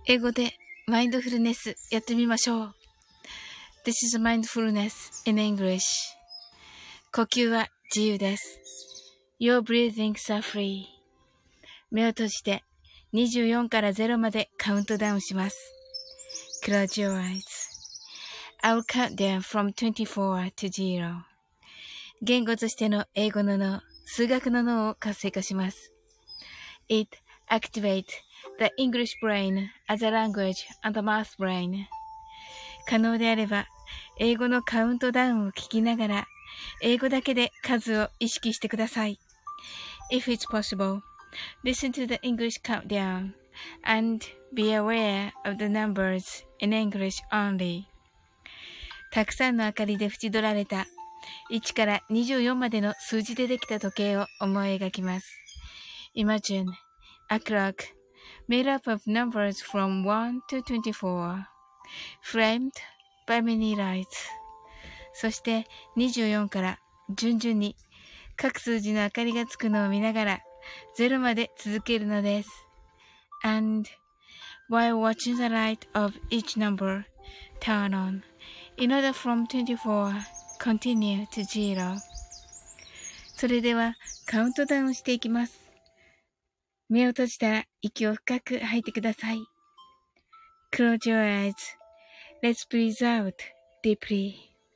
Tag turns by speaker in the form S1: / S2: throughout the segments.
S1: 英語でマインドフルネスやってみましょう。This is mindfulness in English. 呼吸は自由です。Your breathings are free. 目を閉じて24から0までカウントダウンします。Close your eyes. I'll count down from 24 to 0. 言語としての英語の脳、数学の脳を活性化します。It activates the English brain as a language and the math brain. 可能であれば、英語のカウントダウンを聞きながら、英語だけで数を意識してください。If it's possible, listen to the English countdown and be aware of the numbers in English only. たくさんの明かりで縁取られた1から24までの数字でできた時計を思い描きます。Imagine a clock made up of numbers from 1 to 24, framed by many lights. そして24から順々に各数字の明かりがつくのを見ながら0まで続けるのです。And while watching the light of each number turn on, in order from 24, continue to 0. それではカウントダウンしていきます。目を閉じたら息を深く吐いてください。Close your eyes. Let's breathe out deeply.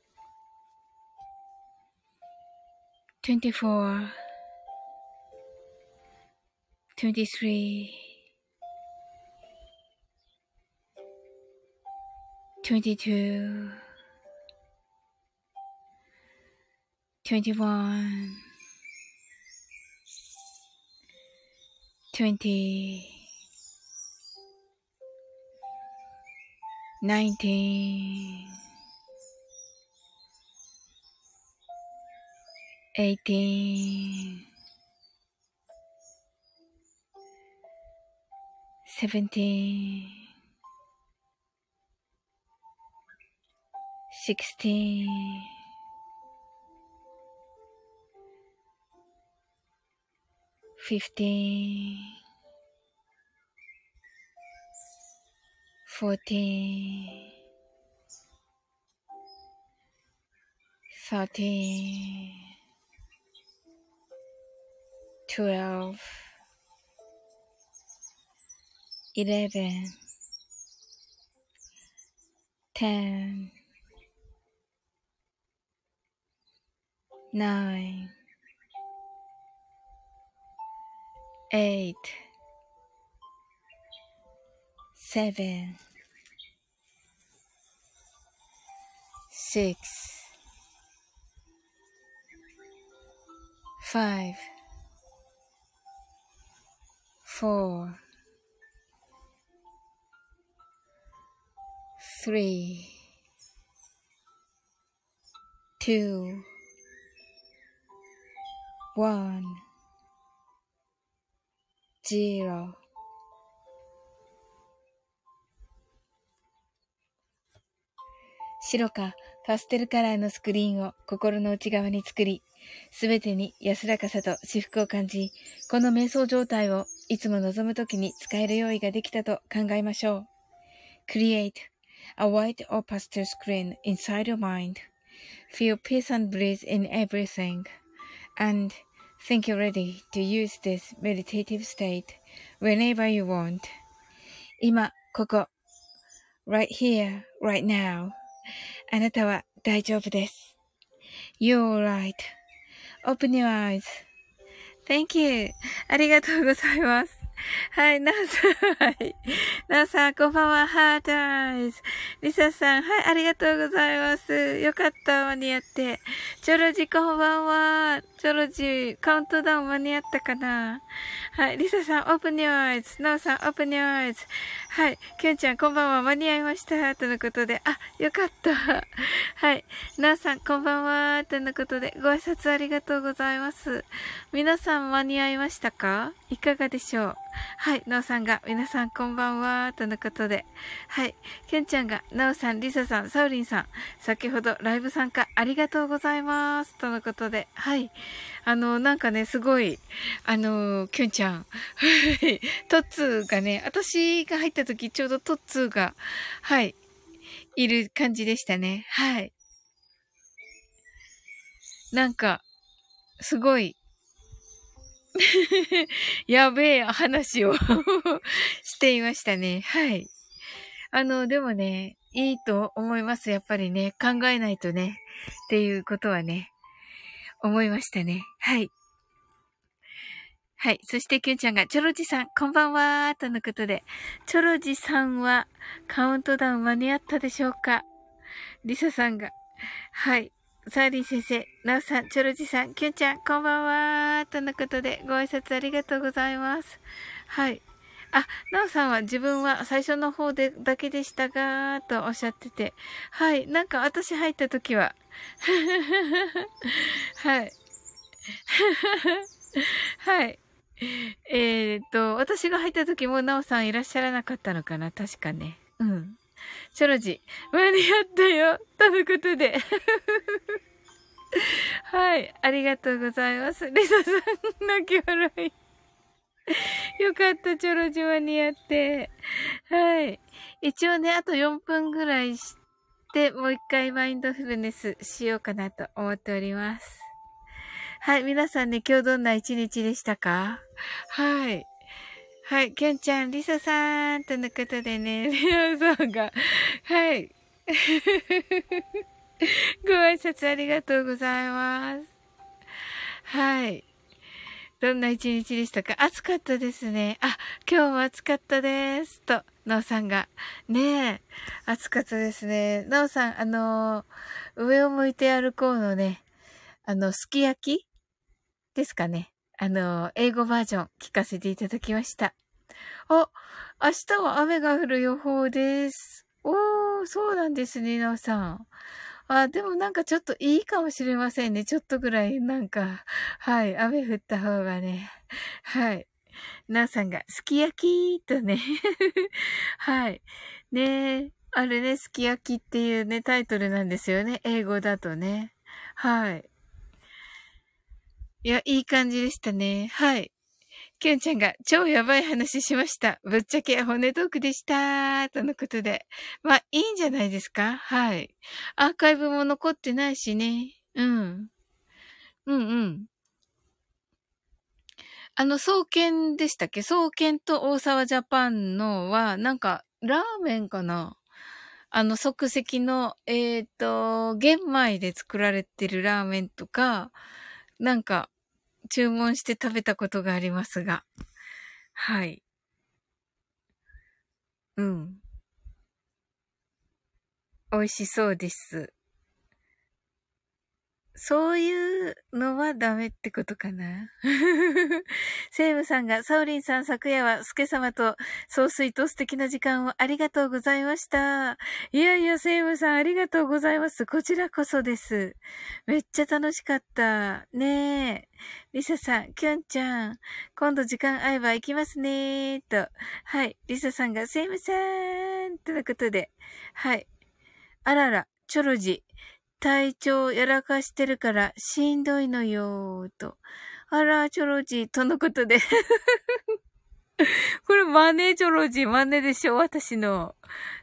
S1: 24, 23, 22, 21, 20, 19, 18, 17, 16, 15, 14, 13, 12, 11, 10, 9, 8, 7, 6, 5, 4, 3, 2, 1, 0. 白かパステルカラーのスクリーンを心の内側に作り、すべてに安らかさと至福を感じ、この瞑想状態をいつも望むときに使える用意ができたと考えましょう。Create a white or pastel screen inside your mind. Feel peace and bliss in everything. And think you're ready to use this meditative state whenever you want. 今、ここ。Right here, right now. あなたは大丈夫です。You're right.Open your eyes. Thank you. ありがとうございます。はい、なおさん、はい。なおさん、こんばんは、ハートアイズ。リサさん、はい、ありがとうございます。よかった、間に合って。チョロジ、こんばんは。チョロジ、カウントダウン間に合ったかな？はい、リサさん、オープンニューアイズ。なおさん、オープンニューアイズ。はい、キュンちゃん、こんばんは、間に合いました。とのことで、あ、よかった。はい、なおさん、こんばんは。とのことで、ご挨拶ありがとうございます。皆さん、間に合いましたか？ いかがでしょう。はい、なおさんが、皆さんこんばんは、とのことで。はい、けんちゃんが、なおさん、りささん、サウリンさん、先ほどライブ参加ありがとうございます、とのことで。はい、なんかね、すごい、きゅんちゃん、はい、トッツーがね、私が入った時ちょうどトッツーが、はい、いる感じでしたね。はい。なんか、すごい、やべえ話をしていましたね。はい。でもね、いいと思います。やっぱりね、考えないとね、っていうことはね、思いましたね。はい。はい。そして、きゅんちゃんが、チョロジさん、こんばんはとのことで、チョロジさんは、カウントダウン間に合ったでしょうか？リサさんが、はい。サーリン先生、ナオさん、チョロジさん、キュンちゃん、こんばんはとのことで、ご挨拶ありがとうございます。はい。あ、ナオさんは自分は最初の方でだけでしたが、とおっしゃってて。はい。なんか私入った時は、はい。はい。私が入った時もナオさんいらっしゃらなかったのかな？確かね。うん。チョロジ、間に合ったよとのことで。はい。ありがとうございます。リサさん、泣き笑い。よかった、チョロジ間に合って。はい。一応ね、あと4分ぐらいして、もう一回マインドフルネスしようかなと思っております。はい。皆さんね、今日どんな一日でしたか？はい。はい。きょんちゃん、リサさん、とのことでね、リナさんが、はい。ご挨拶ありがとうございます。はい。どんな一日でしたか？暑かったですね。あ、今日も暑かったです。と、なおさんが。ねえ、暑かったですね。なおさん、上を向いて歩こうのね、すき焼きですかね。英語バージョン聞かせていただきました。あ、明日は雨が降る予報です。おー、そうなんですね、なおさん。あ、でもなんかちょっといいかもしれませんね。ちょっとぐらいなんか、はい、雨降った方がね。はい。なおさんが、すき焼きとね。はい。ねえ、あれね、すき焼きっていうね、タイトルなんですよね。英語だとね。はい。いや、いい感じでしたね。はい。きゅんちゃんが超やばい話しました。ぶっちゃけ骨トークでした。とのことで。まあ、いいんじゃないですか？はい。アーカイブも残ってないしね。うん。うんうん。創建でしたっけ？創建と大沢ジャパンのは、なんか、ラーメンかな？即席の、玄米で作られてるラーメンとか、なんか、注文して食べたことがありますが。はい。うん。美味しそうです。そういうのはダメってことかな。セイムさんが、サウリンさん昨夜はスケ様と総帥と素敵な時間をありがとうございました。いやいや、セイムさんありがとうございます。こちらこそです。めっちゃ楽しかった。ねえ。リサさん、キュンちゃん、今度時間合えば行きますねと。はい。リサさんが、セイムさんとのことで。はい。あらら、チョロジ。体調やらかしてるからしんどいのよーと。あら、チョロジーとのことで。これマネチョロジー、マネでしょ私の。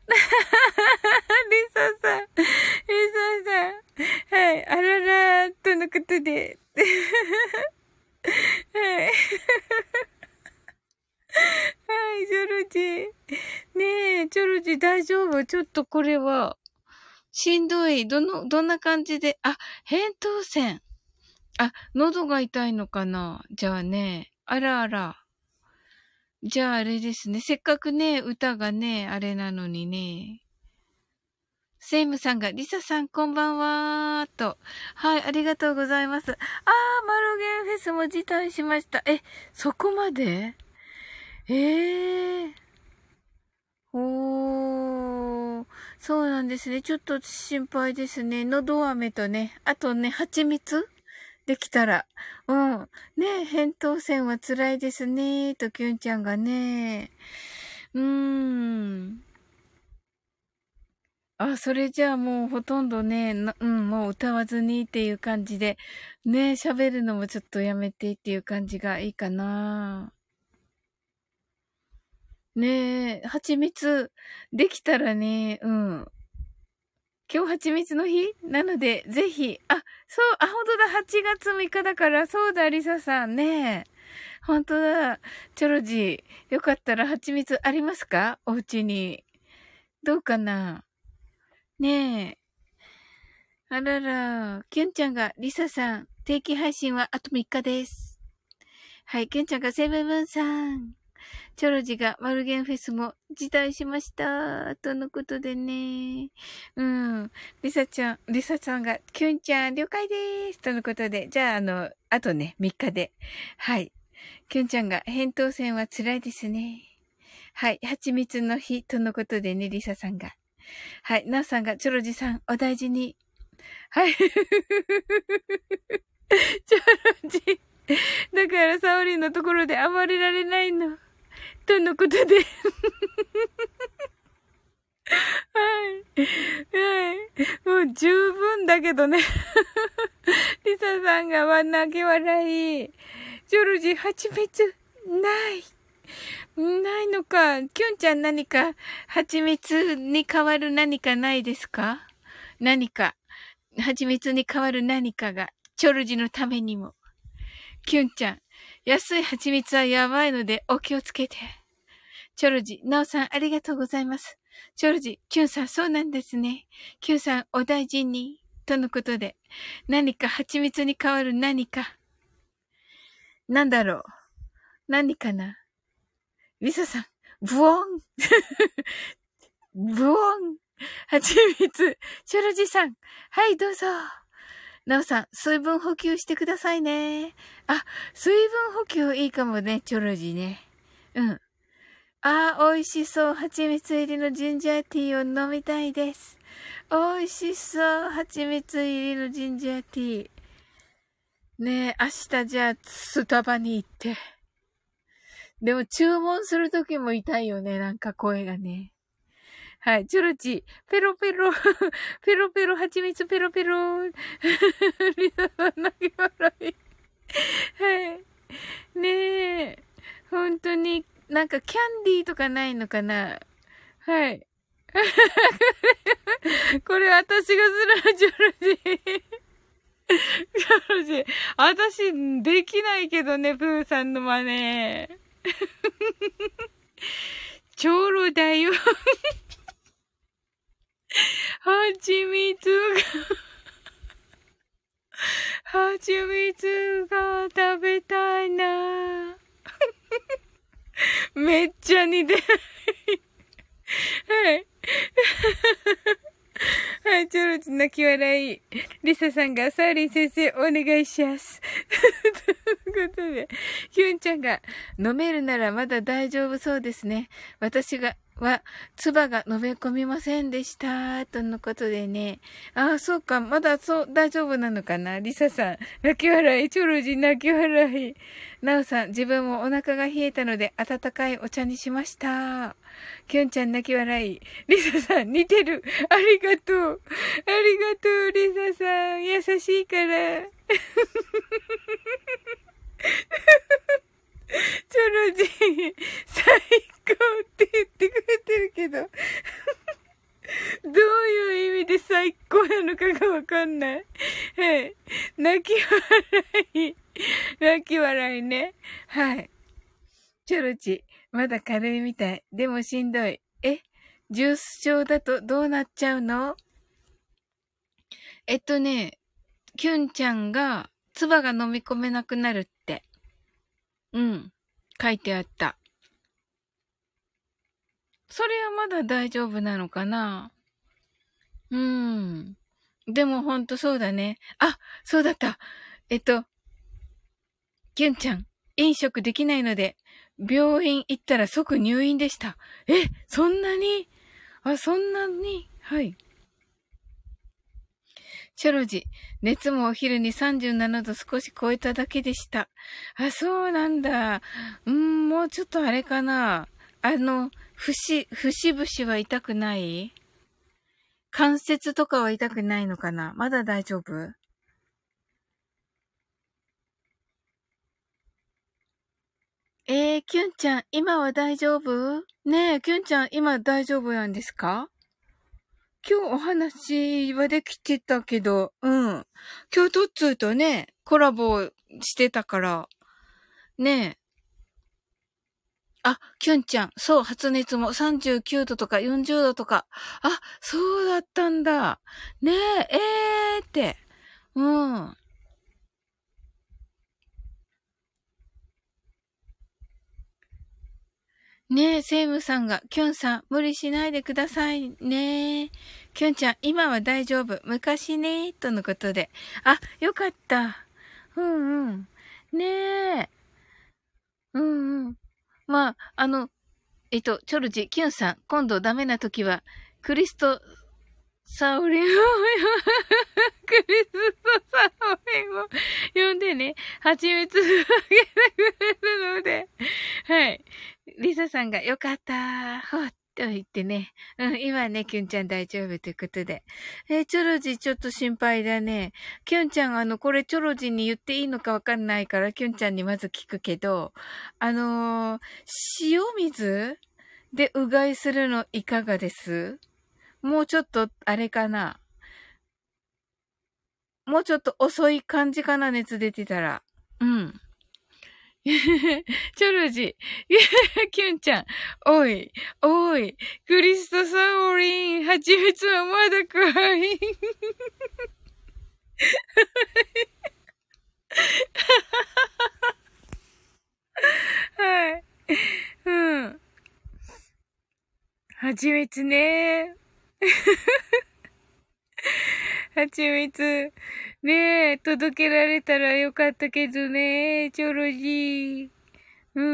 S1: リサさん。リサさん。はい。あららーとのことで。はい。はい、チョロジー。ねえ、チョロジー大丈夫？ちょっとこれは。しんどい。どんな感じで、あ、扁桃腺。あ、喉が痛いのかな？じゃあね。あらあら。じゃああれですね。せっかくね、歌がね、あれなのにね。セイムさんが、リサさんこんばんはーと。はい、ありがとうございます。マロゲンフェスも辞退しました。そこまで？ええー。おー。そうなんですね。ちょっと心配ですね。のど飴とね。あとね、蜂蜜できたら。うん。ね、扁桃腺は辛いですね、とキュンちゃんがね。あ、それじゃあもうほとんどね、もう歌わずにっていう感じで、ね、喋るのもちょっとやめてっていう感じがいいかな。ねえ、蜂蜜、できたらね、今日蜂蜜の日なので、ぜひ、本当だ、8月6日だから、そうだ、リサさんね。本当だ、チョロジー、よかったら蜂蜜ありますか？お家に。どうかな？ねえ。あらら、キュンちゃんが、リサさん、定期配信はあと3日です。はい、キュンちゃんがセブンブンさん。チョロジがマルゲンフェスも辞退しました。とのことでね。リサさんが、キュンちゃん了解です。とのことで。じゃあ、あとね、3日で。はい。キュンちゃんが、扁桃腺は辛いですね。はい。蜂蜜の日とのことでね、リサさんが。はい。ナオさんが、チョロジさん、お大事に。はい。チョロジ。だから、サオリンのところで暴れられないの。とのことで。はい。はい。もう十分だけどね。リサさんが泣き笑い。ジョルジ、蜂蜜、ない。ないのか。キュンちゃん何か、蜂蜜に変わる何かないですか？何か、蜂蜜に変わる何かが、チョルジのためにも。キュンちゃん、安い蜂蜜はやばいのでお気をつけて。チョルジ、ナオさんありがとうございます。チョルジ、キュンさんそうなんですね。キュンさんお大事に。とのことで、何か蜂蜜に変わる何か。なんだろう。何かな。リサさん、ブオンブオン蜂蜜。チョルジさん、はい、どうぞ。ナオさん、水分補給してくださいね。あ、水分補給いいかもね、チョルジね。うん。美味しそう。蜂蜜入りのジンジャーティーを飲みたいです。美味しそう。蜂蜜入りのジンジャーティー。ねえ、明日じゃあ、スタバに行って。でも注文するときも痛いよね。なんか声がね。はい。チョロチ、ペロペロ、ペロペロ、蜂蜜ペロペロ。リサさん泣き笑い。はい。ねえ。本当に、なんかキャンディーとかないのかな？はい。これ私がするジョロジー。ジョロジー。私、できないけどね、プーさんの真似。チョロだよ。蜂蜜が食べたいな。めっちゃ似てる。はい。はい、チョロチ泣き笑い。リサさんが、サーリン先生、お願いします。ということで、キュンちゃんが、飲めるならまだ大丈夫そうですね。私は、唾が飲め込みませんでした。とのことでね。そうか。まだ大丈夫なのかな。リサさん、泣き笑い。チョロジ泣き笑い。ナオさん、自分もお腹が冷えたので、温かいお茶にしました。キュンちゃん泣き笑い。リサさん、似てる。ありがとう。ありがとう、リサさん。優しいから。チョロジー、最高って言ってくれてるけど、どういう意味で最高なのかがわかんない。はい。泣き笑い。泣き笑いね。はい。チョロチ、まだ軽いみたい。でもしんどい。重症だとどうなっちゃうの？キュンちゃんが、唾が飲み込めなくなるって。書いてあった。それはまだ大丈夫なのかな？でもほんとそうだね。そうだった。キュンちゃん、飲食できないので、病院行ったら即入院でした。そんなに？そんなに？はい。 チョロジ、熱もお昼に37度少し超えただけでした。あ、そうなんだ。もうちょっとあれかな。節々は痛くない？関節とかは痛くないのかな？まだ大丈夫？キュンちゃん、今は大丈夫？ねえ、キュンちゃん、今大丈夫なんですか？今日お話はできてたけど、今日トッツーとね、コラボしてたから、ねえ。あ、キュンちゃん、そう、発熱も39度とか40度とか。あ、そうだったんだ。ねえ、って。うん。ねえ、セイムさんが、キュンさん、無理しないでくださいね。キュンちゃん、今は大丈夫。昔ね、とのことで。あ、よかった。うんうん。ねえ。うんうん。まあ、チョルジ、キュンさん、今度ダメな時は、クリストサオリンを、クリストサオリンを呼んでね、蜂蜜をあげてくれるので、はい。リサさんがよかったー、ほっと言ってね。今ね、キュンちゃん大丈夫ということで。チョロジちょっと心配だね。キュンちゃん、これチョロジに言っていいのかわかんないから、キュンちゃんにまず聞くけど、塩水でうがいするのいかがです？もうちょっと、あれかな。もうちょっと遅い感じかな、熱出てたら。うん。チョルジ。キュンちゃん。おい、おい。クリストサオリン。蜂蜜はまだかい。はい。うん。蜂蜜ね。蜂蜜。ねえ、届けられたらよかったけどね、チョロジー。うん。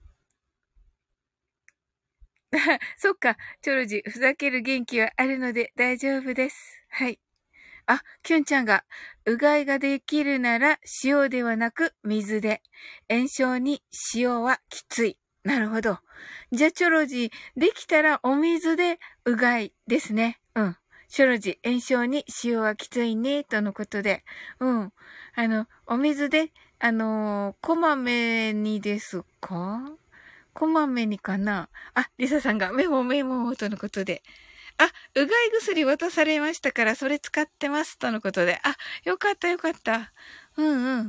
S1: そっか、チョロジ、ふざける元気はあるので大丈夫です。はい。あ、キュンちゃんが、うがいができるなら塩ではなく水で。炎症に塩はきつい。なるほど。じゃあ、チョロジ、できたらお水でうがいですね。うん。チョロジ、炎症に塩はきついね、とのことで。うん。お水で、こまめにですか？こまめにかな？あ、リサさんがメモメモとのことで。あ、うがい薬渡されましたから、それ使ってます、とのことで。あ、よかったよかった。うんうん。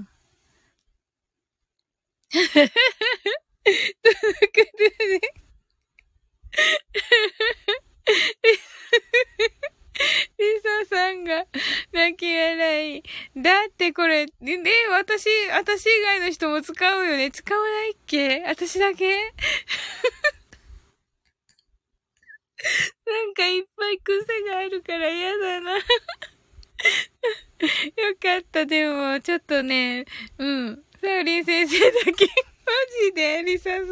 S1: とのことで。リサさんが泣き笑い。だってこれ、私以外の人も使うよね。使わないっけ？私だけ？なんかいっぱい癖があるから嫌だな。よかった、でも、ちょっとね、うん。サウリン先生だけ、マジで、リサさん。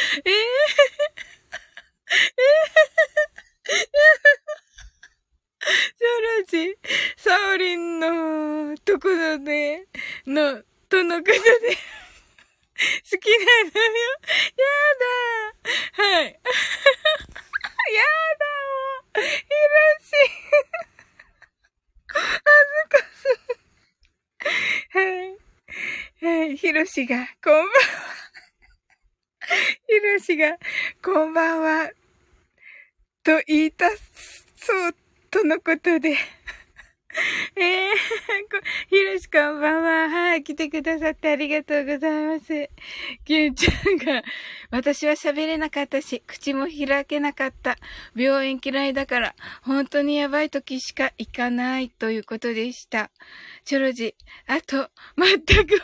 S1: チョロジ、サウリンのところで、とのことで、好きなのよ。やだ。はい。やだもう。ヒロシ。恥ずかしい。はい。はい。ヒロシが、こんばんは。ヒロシが、こんばんは。と言いたそう、とのことで。ひろしこんばんは。はい、来てくださってありがとうございます。きゅんちゃんが、私は喋れなかったし、口も開けなかった。病院嫌いだから、本当にやばい時しか行かないということでした。チョロジ、あと、全くもう、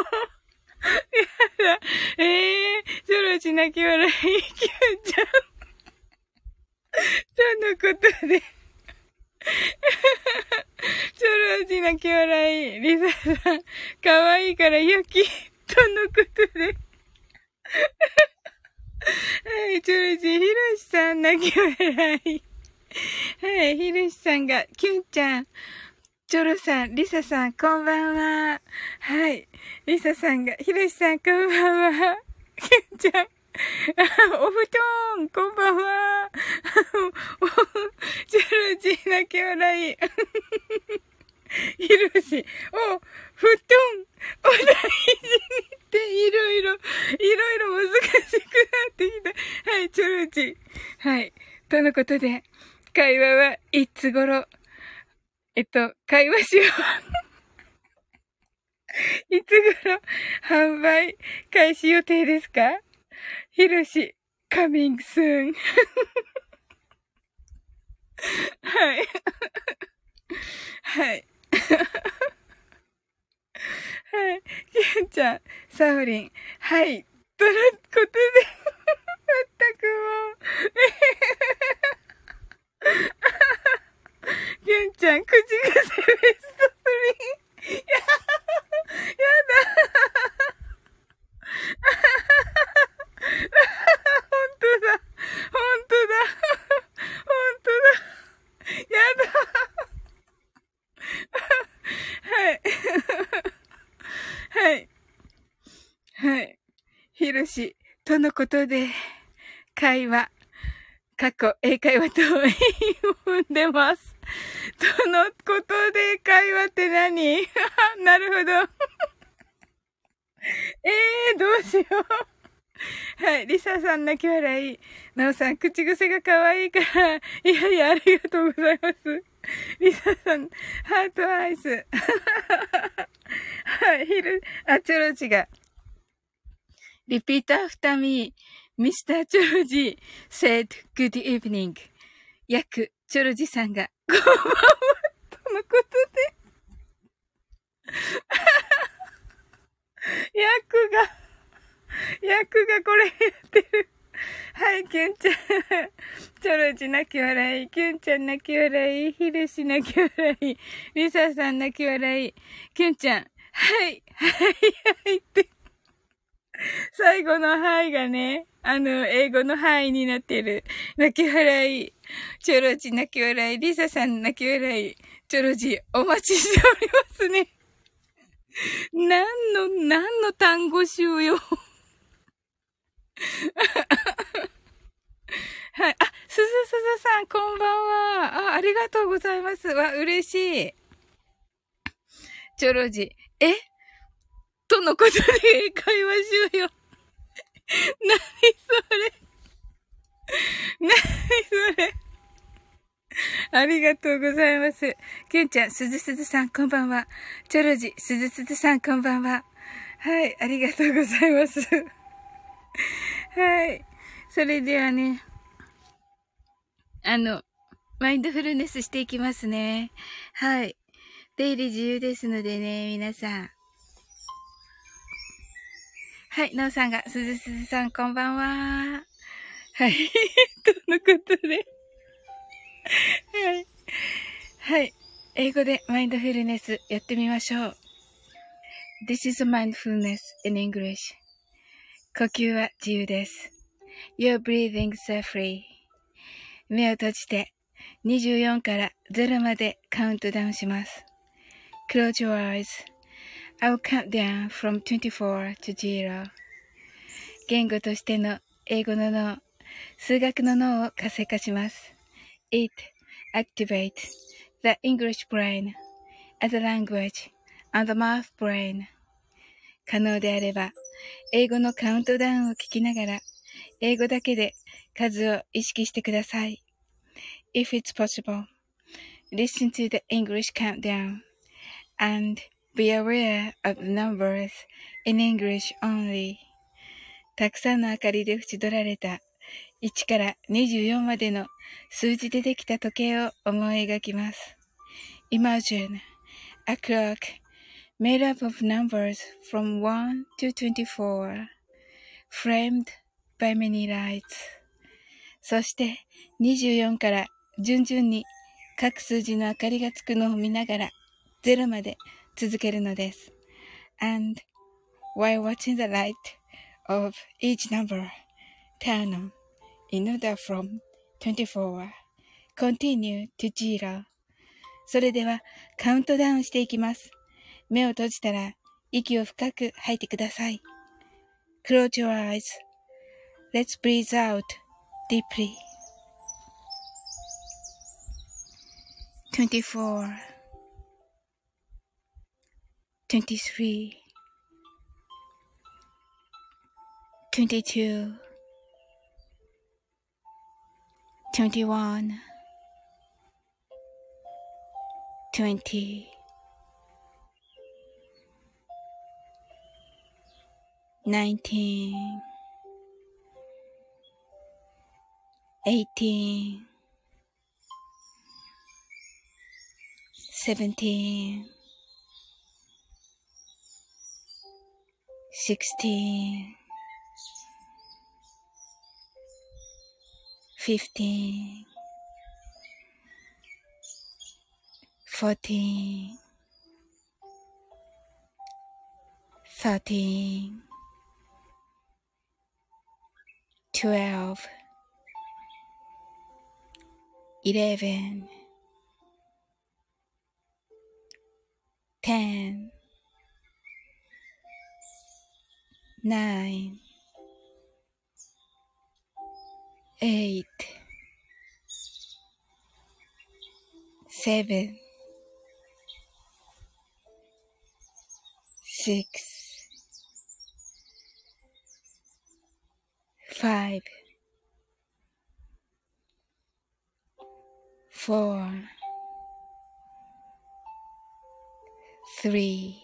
S1: やだ。チョロジ泣き笑い、きゅんちゃん。とのことで。チョロジ泣き笑い。リサさん、かわいいから良き、とのことで。はい、チョロジ、ヒロシさん泣き笑い。はい、ヒロシさんが、キュンちゃん、 チョロさん、リサさん、こんばんは。はい。リサさんが、ヒロシさん、こんばんは。キュンちゃん、お布団、こんばんは。チョロジー泣き笑い。ヒロシ、お、布団、お大事にっていろいろ難しくなってきた。はい、チョロジー。はい。とのことで、会話はいつ頃、会話しよう。いつ頃、販売開始予定ですか？ヒロシ、coming soon。はい。はい。はい。キュンちゃん、サオリン。はい。とのことで、まったくもう。キュンちゃん、口癖ベスト3。やだ。本当だ。本当だ。本当だ。やだ。はい。はい。はい。ひろし、とのことで、会話、過去、英会話と踏んでます。とのことで、会話って何？なるほど。どうしよう。はい。リサさん泣き笑い。ナオさん、口癖が可愛いから。いやいや、ありがとうございます。リサさん、ハートアイス。はい。チョロジが。Repeat after me. Mr. チョロジ said good evening. 約、チョロジさんが、こんばんは。とのことで。役がこれやってる。はい、キュンちゃん。チョロジ泣き笑い。キュンちゃん泣き笑い。ヒルシ泣き笑い。リサさん泣き笑い。キュンちゃん。はい、はいって。最後のはいがね、英語のはいになってる。泣き笑い。チョロジ泣き笑い。リサさん泣き笑い。チョロジお待ちしておりますね。何の単語集よ。はい。すずさん、こんばんは。ありがとうございます。嬉しい。チョロジ。とのことで会話しようよ。何それ。ありがとうございます。キュンちゃん、すずさん、こんばんは。チョロジ、すずさん、こんばんは。はい、ありがとうございます。はい。それではね、マインドフルネスしていきますね。はい。出入り自由ですのでね、皆さん。はい、なおさんが、すずさん、こんばんは。はい。とのことで。はい。はい。英語でマインドフルネスやってみましょう。This is mindfulness in English. 呼吸は自由です。Your breathings are free. 目を閉じて24から0までカウントダウンします。Close your eyes.I'll count down from 24 to 0. 言語としての英語の脳、数学の脳を活性化します。It activates the English brain as a language and the math brain. 可能であれば、英語のカウントダウンを聞きながら、英語だけで数を意識してください。If it's possible, listen to the English countdown and...Be aware of the numbers in English only. たくさんの明かりで縁取られた1から24までの数字でできた時計を思い描きます。Imagine a clock made up of numbers from 1 to 24, framed by many lights. そして24から順々に各数字の明かりがつくのを見ながら0まで続けるのです。And while watching the light of each number turn on in order from 24, continue to 0. それでは、カウントダウンしていきます。目を閉じたら、息を深く吐いてください。Close your eyes.Let's breathe out deeply. 24, 23, 22, 21, 20, 19, 18, 17, 16, 15, 14, 13, 12, 11, 10, 9, 8, 7, 6, 5, 4, 3,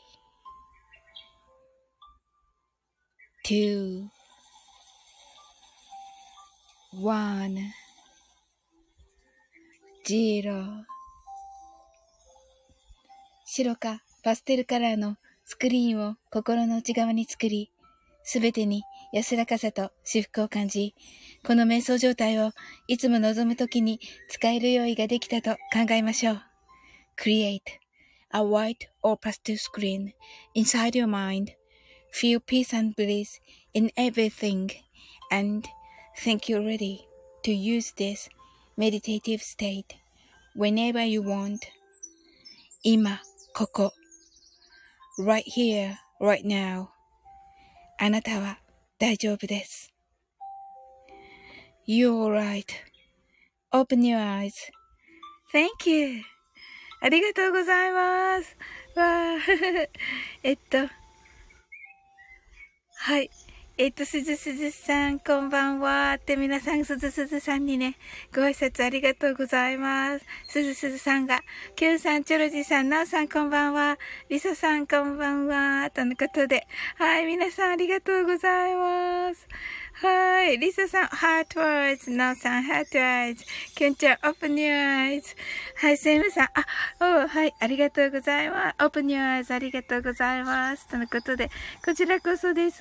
S1: 2, 1, 0白かパステルカラーのスクリーンを心の内側に作り、すべてに安らかさと至福を感じ、この瞑想状態をいつも望むときに使える用意ができたと考えましょう。Create a white or pastel screen inside your mind. Feel peace and bliss in everything and think you're ready to use this meditative state whenever you want. 今、ここ。Right here, right now. あなたは大丈夫です。You're right.Open your eyes. Thank you. ありがとうございます。わー。はい。すずさん、こんばんは。って皆さん、すずさんにね、ご挨拶ありがとうございます。すずさんが、きゅんさん、チョロジさん、なおさん、こんばんは。りささん、こんばんは。とのことで、はい、皆さん、ありがとうございます。はい。リサさん、ハートワーズ。ナオさん、ハートワーズ。キュンちゃん、オープンニューアイズ。はい、セムさん、はい、ありがとうございます。オープンニューアイズ、ありがとうございます。とのことで、こちらこそです。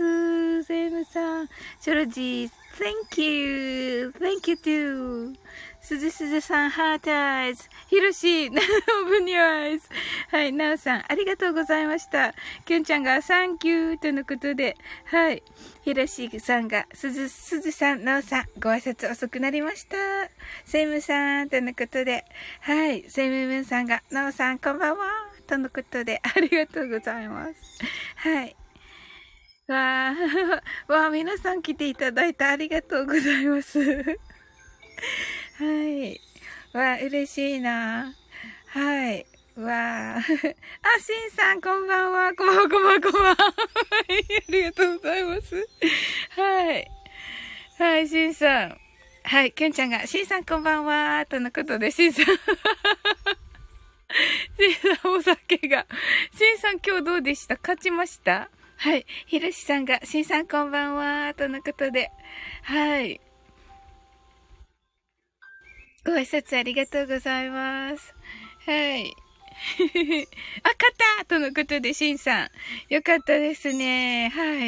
S1: セムさん、チョロジー、Thank you. Thank you too. すずさん、ハートアイズ。ひろし、オープンニューアイズ。はい、なおさん、ありがとうございました。きゅんちゃんが、サンキューとのことで、はい。ひろしさんが、すずさん、なおさん、ご挨拶遅くなりました。セイムさん、とのことで、はい。セイムムーンさんが、なおさん、こんばんは。とのことで、ありがとうございます。はい。わー、皆さん来ていただいてありがとうございます。はい。嬉しいな。はい。あ、しんさん、こんばんは。こんばんは。はい。ありがとうございます。はい。はい、しんさん。はい、きゅんちゃんが、しんさん、こんばんは。とのことで、しんさん。しんさん、お酒が。しんさん、今日どうでした？勝ちました？はい。ひろしさんが、しんさんこんばんは、とのことで。はい。ご挨拶ありがとうございます。はい。あ、勝ったとのことで、しんさん。よかったですね。はい。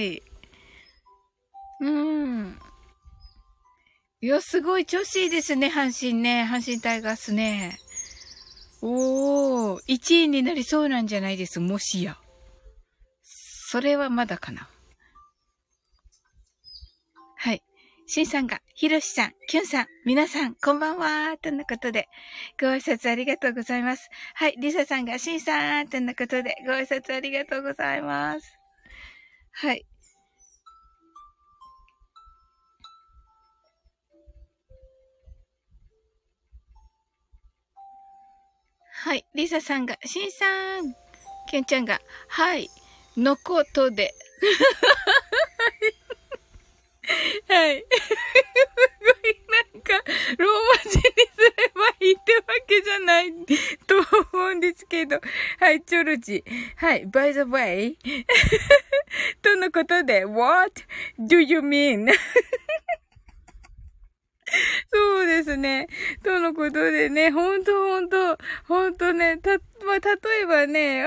S1: いや、すごい調子いいですね、阪神ね。阪神タイガースね。1位になりそうなんじゃないです、もしや。それはまだかな。はい。 しんさんが、ひろしさん、きゅんさん、皆さん、こんばんは、とのことで、ご挨拶ありがとうございます。はい、りささんが、しんさん、とのことで、ご挨拶ありがとうございます。はい。はい、りささんが、しんさん、きゅんちゃんが、はい、のことで、はい。すごい、なんか、ローマ字にすればいいってわけじゃないと思うんですけど。はい、チョロジ。はい、by the way とのことで、what do you mean? そうですね。とのことでね、ほんとね、まあ、例えばね、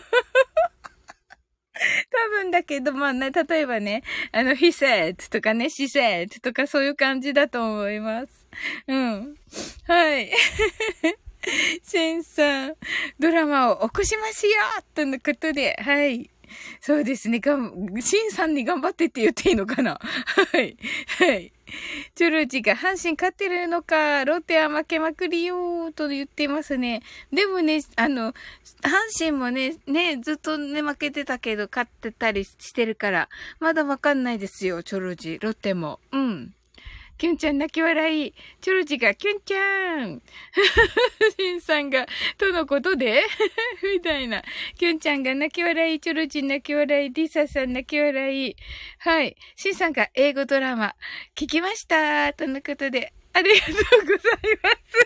S1: 多分だけど、まあね、例えばね、he said とかね、she said とかそういう感じだと思います。うん。はい。シンさん、ドラマを起こしますよとのことで、はい。そうですね、シンさんに頑張ってって言っていいのかなはい。はい。チョロジが阪神勝ってるのか、ロッテは負けまくりよーと言ってますね。でもね、阪神もね、ずっとね、負けてたけど、勝ってたりしてるから、まだわかんないですよ、チョロジ。ロッテも。うん。キュンちゃん泣き笑い。チョロジがキュンちゃん。シンさんが、とのことでみたいな。キュンちゃんが泣き笑い。チョロジ泣き笑い。リサさん泣き笑い。はい。シンさんが英語ドラマ、聞きました。とのことで。ありがとうございます。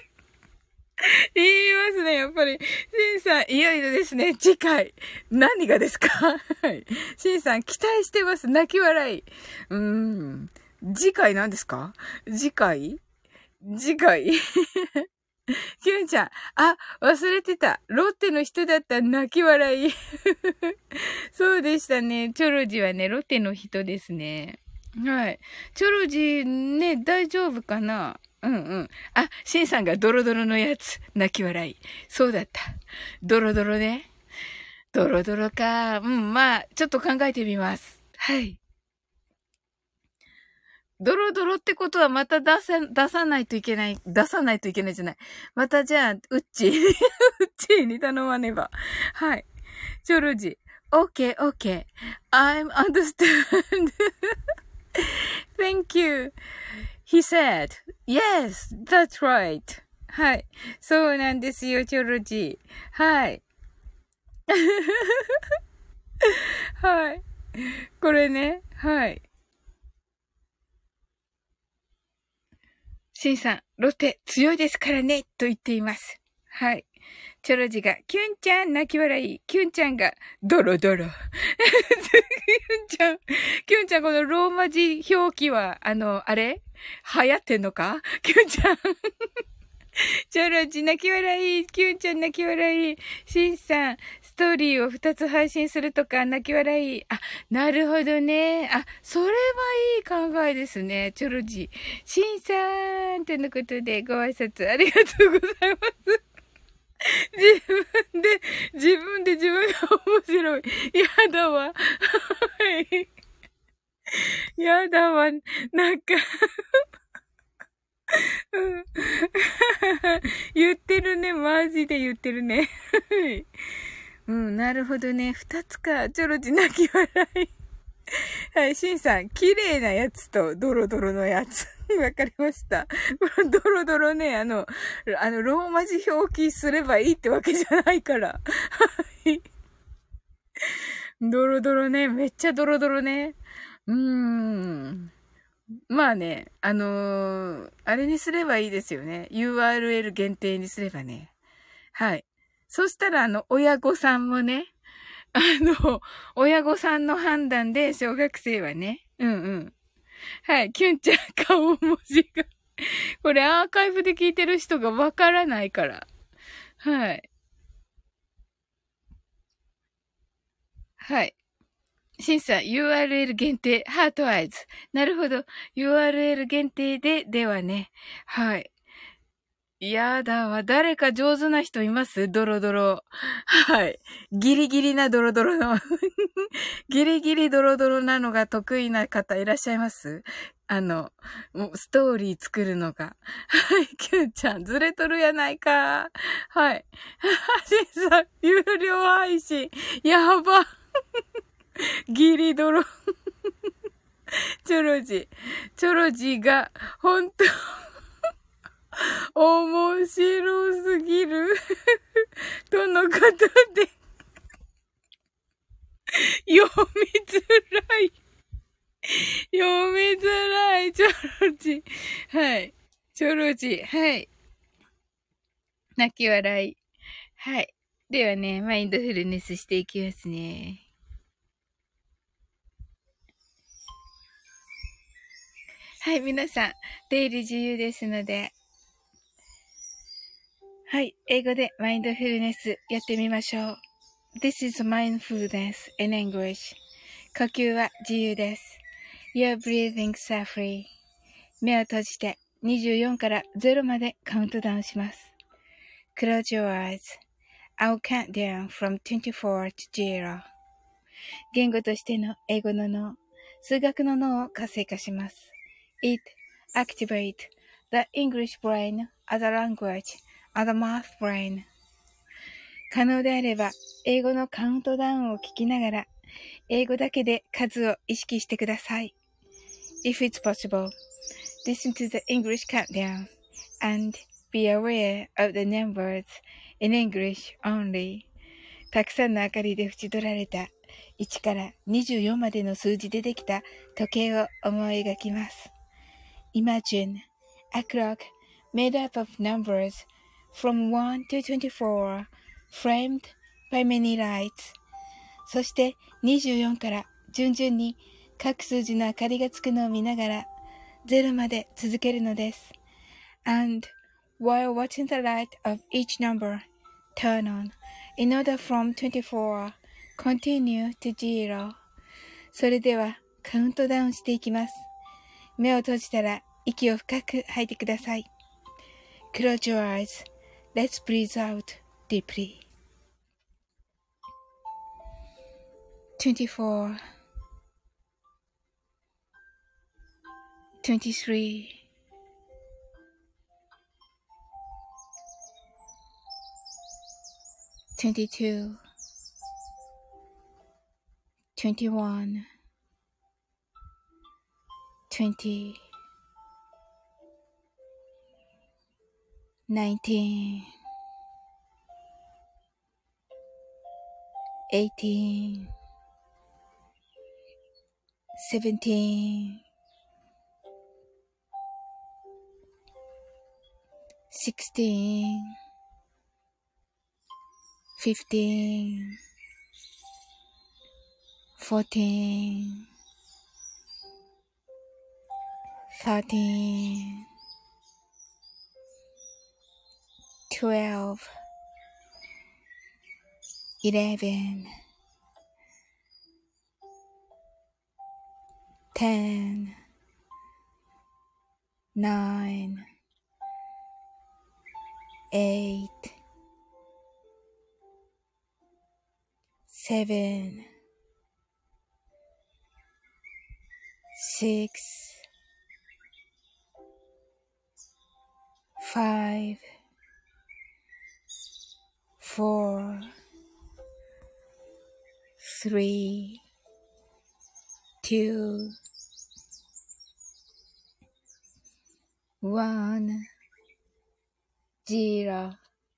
S1: 言いますね、やっぱり。シンさん、いよいよですね、次回。何がですかはい。シンさん、期待してます。泣き笑い。次回何ですか？次回キュンちゃん。あ、忘れてた。ロッテの人だったら泣き笑い。そうでしたね。チョロジはね、ロッテの人ですね。はい。チョロジね、大丈夫かな？うんうん。あ、シンさんがドロドロのやつ。泣き笑い。そうだった。ドロドロね。ドロドロか。うん、まあ、ちょっと考えてみます。はい。ドロドロってことはまた出さないといけない。出さないといけないじゃない。またじゃあ、ウッチー、ウッチーに頼まねば。はい。チョロジ。Okay, okay. I'm understand. Thank you. He said, yes, that's right. はい。そうなんですよ、チョロジ。はい。はい。これね。はい。シンさん、ロッテ強いですからね、と言っています。はい。チョロジが、キュンちゃん泣き笑い。キュンちゃんが、ドロドロ。キュンちゃんこのローマ字表記は、あれ流行ってんのかキュンちゃん。チョロジ泣き笑い。キュンちゃん泣き笑い。シンさん、ストーリーを2つ配信するとか泣き笑い。あ、なるほどね。あ、それはいい考えですね。チョロジ。シンさん、とのことでご挨拶ありがとうございます。自分で自分が面白い。やだわ。はい。やだわ。なんかうん言ってるね。マジで言ってるね。うん、なるほどね。二つか。ちょろち泣き笑い。はい、シンさん、綺麗なやつとドロドロのやつ。わかりました。このドロドロね、ローマ字表記すればいいってわけじゃないから。はい。ドロドロね、めっちゃドロドロね。まあね、あれにすればいいですよね。URL 限定にすればね。はい。そしたら、親御さんもね、親御さんの判断で小学生はね。うんうん。はい。キュンちゃん顔文字が。これアーカイブで聞いてる人がわからないから。はい。はい。審査 URL 限定、ハートアイズ。なるほど。URL 限定ではね。はい。やだわ。誰か上手な人いますドロドロ。はい。ギリギリなドロドロのギリギリドロドロなのが得意な方いらっしゃいますもうストーリー作るのが。はい、キュンちゃん、ずれとるやないか。はい。シンさん、有料配信。やば。ギリドロ。チョロジ。チョロジが、ほんと、面白すぎる。とのことで、読みづらい。読みづらい、チョロジ。はい。チョロジ。はい。泣き笑い。はい。ではね、マインドフルネスしていきますね。はい、皆さん、出入り自由ですので、はい、英語でマインドフルネスやってみましょう。This is mindfulness in English. 呼吸は自由です。Your breathing are free. 目を閉じて24から0までカウントダウンします。Close your eyes. I'll count down from 24 to 0. 言語としての英語の脳、数学の脳を活性化します。It activates the English brain as a language and the math brain. 可能であれば、英語のカウントダウンを聞きながら、英語だけで数を意識してください。If it's possible, listen to the English countdown and be aware of the numbers in English only. たくさんの明かりで縁取られた1から24までの数字でできた時計を思い描きます。Imagine a clock made up of numbers from 1 to 24, framed by many lights. そして24から順々に各数字の明かりがつくのを見ながら0まで続けるのです。And while watching the light of each number turn on, in order from 24, continue to 0. それではカウントダウンしていきます。目を閉じたら息を深く吐いてください。Close your eyes. Let's breathe out deeply. 24 23 22 21 20 19 18 17 16 15 14 13 12 11 10 9 8 7 6 5 4 3 2 1 0。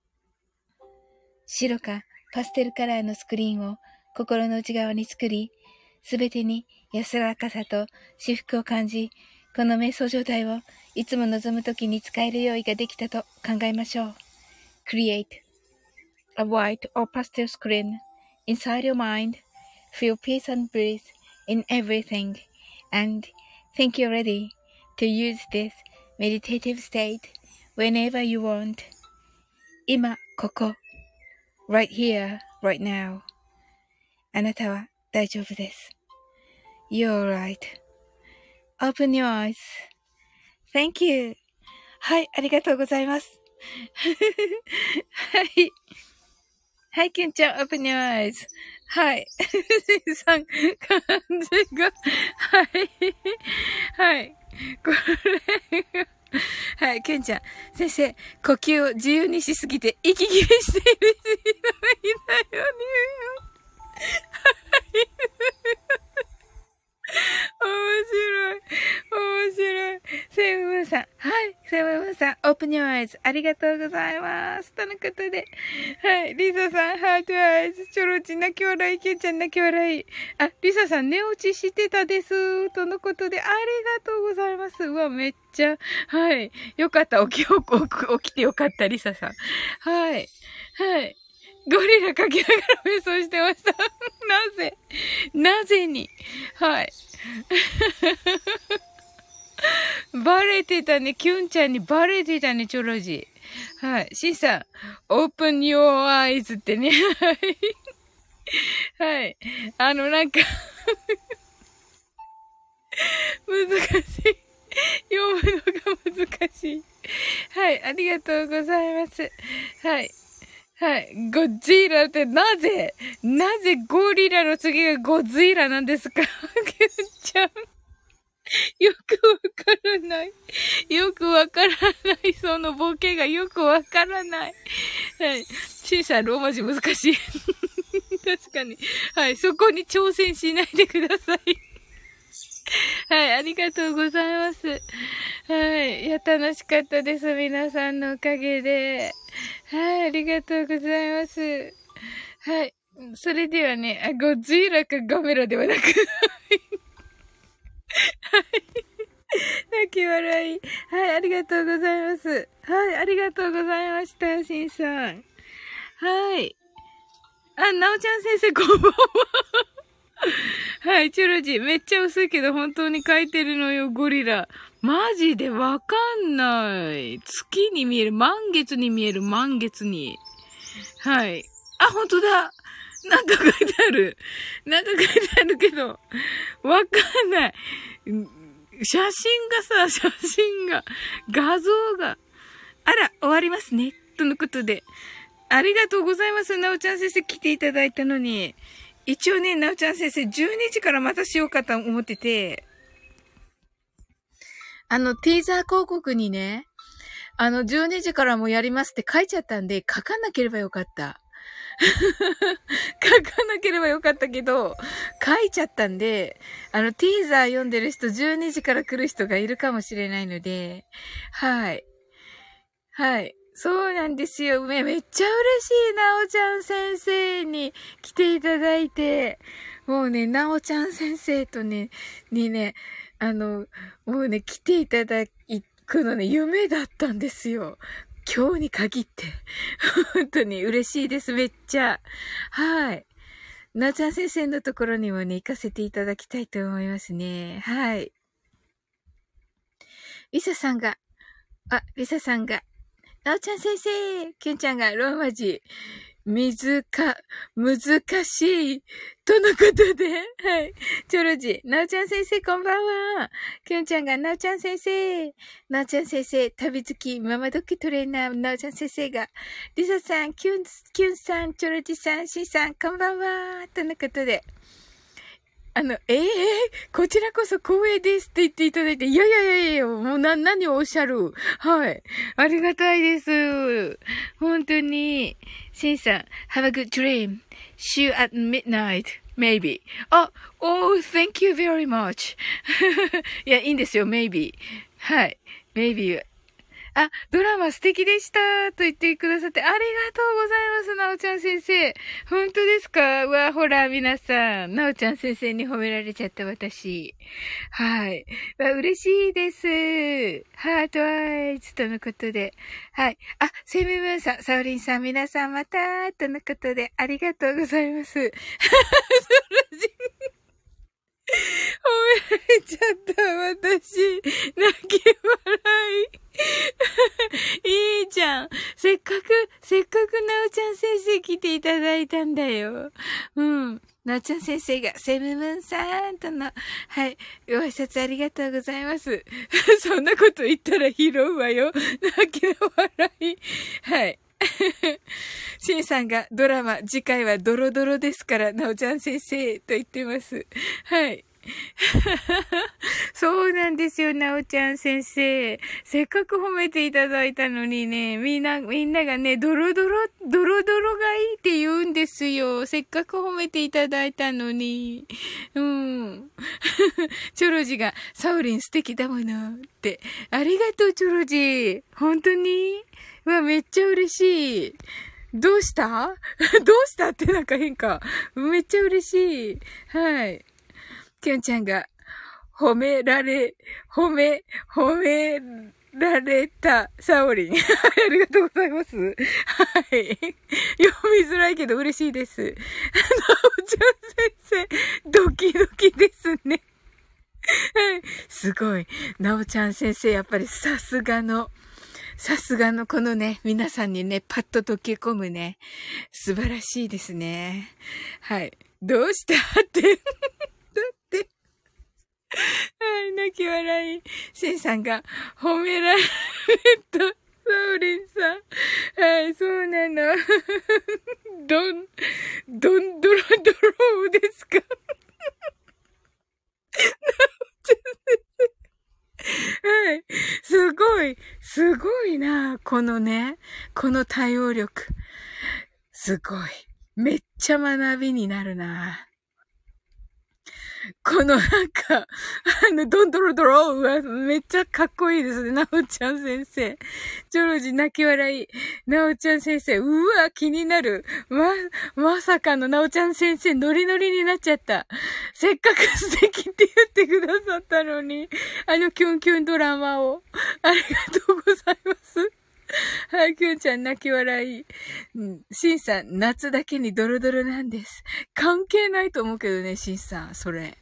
S1: 白かパステルカラーのスクリーンを心の内側に作り、すべてに安らかさと至福を感じ、この瞑想状態をいつも望むときに使える用意ができたと考えましょう。Create a white or pastel screen inside your mind. Feel peace and bliss in everything. And think you're ready to use this meditative state whenever you want. 今、ここ。right here, right now. あなたは大丈夫です。You're right.Open your eyes. Thank you. はい、ありがとうございます。はい。はい、きゅんちゃん、open your eyes. はい。さん、感じが、はい。はい。 きゅんちゃん。先生、呼吸を自由にしすぎて息切れしている人がいたよね。面白い。面白い。セイムムーンさん。はい。セイムムーンさん。オープニューアイズ。ありがとうございます。とのことで。はい。リサさん。ハートアイズ。チョロチ泣き笑い。キュンちゃん泣き笑い。あ、リサさん。寝落ちしてたです。とのことで。ありがとうございます。うわ、めっちゃ。はい。よかった。起きてよかった。リサさん。はい。はい。ゴリラかきながら瞑想してました。なぜに。はい。バレてたね。キュンちゃんにバレてたね、チョロジー。はい。シンさん、open your eyes ってね。はい。はい。なんか難しい。読むのが難しい。はい。ありがとうございます。はい。はい。ゴジラってなぜゴリラの次がゴジラなんですか？キュンちゃん。よくわからない。よくわからない。そのボケがよくわからない。はい。シンさん、ローマ字難しい。確かに。はい。そこに挑戦しないでください。はい。ありがとうございます。はい。いや、楽しかったです。皆さんのおかげで。はい。ありがとうございます。はい。それではね、ゴジラかガメラではなく、はい。泣き笑い。はい、ありがとうございます。はい、ありがとうございました、しんさん。はい。あ、なおちゃん先生、こんばんは。はい、チョロジー。めっちゃ薄いけど、本当に書いてるのよ、ゴリラ。マジでわかんない。月に見える。満月に見える。満月に。はい。あ、本当だ。なんか書いてある。なんか書いてあるけど、わかんない。写真が、画像が。あら、終わりますね。とのことで。ありがとうございます。なおちゃん先生来ていただいたのに。一応ね、なおちゃん先生12時からまたしようかと思ってて。ティーザー広告にね、12時からもやりますって書いちゃったんで、書かなければよかった。書かなければよかったけど、書いちゃったんで、ティーザー読んでる人12時から来る人がいるかもしれないので、はい。はい。そうなんですよ。めっちゃ嬉しい、なおちゃん先生に来ていただいて、もうね、なおちゃん先生とね、にね、もうね、来ていただくのね、夢だったんですよ。今日に限って。本当に嬉しいです、めっちゃ。はい。なおちゃん先生のところにもね、行かせていただきたいと思いますね。はい。リサさんが、なおちゃん先生、キュンちゃんがローマ字、難しい。とのことで、はい。チョロジ、なおちゃん先生こんばんは。キュンちゃんが、なおちゃん先生、旅好き、ママドッキトレーナー、なおちゃん先生が、リサさん、キュンさん、チョロジさん、シンさん、こんばんは。とのことで、こちらこそ光栄ですって言っていただいて、いや、もう何をおっしゃる。はい。ありがたいです。本当に。シンさん、have a good dream. See you at midnight. Maybe. Thank you very much. いや、いいんですよ、maybe. はい。maybe. ドラマ素敵でしたと言ってくださってありがとうございます、なおちゃん先生。本当ですか？ほら、皆さん。なおちゃん先生に褒められちゃった私。はい。嬉しいです。ハートアイズとのことで。はい。セイムムーンさん、サオリンさん、皆さんまたとのことでありがとうございます。褒められちゃった、私。泣き笑い。いいじゃん。せっかくなおちゃん先生来ていただいたんだよ。うん。なおちゃん先生が、セムムンさんとの、はい、ご挨拶ありがとうございます。そんなこと言ったら拾うわよ。泣きの笑い。はい。シンさんがドラマ、次回はドロドロですから、なおちゃん先生と言ってます。はい。 そうなんですよ、なおちゃん先生。せっかく褒めていただいたのにね、みんながね、ドロドロがいいって言うんですよ。せっかく褒めていただいたのに。うん。チョロジが、サオリン素敵だものって。ありがとう、チョロジ。本当にめっちゃ嬉しい。どうしたどうしたってなんか変か。めっちゃ嬉しい。はい。きょんちゃんが、褒められた、サオリン。ありがとうございます。はい。読みづらいけど嬉しいです。なおちゃん先生、ドキドキですね。はい。すごい。なおちゃん先生、やっぱりさすがのこのね、皆さんにね、パッと溶け込むね、素晴らしいですね。はい。どうしたって。だって。はい、泣き笑い。シンさんが褒められた、サオリンさん。はい、そうなの。どんどろですか。はい。すごいな。このね、この対応力。すごい。めっちゃ学びになるな。このなんか、ドンドロドロはめっちゃかっこいいですね。なおちゃん先生。チョロジ泣き笑い。なおちゃん先生。うわ、気になる。まさかのなおちゃん先生、ノリノリになっちゃった。せっかく素敵って言ってくださったのに、キュンキュンドラマを。ありがとうございます。はい、きゅんちゃん泣き笑い。しんさん、夏だけにドロドロなんです。関係ないと思うけどね、しんさん、それ。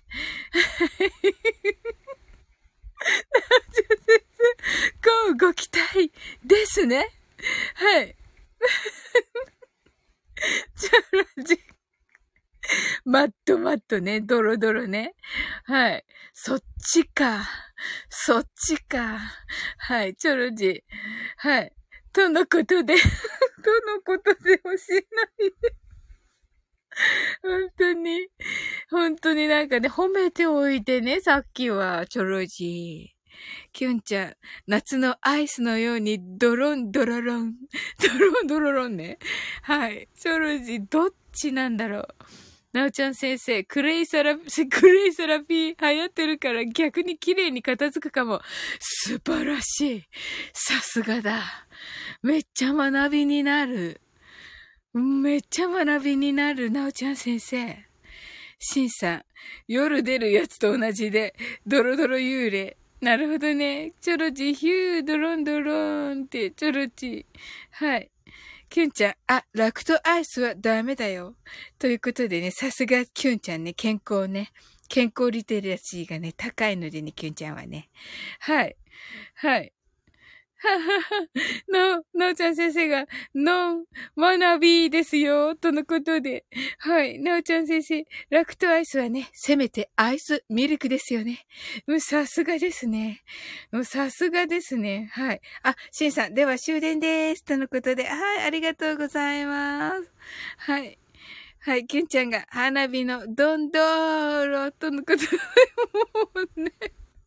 S1: こうご期待ですね。はい。チャラジ。マットね、ドロドロね。はい。そっちか。はい、チョロジ。はい。とのことで教えないで。本当になんかね、褒めておいてね、さっきは、チョロジー。キュンちゃん、夏のアイスのようにドロンね。はい。チョロジー、どっちなんだろう。なおちゃん先生、クレイセラピー流行ってるから逆に綺麗に片付くかも。素晴らしい。さすがだ。めっちゃ学びになる。なおちゃん先生。しんさん、夜出るやつと同じで、ドロドロ幽霊。なるほどね。チョロジ、ヒュー、ドロンドロンって、チョロジ。はい。キュンちゃん、ラクトアイスはダメだよ。ということでね、さすがキュンちゃんね、健康リテラシーがね、高いのでね、キュンちゃんはね。はい。はい。ははは。のおちゃん先生が、学びですよ。とのことで。はい。のおちゃん先生、ラクトアイスはね、せめてアイスミルクですよね。さすがですね。さすがですね。はい。シンさん、では終電です。とのことで。はい。ありがとうございます。はい。はい。キュンちゃんが、花火のドンドーロとのことで。もうね。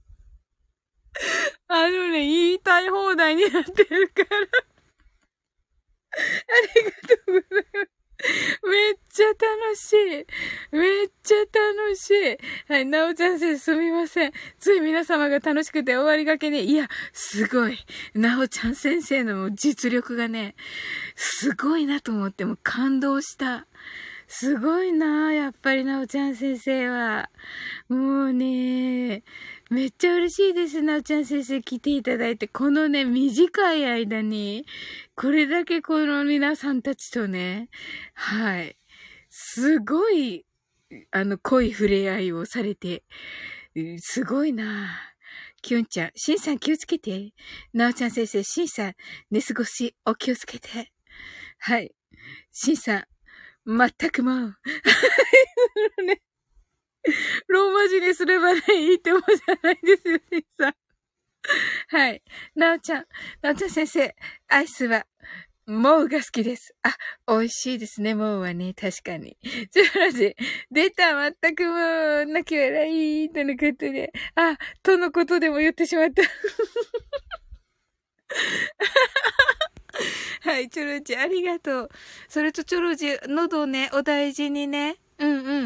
S1: 言いたい放題になってるから。ありがとうございます。めっちゃ楽しい。はい、なおちゃん先生すみません。つい皆様が楽しくて終わりがけに、いや、すごい。なおちゃん先生の実力がね、すごいなと思っても感動した。すごいなやっぱりなおちゃん先生は。もうね、めっちゃ嬉しいです。なおちゃん先生来ていただいて、このね、短い間に、これだけこの皆さんたちとね、はい。すごい、濃い触れ合いをされて、すごいなキュンちゃん、シンさん気をつけて。なおちゃん先生、シンさん、寝過ごしお気をつけて。はい。シンさん、全くもう。ね、ローマ字にすればね、いいってもんじゃないですよ、シンさん。はい。なおちゃん先生、アイスは、 もうが好きです。あ、美味しいですね、もうはね、確かに。チョロジー、出た、全くもう、泣き笑い、とのことで。あ、とのことでも言ってしまった。はい、チョロジー、ありがとう。それとチョロジー、喉をね、お大事にね。うんうん。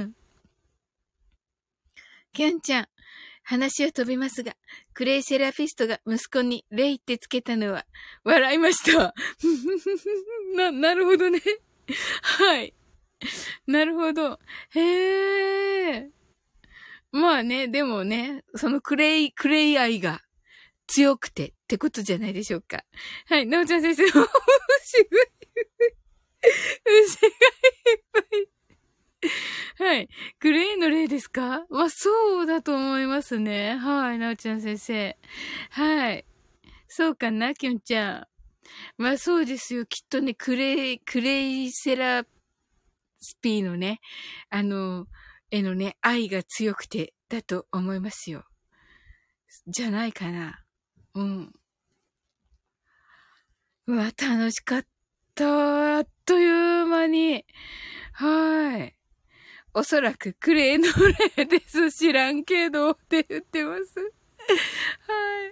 S1: キュンちゃん、話は飛びますが、クレイセラフィストが息子にレイってつけたのは、笑いました。なるほどね。はい。なるほど。へえ。まあね、でもね、そのクレイ愛が強くてってことじゃないでしょうか。はい、なおちゃん先生、牛がいっぱい。はい。グレイの例ですか？まあ、そうだと思いますね。はい、なおちゃん先生。はい。そうかな、きゅんちゃん。まあ、そうですよ。きっとね、クレイセラスピーのね、絵のね、愛が強くて、だと思いますよ。じゃないかな。うん。うわ、楽しかった。あっという間に。はい。おそらくクレイの例です。知らんけど、って言ってます。はい。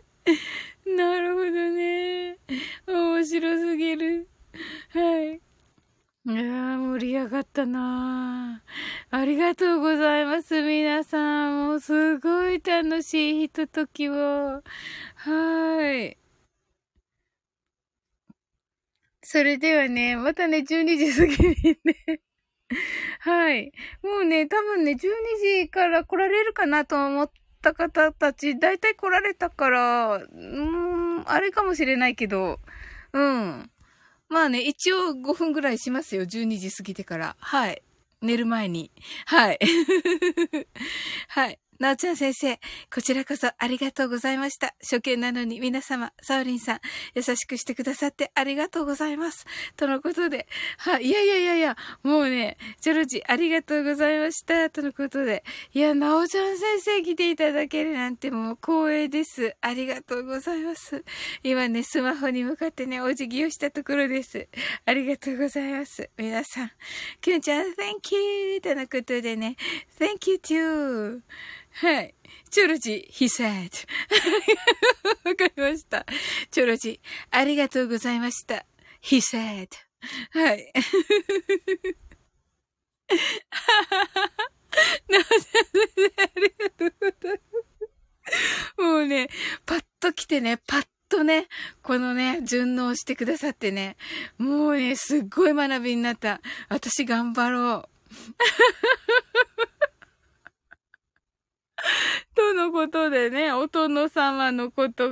S1: なるほどね。面白すぎる。はい。いやー、盛り上がったなー。ありがとうございます、皆さん。もうすごい楽しいひとときを。はーい。それではね、またね、12時過ぎにね。はい。もうね、多分ね、12時から来られるかなと思った方たち、だいたい来られたから、あれかもしれないけど、うん。まあね、一応5分ぐらいしますよ。12時過ぎてから。はい。寝る前に。はい。はい。なおちゃん先生、こちらこそありがとうございました。初見なのに皆様、サオリンさん、優しくしてくださってありがとうございます。とのことで、はい、いや、もうね、チョロジありがとうございました。とのことで、いや、なおちゃん先生来ていただけるなんてもう光栄です。ありがとうございます。今ね、スマホに向かってね、お辞儀をしたところです。ありがとうございます。皆さん、キュンちゃん、Thank you! とのことでね、Thank you too! はい。チョロジ、he said. わかりました。チョロジ、ありがとうございました。he said. はい。なお先生、ありがとうございます。もうね、パッと来てね、パッとね、このね、順応してくださってね、もうね、すっごい学びになった。私頑張ろう。とのことでね、お殿様のこと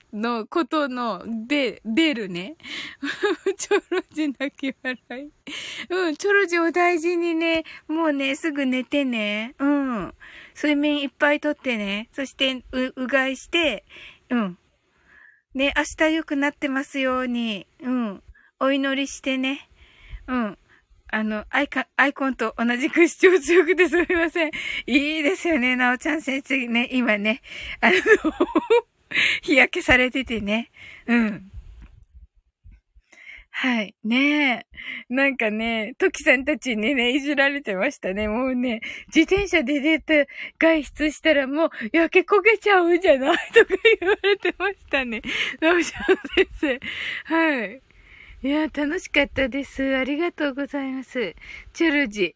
S1: 出るね。チョロジ泣き笑い。うん、チョロジお大事にね、もうね、すぐ寝てね。うん。睡眠いっぱいとってね。そして、うがいして、うん。ね、明日良くなってますように、うん。お祈りしてね。うん。アイコンと同じく視聴強くてすみません。いいですよね、なおちゃん先生ね。今ね、日焼けされててね。うん。はい。ねえ。なんかね、トキさんたちにね、いじられてましたね。もうね、自転車で出て外出したらもう焼け焦げちゃうんじゃないとか言われてましたね。なおちゃん先生。はい。いや、楽しかったです。ありがとうございます。チョルジ。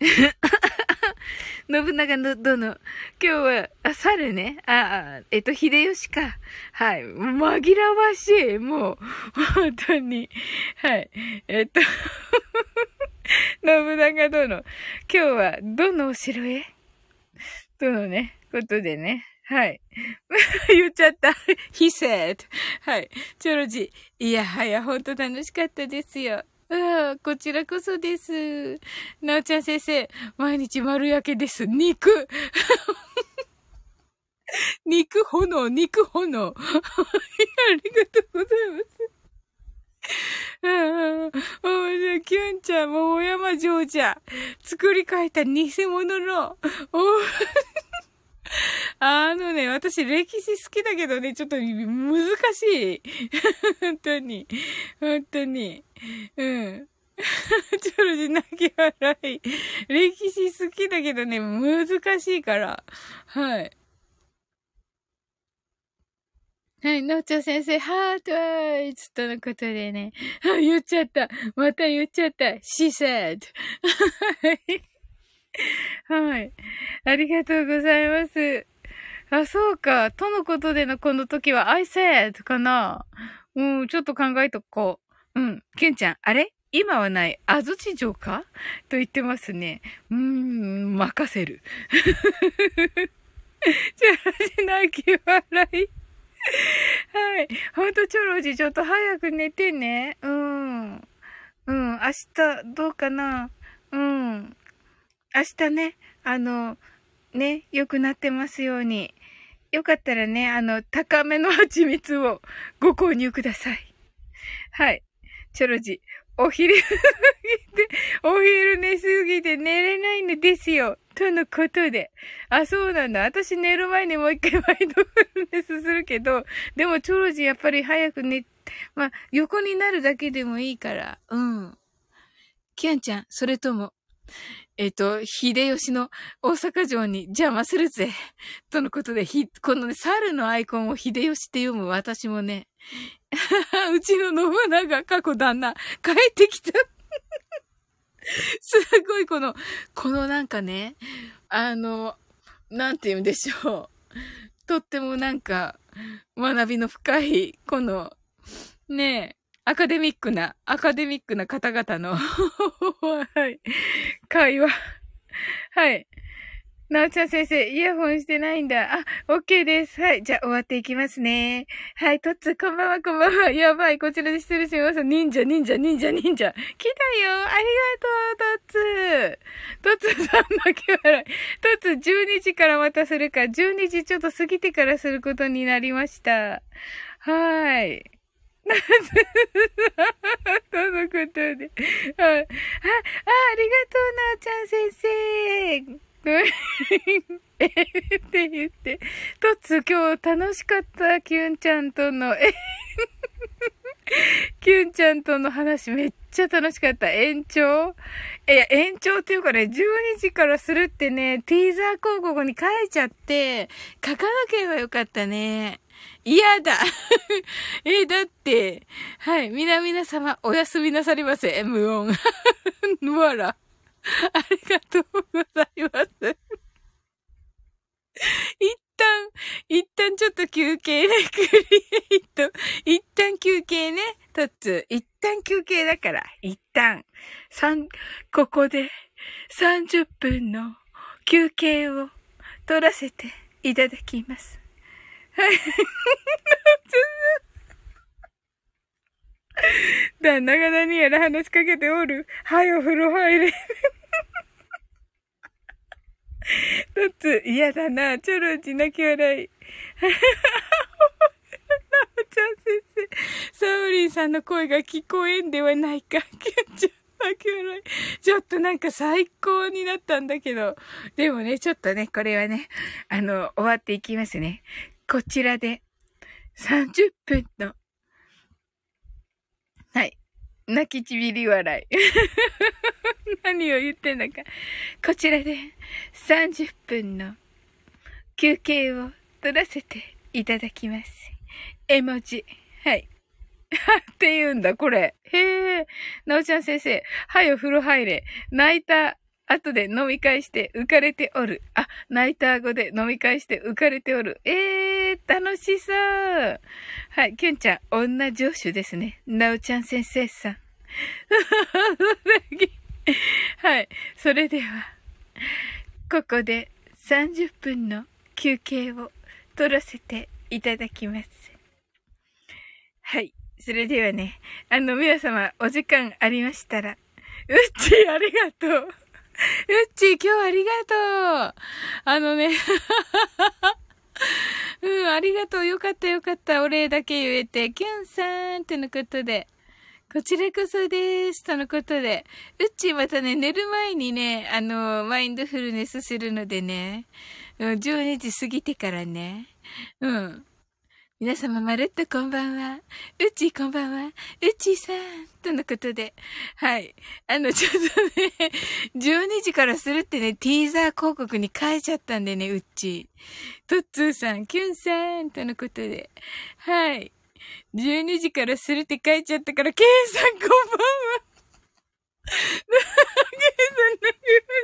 S1: 信長の殿。今日は、猿ね。秀吉か。はい。紛らわしい。もう、本当に。はい。信長殿。今日は、どのお城へとのね、ことでね。はい。言っちゃった。he said. はい。チョロジ。いやはや、ほんと楽しかったですよ。こちらこそです。なおちゃん先生、毎日丸焼けです。肉肉炎。ありがとうございます。キュンちゃん、桃山城じゃ。作り変えた偽物の、 私歴史好きだけどね、ちょっと難しい。本当に。本当に。うん。チョロジ泣き笑い。歴史好きだけどね、難しいから。はい。はい、のーちゃん先生、ハートアイズとのことでね。言っちゃった。また言っちゃった。she said. はい。ありがとうございます。あ、そうか。とのことでのこの時は I said かな。うん、ちょっと考えとこう。うん。ケンちゃん、あれ今はない、安土城かと言ってますね。任せる。チョロジ泣き笑い。はい。ほんと、チョロジ、ちょっと早く寝てね。うん。うん。明日、どうかな。うん。明日ね、ね、良くなってますように。よかったらね、高めの蜂蜜をご購入ください。はい。チョロジ、お昼寝すぎて寝れないのですよ。とのことで。あ、そうなんだ。私寝る前にもう一回マインドフルネスするけど、でもチョロジやっぱり早く寝、まあ、横になるだけでもいいから。うん。キャンちゃん、それとも、秀吉の大阪城に邪魔するぜ。とのことで、このね、猿のアイコンを秀吉って読む私もね、うちの信長過去旦那、帰ってきた。すごいこのなんかね、なんて言うんでしょう。とってもなんか、学びの深い、ねえ、アカデミックな方々の、はい、会話。はい。なおちゃん先生、イヤホンしてないんだ。あ、OK です。はい。じゃあ終わっていきますね。はい。トッツ、こんばんは、こんばんは。やばい。こちらで失礼します。忍者。来たよ。ありがとう、トッツ。トッツさん泣き笑い。トッツ、12時からまたするか。12時ちょっと過ぎてからすることになりました。はい。とのことで。あ、ありがとう、なおちゃん先生。って言って。トッツ、今日楽しかった、キュンちゃんとの、キュンちゃんとの話めっちゃ楽しかった。延長っていうかね、12時からするってね、ティーザー広告に書いちゃって、書かなければよかったね。嫌だだって、はい、皆様、おやすみなさりませ、無音。わら。ありがとうございます。一旦ちょっと休憩ね、クリエイト。一旦休憩ね、トッツ。一旦休憩だから、ここで30分の休憩を取らせていただきます。はい。旦那が何やら話しかけておる。はい、お風呂入れ。トッツ、嫌だな。チョロジ泣き笑い。なおちゃん先生。サオリンさんの声が聞こえんではないか。キュンちゃん泣き笑い。ちょっとなんか最高になったんだけど。でもね、ちょっとね、これはね、終わっていきますね。こちらで30分の、はい。泣きちびり笑い。何を言ってんだか。こちらで30分の休憩を取らせていただきます。絵文字。はい。って言うんだ、これ。へえ。なおちゃん先生。はい、お風呂入れ。泣いた後で飲み会して浮かれておる。あ、泣いた後で飲み会して浮かれておる。楽しそう。はい、キュンちゃん、女上手ですね。なおちゃん先生さん。はい。それでは、ここで30分の休憩を取らせていただきます。はい。それではね、皆様お時間ありましたら、うっちーありがとう。うっちー今日ありがとう。ありがとう。よかった。お礼だけ言えて。キュンさんってのことで。こちらこそです。とのことで。うっちーまたね、寝る前にね、マインドフルネスするのでね。 12時過ぎてからね。うん。皆様まるっとこんばんは。うっちーこんばんは。うっちーさん。とのことで。はい。ちょっとね、12時からするってね、ティーザー広告に変えちゃったんでね、うっちー。トッツーさん、キュンさん。とのことで。はい。12時からするって書いちゃったから、ケイさんこんばんは。ケイさん何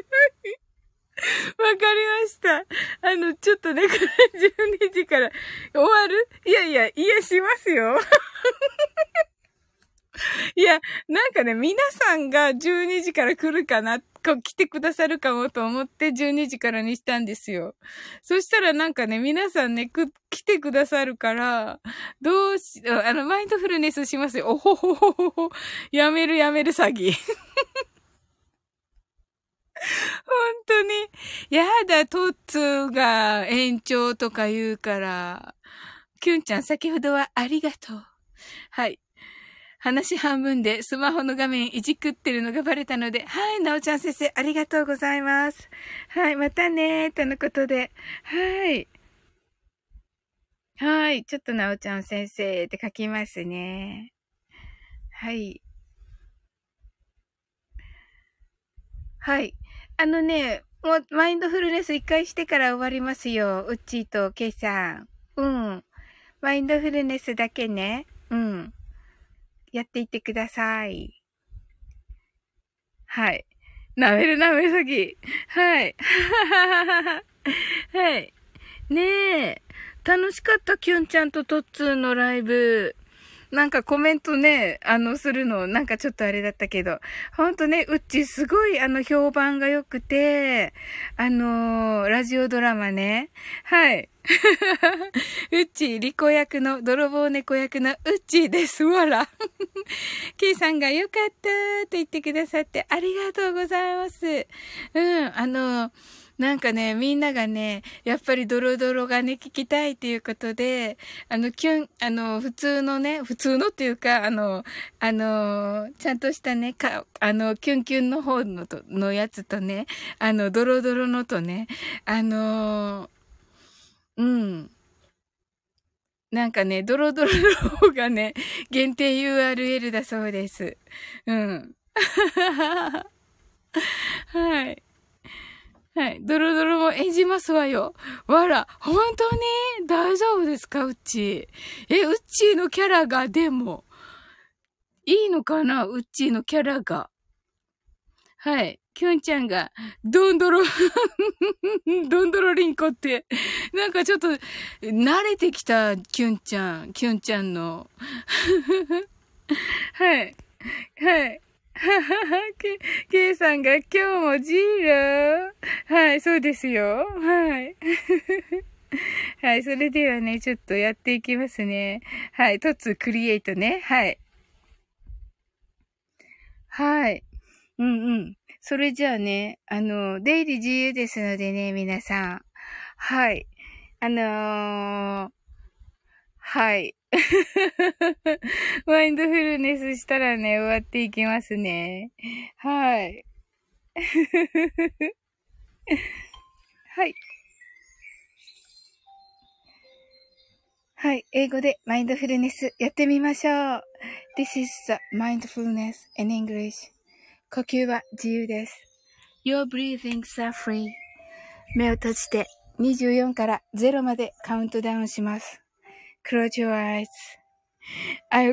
S1: わかりました。ちょっとね、これ12時から終わる？いや、しますよ。いや、なんかね、皆さんが12時から来るかな、来てくださるかもと思って12時からにしたんですよ。そしたらなんかね、皆さんね、来てくださるから、マインドフルネスしますよ。おほほほほほ。やめる詐欺。本当に。やだ、トッツーが延長とか言うから。キュンちゃん、先ほどはありがとう。はい。話半分でスマホの画面いじくってるのがバレたので、はい、なおちゃん先生、ありがとうございます。はい、またねー、とのことで。はい。はい、ちょっとなおちゃん先生って書きますね。はい。はい。もうマインドフルネス一回してから終わりますよ。うっちーとケイさん。うん。マインドフルネスだけね。うん。やっていってください。はい。なめるなめ詐欺。はい。はい。ねえ。楽しかった、キュンちゃんとトッツーのライブ。なんかコメントね、するの、なんかちょっとあれだったけど、ほんとね、うっちすごい評判が良くて、ラジオドラマね。はい。うっち、リコ役の、泥棒猫役のうっちです。わら。ケイさんが良かったと言ってくださってありがとうございます。うん、なんかね、みんながね、やっぱりドロドロがね、聞きたいということで、普通のね、普通のっていうか、ちゃんとしたね、キュンキュンの方のやつとね、ドロドロのとね、うん。なんかね、ドロドロの方がね、限定 URL だそうです。うん。はい。はい。ドロドロも演じますわよ。わら、本当に大丈夫ですかうっちー。うっちーのキャラが、でも、いいのかなうっちーのキャラが。はい。キュンちゃんが、ドンドロ、ドンドロリンコって、なんかちょっと、慣れてきた、キュンちゃんの。はい。はい。ははは、ケイさんが今日もジーロー。はい、そうですよ。はい。はい、それではね、ちょっとやっていきますね。はい、トツクリエイトね。はい。はい。うんうん。それじゃあね、出入り自由ですのでね、皆さん。はい。はい。マインドフルネスしたらね、終わっていきますね。はい。はい。はい。英語でマインドフルネスやってみましょう。This is the mindfulness in English. 呼吸は自由です。Your breathings are free. 目を閉じて24から0までカウントダウンします。Close your eyes.I'll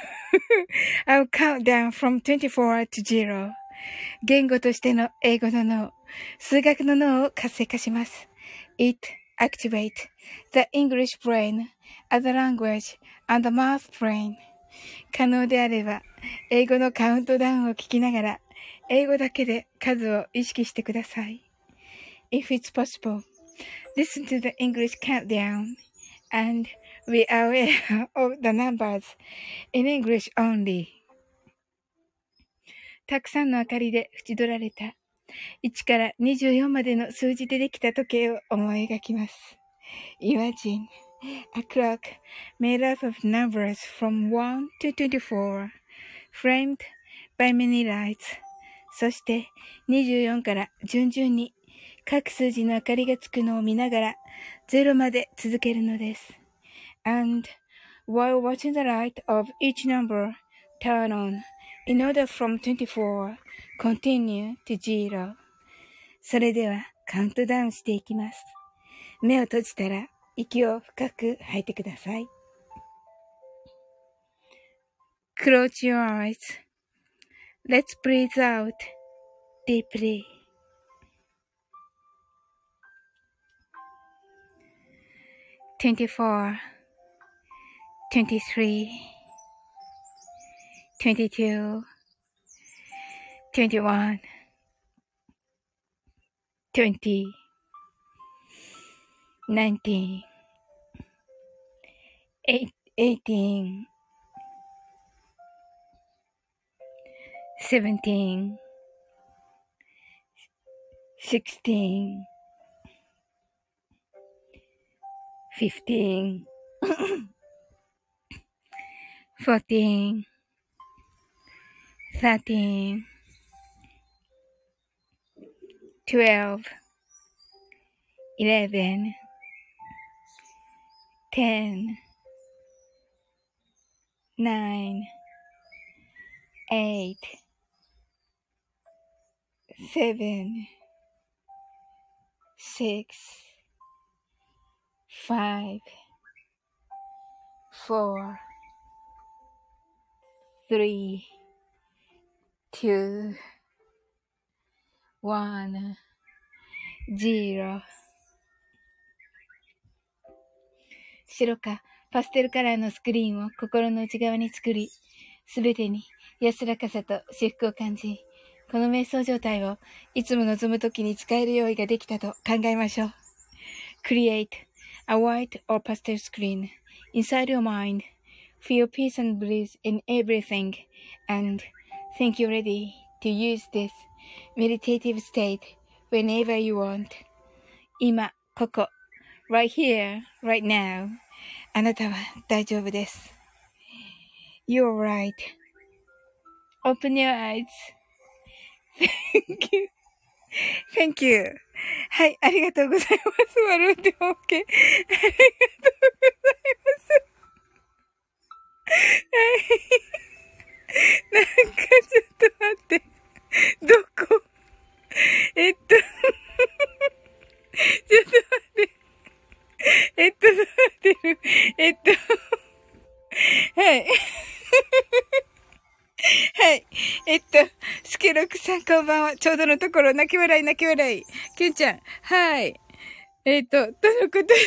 S1: count down from 24 to 0. 言語としての英語の脳、数学の脳を活性化します。It activates the English brain, other language, and the math brain. 可能であれば、英語のカウントダウンを聞きながら、英語だけで数を意識してください。If it's possible, listen to the English countdown and be aware of the numbers in English only. たくさんの明かりで縁取られた1から24までの数字でできた時計を思い描きます。Imagine a clock made up of numbers from 1 to 24, framed by many lights. そして24から順々に各数字の明かりがつくのを見ながら、0まで続けるのです。And while watching the light of each number turn on, in order from 24, continue to 0. それではカウントダウンしていきます。目を閉じたら息を深く吐いてください。Close your eyes. Let's breathe out deeply. 24, 23, 22, 21, 20, 19, 18, 17, 16, 15, 14, 13, 12, 11, 10, 9, 8, 7, 6, 5, 4, 3, 2, 1, 0。白かパステルカラーのスクリーンを心の内側に作り、すべてに安らかさと至福を感じ、この瞑想状態をいつも望むときに使える用意ができたと考えましょう。Create a white or pastel screen inside your mind. Feel peace and bliss in everything and think you're ready to use this meditative state whenever you want. 今、ここ、right here, right now. あなたは大丈夫です。You're right. Open your eyes. Thank you. Thank you. はい、ありがとうございます。笑っても OK。ありがとうございます。はい。なんかちょっと待って。どこちょっと待って。どうなってるはい。はい。スケロクさんこんばんは。ちょうどのところ、泣き笑い泣き笑い。キュンちゃん。はい。とのことで。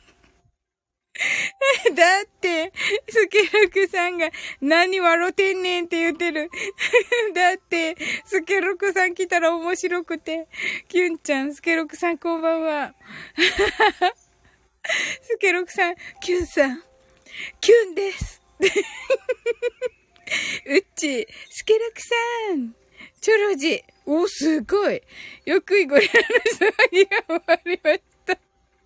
S1: だって、スケロクさんが、何笑ってんねんって言ってる。だって、スケロクさん来たら面白くて。キュンちゃん、スケロクさんこんばんは。スケロクさん、キュンさん、キュンです。うっち、スケロクさん、チョロジ、お、すごい。よくゴリラの騒ぎが終わりました。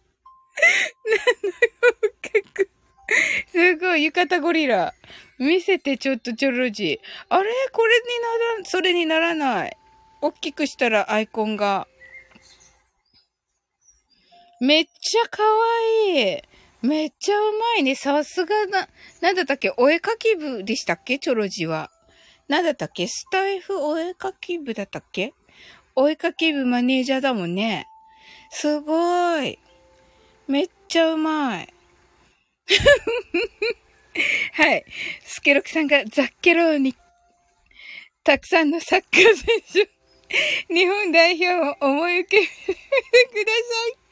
S1: すごい、浴衣ゴリラ。見せて、ちょっとチョロジ。あれこれになら、それにならない。大きくしたらアイコンが。めっちゃ可愛い。めっちゃうまいね。さすがだ。なんだったっけお絵かき部でしたっけチョロジは。なんだったっけスタイフお絵かき部だったっけお絵かき部マネージャーだもんね。すごい。めっちゃうまい。はい。スケロクさんがザッケローに、たくさんのサッカー選手、日本代表を思い浮けてくださいって。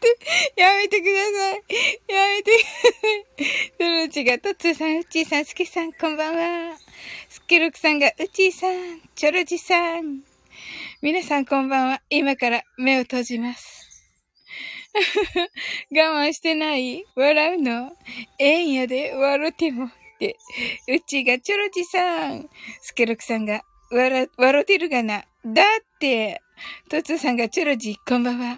S1: やめてください。やめてください。トロチが、トッツーさん、ウッチーさん、スケさん、こんばんは。スケロクさんが、ウッチーさん、チョロジさん。皆さんこんばんは。今から目を閉じます。我慢してない笑うのええんやで、笑ってもって。うちがチョロチさん。スケロクさんが、笑ってるがな。だって、トツさんがチョロジ、こんばんは。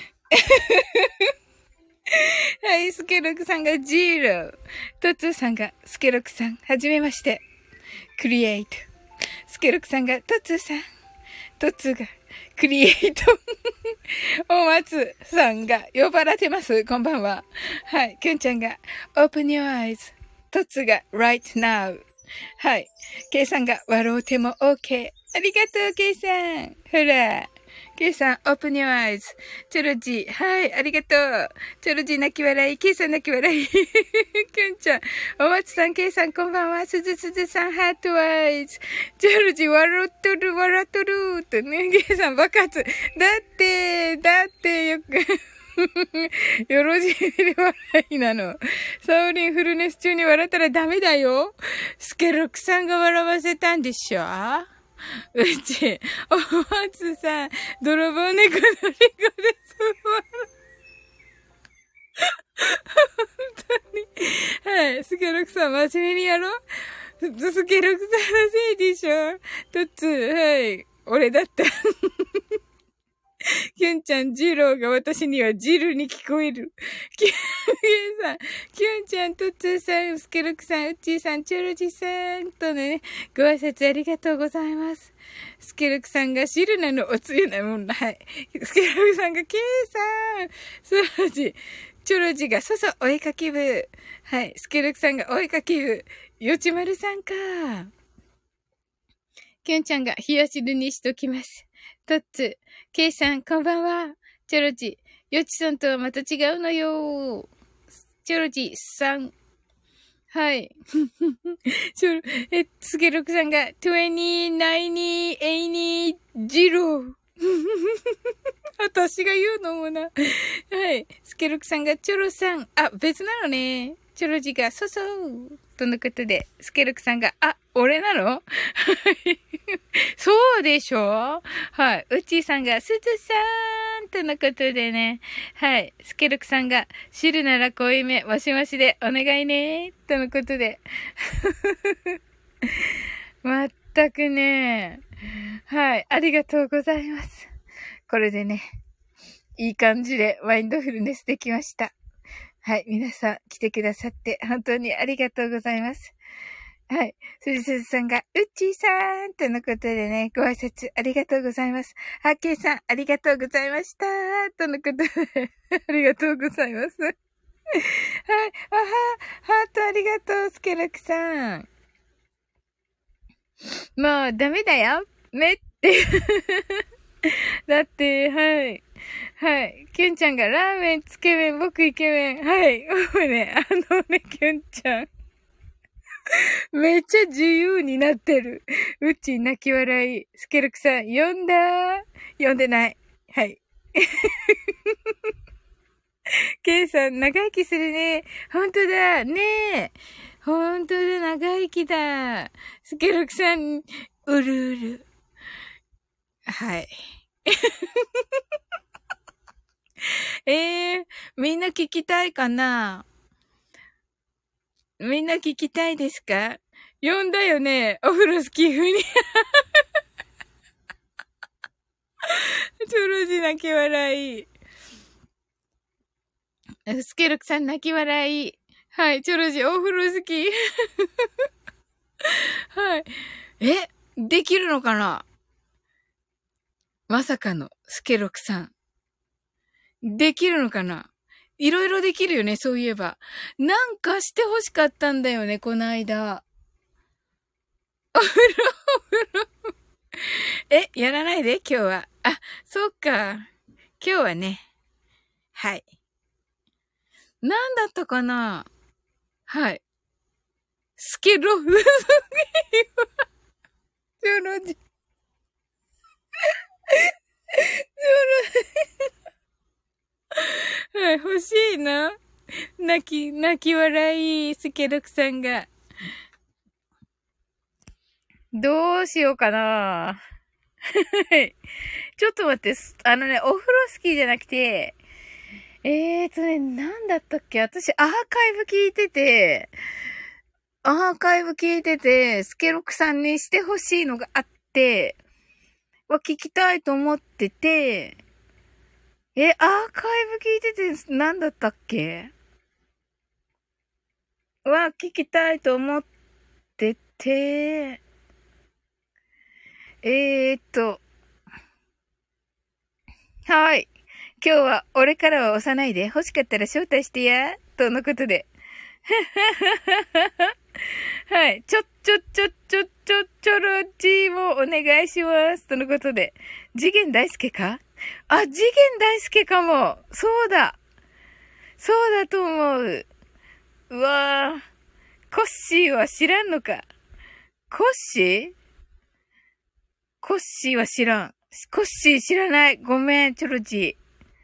S1: はい、スケロクさんがジーロー。トツさんが、スケロクさん、はじめまして。クリエイト。スケロクさんが、トツさん。トツが、 クリエイト。お松さんが呼ばれてます。こんばんは。はい。きゅんちゃんが Open your eyes。トツが Right now。はい。ケイさんが笑うても OK。ありがとう、ケイさん。ほら。ケイさん、Open your eyes。チョロジー。はい。ありがとう。チョロジー泣き笑い。ケイさん泣き笑い。きゅんちゃん。お松さん、ケイさん、こんばんは。すずすずさん、ハートアイズ。チョロジー、笑っとる、笑っとる。とね、ケイさん、爆発。だって、よく、よろじり笑いなの。サオリンフルネス中に笑ったらダメだよ。スケロクさんが笑わせたんでしょうち、お松さん、泥棒猫のリコです。本当に。はい。スケロクさん、真面目にやろう。スケロクさんのせいでしょ。トッツー、はい。俺だった。キュンちゃん、ジローが私にはジルに聞こえる。キュンさん、キュンちゃん、トッツーさん、スケロクさん、ウッチーさん、チョロジさんとね、ご挨拶ありがとうございます。スケロクさんがシルナのおつゆなもんだ。はい。スケロクさんがケイさん、スロジ、チョロジがお絵かき部。はい。スケロクさんがお絵かき部。よちまるさんか。キュンちゃんが冷や汁にしときます。トッツ、ケイさん、こんばんは。チョロジ、ヨチさんとはまた違うのよ。チョロジさん。はい。スケロクさんが、20、90、80、ジロー。私が言うのもな。はい。スケロクさんが、チョロさん。あ、別なのね。チョロジが、そう。とのことで、スケロクさんが、あ、俺なのそうでしょはい。うっちーさんが、すずさーんとのことでね。はい。スケルクさんが、汁なら濃いめ、マシマシでお願いねとのことで。まったくね。はい。ありがとうございます。これでね、いい感じでマインドフルネスできました。はい。皆さん来てくださって本当にありがとうございます。はい。すずさんが、うっちーさんとのことでね、ご挨拶ありがとうございます。はっけいさん、ありがとうございました。とのことで、ありがとうございます。はい。ハートありがとう、スケロクさん。もう、ダメだよ。ねって。だって、はい。はい。キュンちゃんが、ラーメン、つけ麺、僕イケメン。はい。もうね、キュンちゃん。めっちゃ自由になってる。うち泣き笑い。スケルクさん、読んだ？読んでない。はい。ケイさん、長生きするね。ほんとだ。ねえ。ほんとだ、長生きだ。スケルクさん、うるうる。はい。みんな聞きたいかな？みんな聞きたいですか？読んだよね。お風呂好き風に。チョロジ泣き笑い。スケルクさん泣き笑い。はい、チョロジお風呂好き。はい。できるのかな？まさかのスケロクさん。できるのかな？いろいろできるよね、そういえば。なんかして欲しかったんだよね、この間。お風呂、お風呂。やらないで、今日は。あ、そっか。今日はね。はい。なんだったかな？はい。スケロフ。チョロジ。チョロ、はい、欲しいな。泣き笑い、スケロクさんが。どうしようかな。はい。ちょっと待って、お風呂好きじゃなくて、なんだったっけ？私、アーカイブ聞いてて、スケロクさんにしてほしいのがあって、聞きたいと思ってて、アーカイブ聞いてて、なんだったっけ？聞きたいと思ってて、 はい。今日は俺からは押さないで欲しかったら招待してや。とのことで。はい。ちょろじーもお願いします。とのことで。次元大介か？あ、次元大介かも。そうだ。そうだと思う。うわぁ。コッシーは知らんのか。コッシーコッシーは知らん。コッシー知らない。ごめん、チョロジ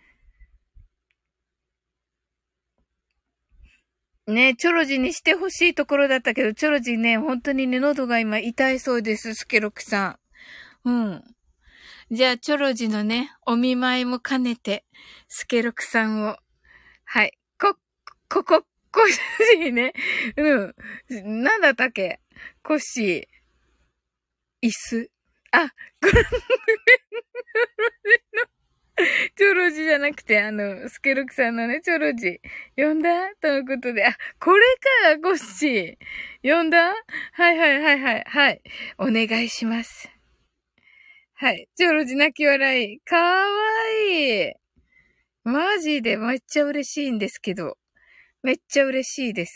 S1: ー。ね、チョロジーにしてほしいところだったけど、チョロジーね、本当にね、喉が今痛いそうです、スケロクさん。うん。じゃあ、チョロジのね、お見舞いも兼ねて、スケロクさんを、はい。コッシーね。うん。なんだったっけ？コッシー、椅子。あ、これ、チョロジじゃなくて、スケロクさんのね、チョロジ。呼んだとのことで。あ、これか、コッシー。呼んだ？はいはいはいはい。はい。お願いします。はい。チョロジ泣き笑い。かわいい。マジでめっちゃ嬉しいんですけど。めっちゃ嬉しいです。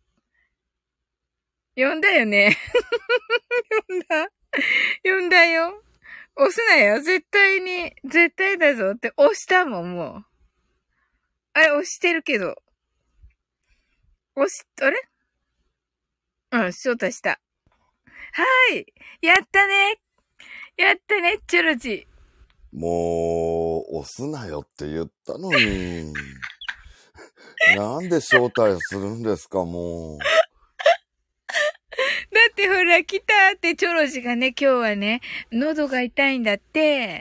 S1: 呼んだよね。呼んだ呼んだよ。押すなよ。絶対に、絶対だぞって押したもん、もう。あれ、押してるけど。あれうん、招待した。はい。やったね。やったね、チョロジ。
S2: もう、押すなよって言ったのに。なんで招待するんですか、もう。
S1: だってほら、来たってチョロジがね、今日はね、喉が痛いんだって。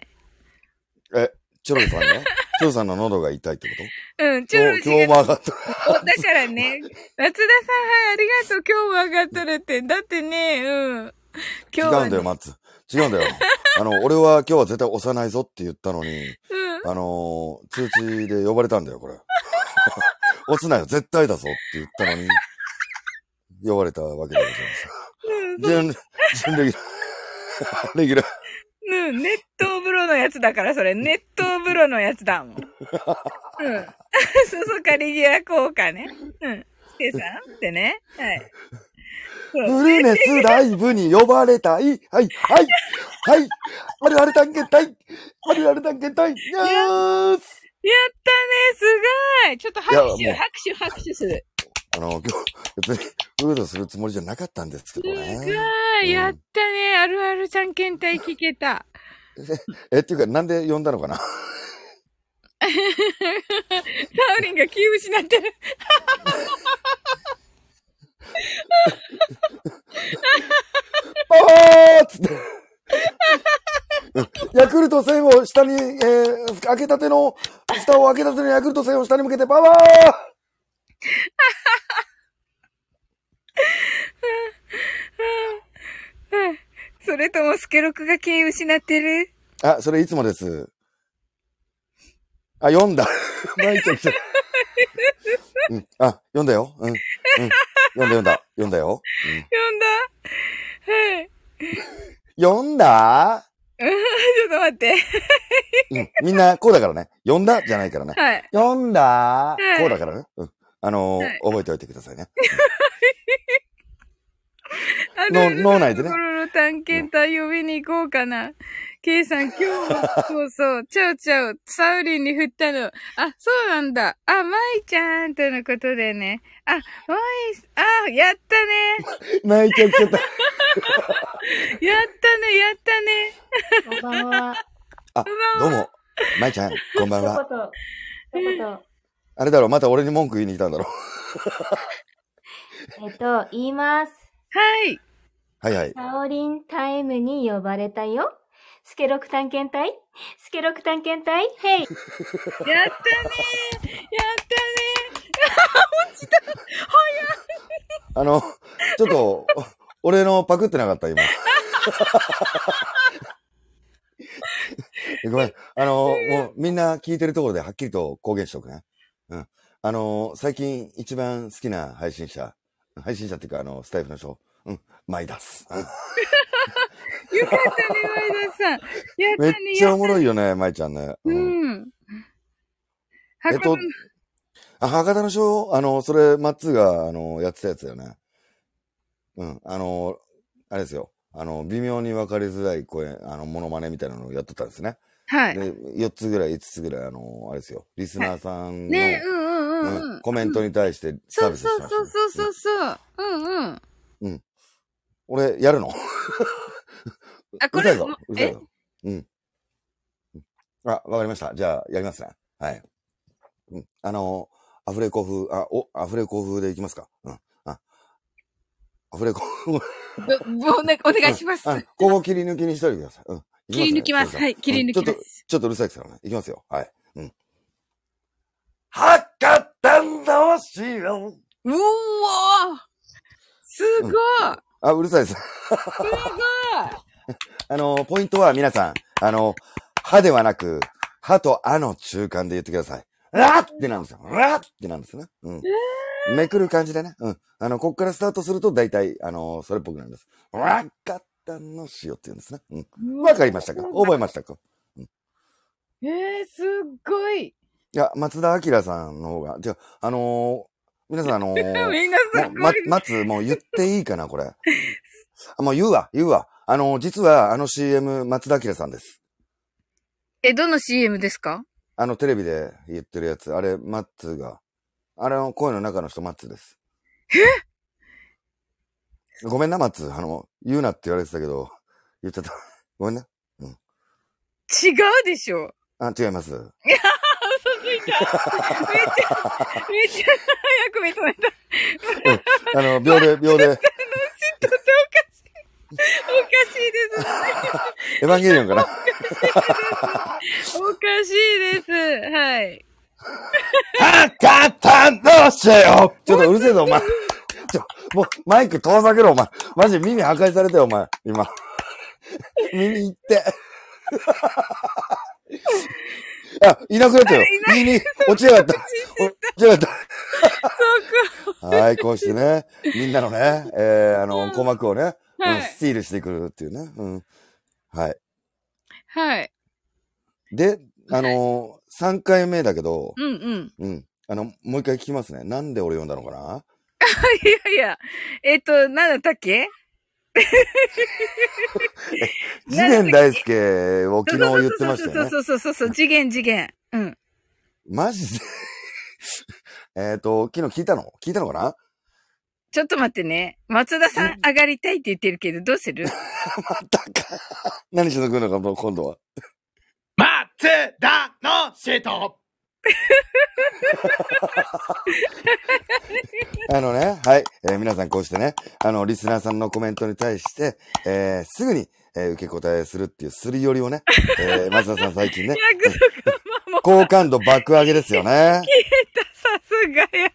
S2: チョロさんね。チョロさんの喉が痛いってこ
S1: うん、チ
S2: と？
S1: ョロジが。
S2: 今日も上がった。
S1: だからね、松田さん、はい、ありがとう。今日も上がっとるって。だってね、うん。今日は、ね、
S2: 違うんだよ、マッツ。違うんだよ。俺は今日は絶対押さないぞって言ったのに、
S1: うん。
S2: 通知で呼ばれたんだよ、これ。押すなよ、絶対だぞって言ったのに、呼ばれたわけでございます。準レギュラー。レギュラー。
S1: うん、熱湯風呂のやつだから、それ。熱湯風呂のやつだもん。うん。そそかレギュラー効果ね。うん。スケさんってね。はい。
S2: フルネスライブに呼ばれたい。はい、はい、はい。我々探検隊。我々探検隊。やーす。
S1: やったね、すごい。ちょっと拍手する。
S2: 今日、別に、フードするつもりじゃなかったんですけどね。
S1: すごい、やったね。あるある探検隊聞けた。
S2: っていうか、なんで呼んだのかな？
S1: サウリンが気失ってる。
S2: あーっつって。ヤクルト1000を下に、開けたての、蓋を開けたてのヤクルト1000を下に向けてパワー
S1: それともスケロクが気失ってる？
S2: あ、それいつもです。あ、読んだ。泣いちゃった。うん。あ、読んだよ。うん。うん。読んだよ。うん。
S1: 読んだ。はい。
S2: 読んだ？
S1: ちょっと待って。
S2: うん。みんな、こうだからね。読んだじゃないからね。
S1: はい。
S2: 読んだ、
S1: はい、
S2: こうだからね。うん。はい、覚えておいてくださいね。脳内でね。
S1: 心の探検隊呼びに行こうかな。ケイさん、今日も、そう、ちゃう、サウリンに振ったの。あ、そうなんだ。あ、マイちゃんとのことでね。あ、やったね。
S2: 泣いちゃった。
S1: やったね。
S3: こんばんは。
S2: あ、どうも。マイちゃん、こんばんは。
S3: 一言。
S2: あれだろ、また俺に文句言いに来たんだろ。
S3: 言います。
S1: はい。
S2: はい。
S3: サオリンタイムに呼ばれたよ。スケロク探検隊ヘイ。
S1: やったね。落ちた。
S2: 早い。ちょっと、俺のパクってなかった、今。ごめん。もうみんな聞いてるところではっきりと公言しておくね。うん。最近一番好きな配信者っていうか、スタイフの人。うん。マイダス。
S1: よかったね、前田さん。やった
S2: めっ
S1: ね、
S2: ちゃおもろいよね、舞ちゃんね。博多のショー、それ、マッツーが、やってたやつだよね。あれですよ。微妙に分かりづらい声、モノマネみたいなのをやってたんですね。
S1: はい。
S2: で、4つぐらい、5つぐらい、あれですよ。リスナーさんの、
S1: ね、
S2: コメントに対してサービスしてました、ね。
S1: そう。
S2: 俺、やるの
S1: あ、これ、
S2: うるさいぞ。わかりました。じゃあ、やりますね。はい。アフレコ風、アフレコ風でいきますか。アフレコ風。
S1: お願いします。
S2: ここ切り抜きにしといてください。
S1: 切り抜きます。はい、切り抜きます。
S2: ちょっとうるさいですからね。いきますよ。はい。博多の塩。
S1: うおーすごい、
S2: うるさいです。すごいポイントは皆さん、はではなく、はとあの中間で言ってください。らってなんですよ。らってなんですね。めくる感じでね。こっからスタートすると大体、それっぽくなるんです。博多の塩って言うんですね。わかりましたか？覚えましたか？
S1: すっごい。
S2: いや、松田明さんの方が、じゃあ、皆さんもう言っていいかな、これ。もう言うわ。実はCM、松田明さんです。
S1: どの CM ですか？
S2: テレビで言ってるやつ。あれ、マッツーが。声の中の人、マッツーです。ごめんな、マッツー。言うなって言われてたけど、言っちゃった。ごめんな。違う
S1: でしょ。
S2: 違います。いや、
S1: 嘘ついた。めっちゃ早く認めた。
S2: 秒で。
S1: おかしいです。
S2: エヴァンゲリオンかな。
S1: おかしいです。はい。
S2: 博多の塩。ちょっとうるせえぞ、お前。もう、マイク遠ざけろ、お前。マジ耳破壊されたよ、お前。今。耳いって。いなくなったよ。耳、落ちやがった。はい、こうしてね、みんなのね、鼓膜をね、スティールしてくるっていうね。はい。はい。で、3回目だけど、もう一回聞きますね。なんで俺呼んだのかな？
S1: いや、なんだったっけ？
S2: 次元大介を昨日言ってましたよね。
S1: そう、次元。
S2: マジで昨日聞いたのかな？
S1: ちょっと待ってね。松田さん上がりたいって言ってるけど、どうする？
S2: またか。何しに来るのか、今度は。
S4: 松田の人
S2: はい。皆さんこうしてね、リスナーさんのコメントに対して、すぐに、受け答えするっていうすり寄りをね、松田さん最近ね、好感度爆上げですよね。消え
S1: た、さすがや。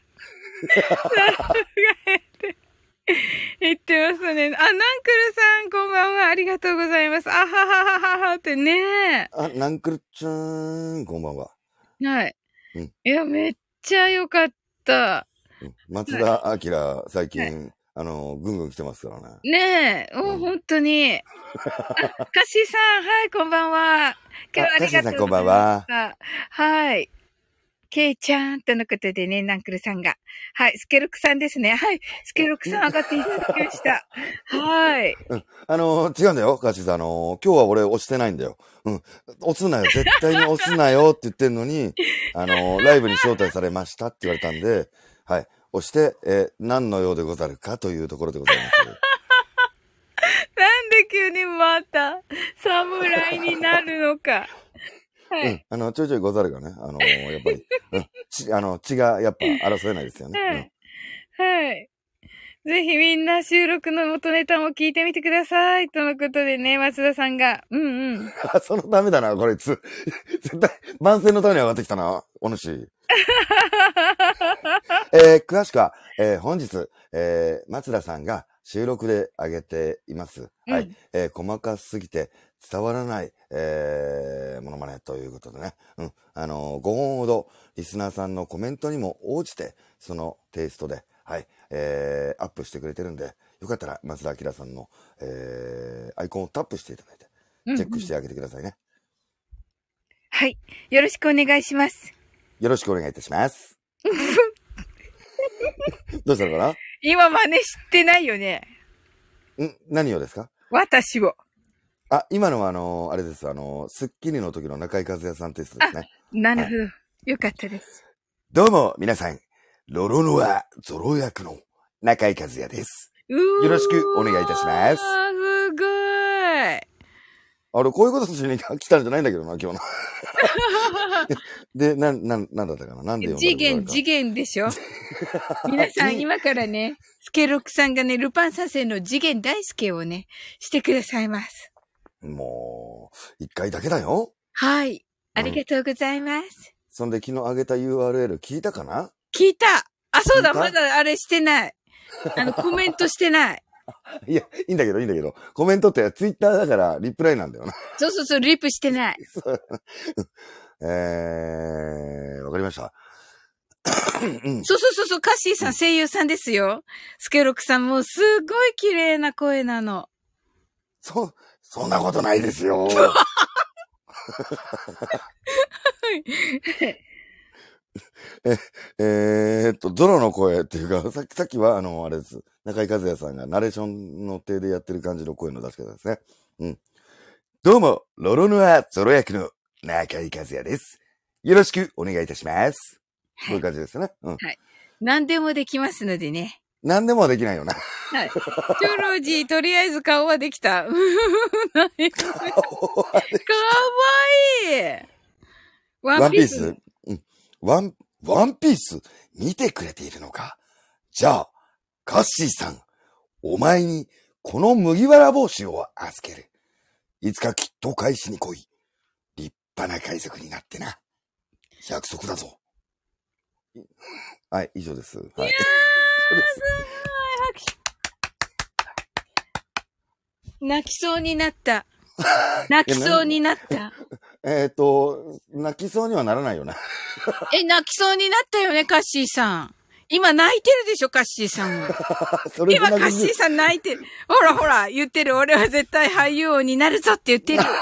S1: 言ってますね。ナンクルさん、こんばんは。ありがとうございます。あははははってね。
S2: ナンクルちゃん、こんばんは。
S1: はい。いや、めっちゃよかった。
S2: 松田明、最近、ぐんぐん来てますからね。
S1: ねえ、本当に。カッシーさん、はい、こんばんは。
S2: 今日はありがとうございます。カッシーさん、こんばんは。
S1: はい。ケイちゃんとのことでね、ナンクルさんが。はい、スケロクさんですね。はい、スケロクさん上がっていただきました。はい。
S2: 違うんだよ、カッシーさん。今日は俺押してないんだよ。押すなよ、絶対に押すなよって言ってんのに、ライブに招待されましたって言われたんで、はい、押して、何の用でござるかというところでございます。
S1: なんで急にまた、侍になるのか。
S2: はい。ちょいちょいござるがね、やっぱり、血がやっぱ争えないですよね。
S1: はい。ぜひみんな収録の元ネタも聞いてみてください。とのことでね、松田さんが。
S2: そのためだな、これ。絶対、番宣のために上がってきたな、お主。詳しくは、本日、松田さんが収録で上げています。はい。細かすぎて伝わらない、ものまねということでね。5本ほどリスナーさんのコメントにも応じて、そのテイストで、 はい、アップしてくれてるんで、よかったら松田明さんの、アイコンをタップしていただいて、チェックしてあげてくださいね。
S1: はい。よろしくお願いします。
S2: よろしくお願いいたします。どうしたのかな？
S1: 今真似してないよね。
S2: 何をですか？
S1: 私を。
S2: あ、今のはあれです。スッキリの時の中井和也さんテストですね。
S1: なるほど。はい、よかったです。
S2: どうも、皆さん、ロロノアゾロ役の中井和也です。よろしくお願いいたします。
S1: すごい。
S2: こういうことしに来たんじゃないんだけどな、今日の。で、なんだったかな？なんで読んだ
S1: 次元でしょ？皆さん、今からね、スケロクさんがね、ルパン三世の次元大介をね、してくださいます。
S2: もう、一回だけだよ。
S1: はい。ありがとうございます。
S2: そんで、昨日あげた URL 聞いたかな？
S1: 聞いた。あ、そうだ、まだあれしてない。コメントしてない。
S2: いや、いいんだけど。コメントってツイッターだからリプライなんだよな。
S1: そう、リプしてない。
S2: わかりました。
S1: そう、カッシーさん声優さんですよ。スケロクさんもすごい綺麗な声なの。
S2: そんなことないですよ。ゾロの声っていうか、さっきはあれです。中井和也さんがナレーションの手でやってる感じの声の出し方ですね。うん。どうも、ロロノアゾロ役の中井和也です。よろしくお願いいたします。はい、こういう感じですね。うん。はい。
S1: 何でもできますのでね。
S2: 何でもできないよな。
S1: はい。チョロジー、とりあえず顔はできた。かわいい。
S2: ワンピース、ワンピース見てくれているのか？じゃあ、カッシーさん、お前にこの麦わら帽子を預ける。いつかきっと返しに来い。立派な海賊になってな。約束だぞ。はい、以上です。はい。
S1: いやー、すごい。泣きそうになった。泣きそうになった。
S2: 泣きそうにはならないよね。
S1: 泣きそうになったよね、カッシーさん。今泣いてるでしょ、カッシーさんは。今、カッシーさん泣いてる。ほら、言ってる。俺は絶対俳優王になるぞって言ってる。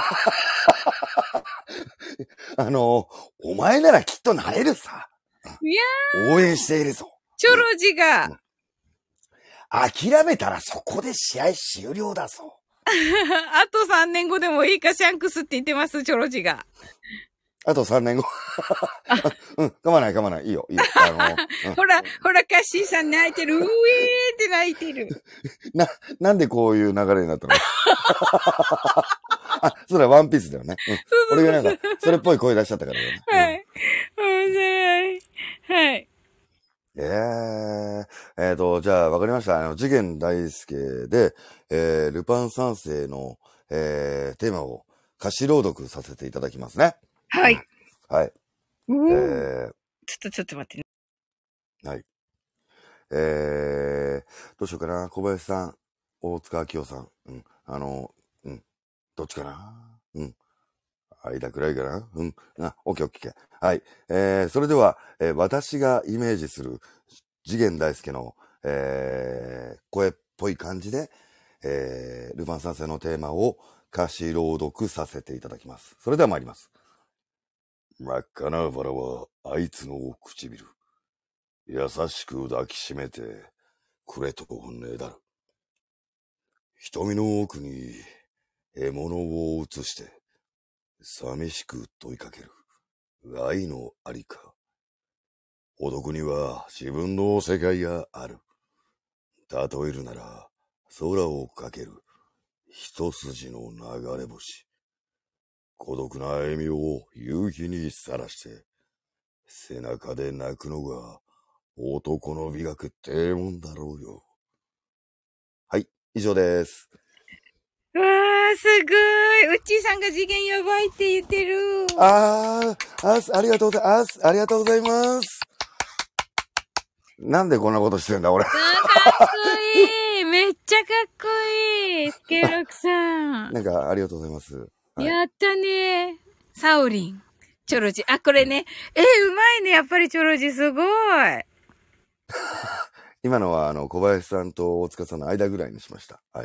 S2: お前ならきっとなれるさ。
S1: いや
S2: ー。応援しているぞ。
S1: チョロジが。
S2: 諦めたらそこで試合終了だぞ。
S1: あと3年後でもいいか、シャンクスって言ってます、チョロジが。
S2: あと3年後。構わない。いいよ。
S1: ほら、カッシーさん泣いてる。うえーって泣いてる。
S2: なんでこういう流れになったの？それはワンピースだよね。俺がなんか、それっぽい声出しちゃったからね。
S1: はい。面白い。はい。
S2: じゃあ、わかりました。次元大介で、ルパン三世の、テーマを歌詞朗読させていただきますね。
S1: はい。
S2: はい。
S1: ちょっと待ってね。
S2: はい。どうしようかな。小林さん、大塚明夫さん。どっちかな。間くらいかな。オッケー。はい。それでは、私がイメージする次元大介の、声っぽい感じで、ルパン三世のテーマを歌詞朗読させていただきます。それでは参ります。真っ赤なバラはあいつの唇。優しく抱きしめてくれとねだる。瞳の奥に獲物を映して寂しく問いかける愛のありか。孤独には自分の世界がある。例えるなら空をかける一筋の流れ星。孤独な笑みを夕日にさらして、背中で泣くのが男の美学ってもんだろうよ。はい、以上です。
S1: うわー、すごい。うっちーさんが次元やばいって言ってる。
S2: ありがとうございます。ありがとうございます。なんでこんなことしてんだ、俺。
S1: かっこいい。めっちゃかっこいい。スケロクさん。
S2: なんか、ありがとうございます。
S1: はい、やったね。サオリン。チョロジ。これね。うまいね。やっぱりチョロジすごい。
S2: 今のは小林さんと大塚さんの間ぐらいにしました。はい。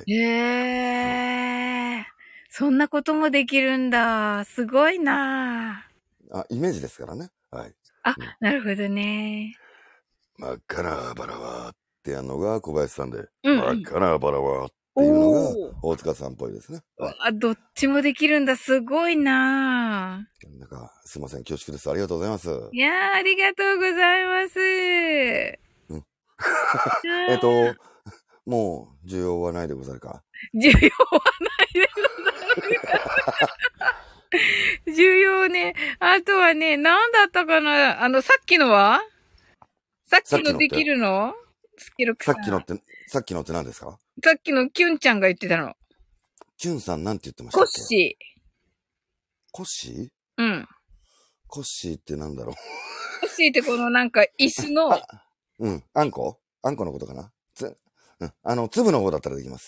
S1: そんなこともできるんだ。すごいな
S2: イメージですからね。はい。
S1: なるほどね。
S2: 真っ赤なバラはってやるのが小林さんで、
S1: 真
S2: っ赤なバラはっていうのが大塚さんっぽいですね。
S1: どっちもできるんだ。すごいな
S2: なんか、すいません。恐縮です。ありがとうございます。
S1: いやー、ありがとうございます。
S2: もう、需要はないでござるか。
S1: 需要はないでござるか。需要ね。あとはね、何だったかなさっきのはさっきのできるのスケロクさん。さっ
S2: きのって何ですか？
S1: さっきのキュンちゃんが言ってたの。
S2: キュンさんなんて言ってましたっけ？
S1: コッシー。
S2: コッシー？
S1: うん。
S2: コッシーってなんだろう。
S1: コッシーってこのなんか椅子の。
S2: あんこのことかな。粒の方だったらできます。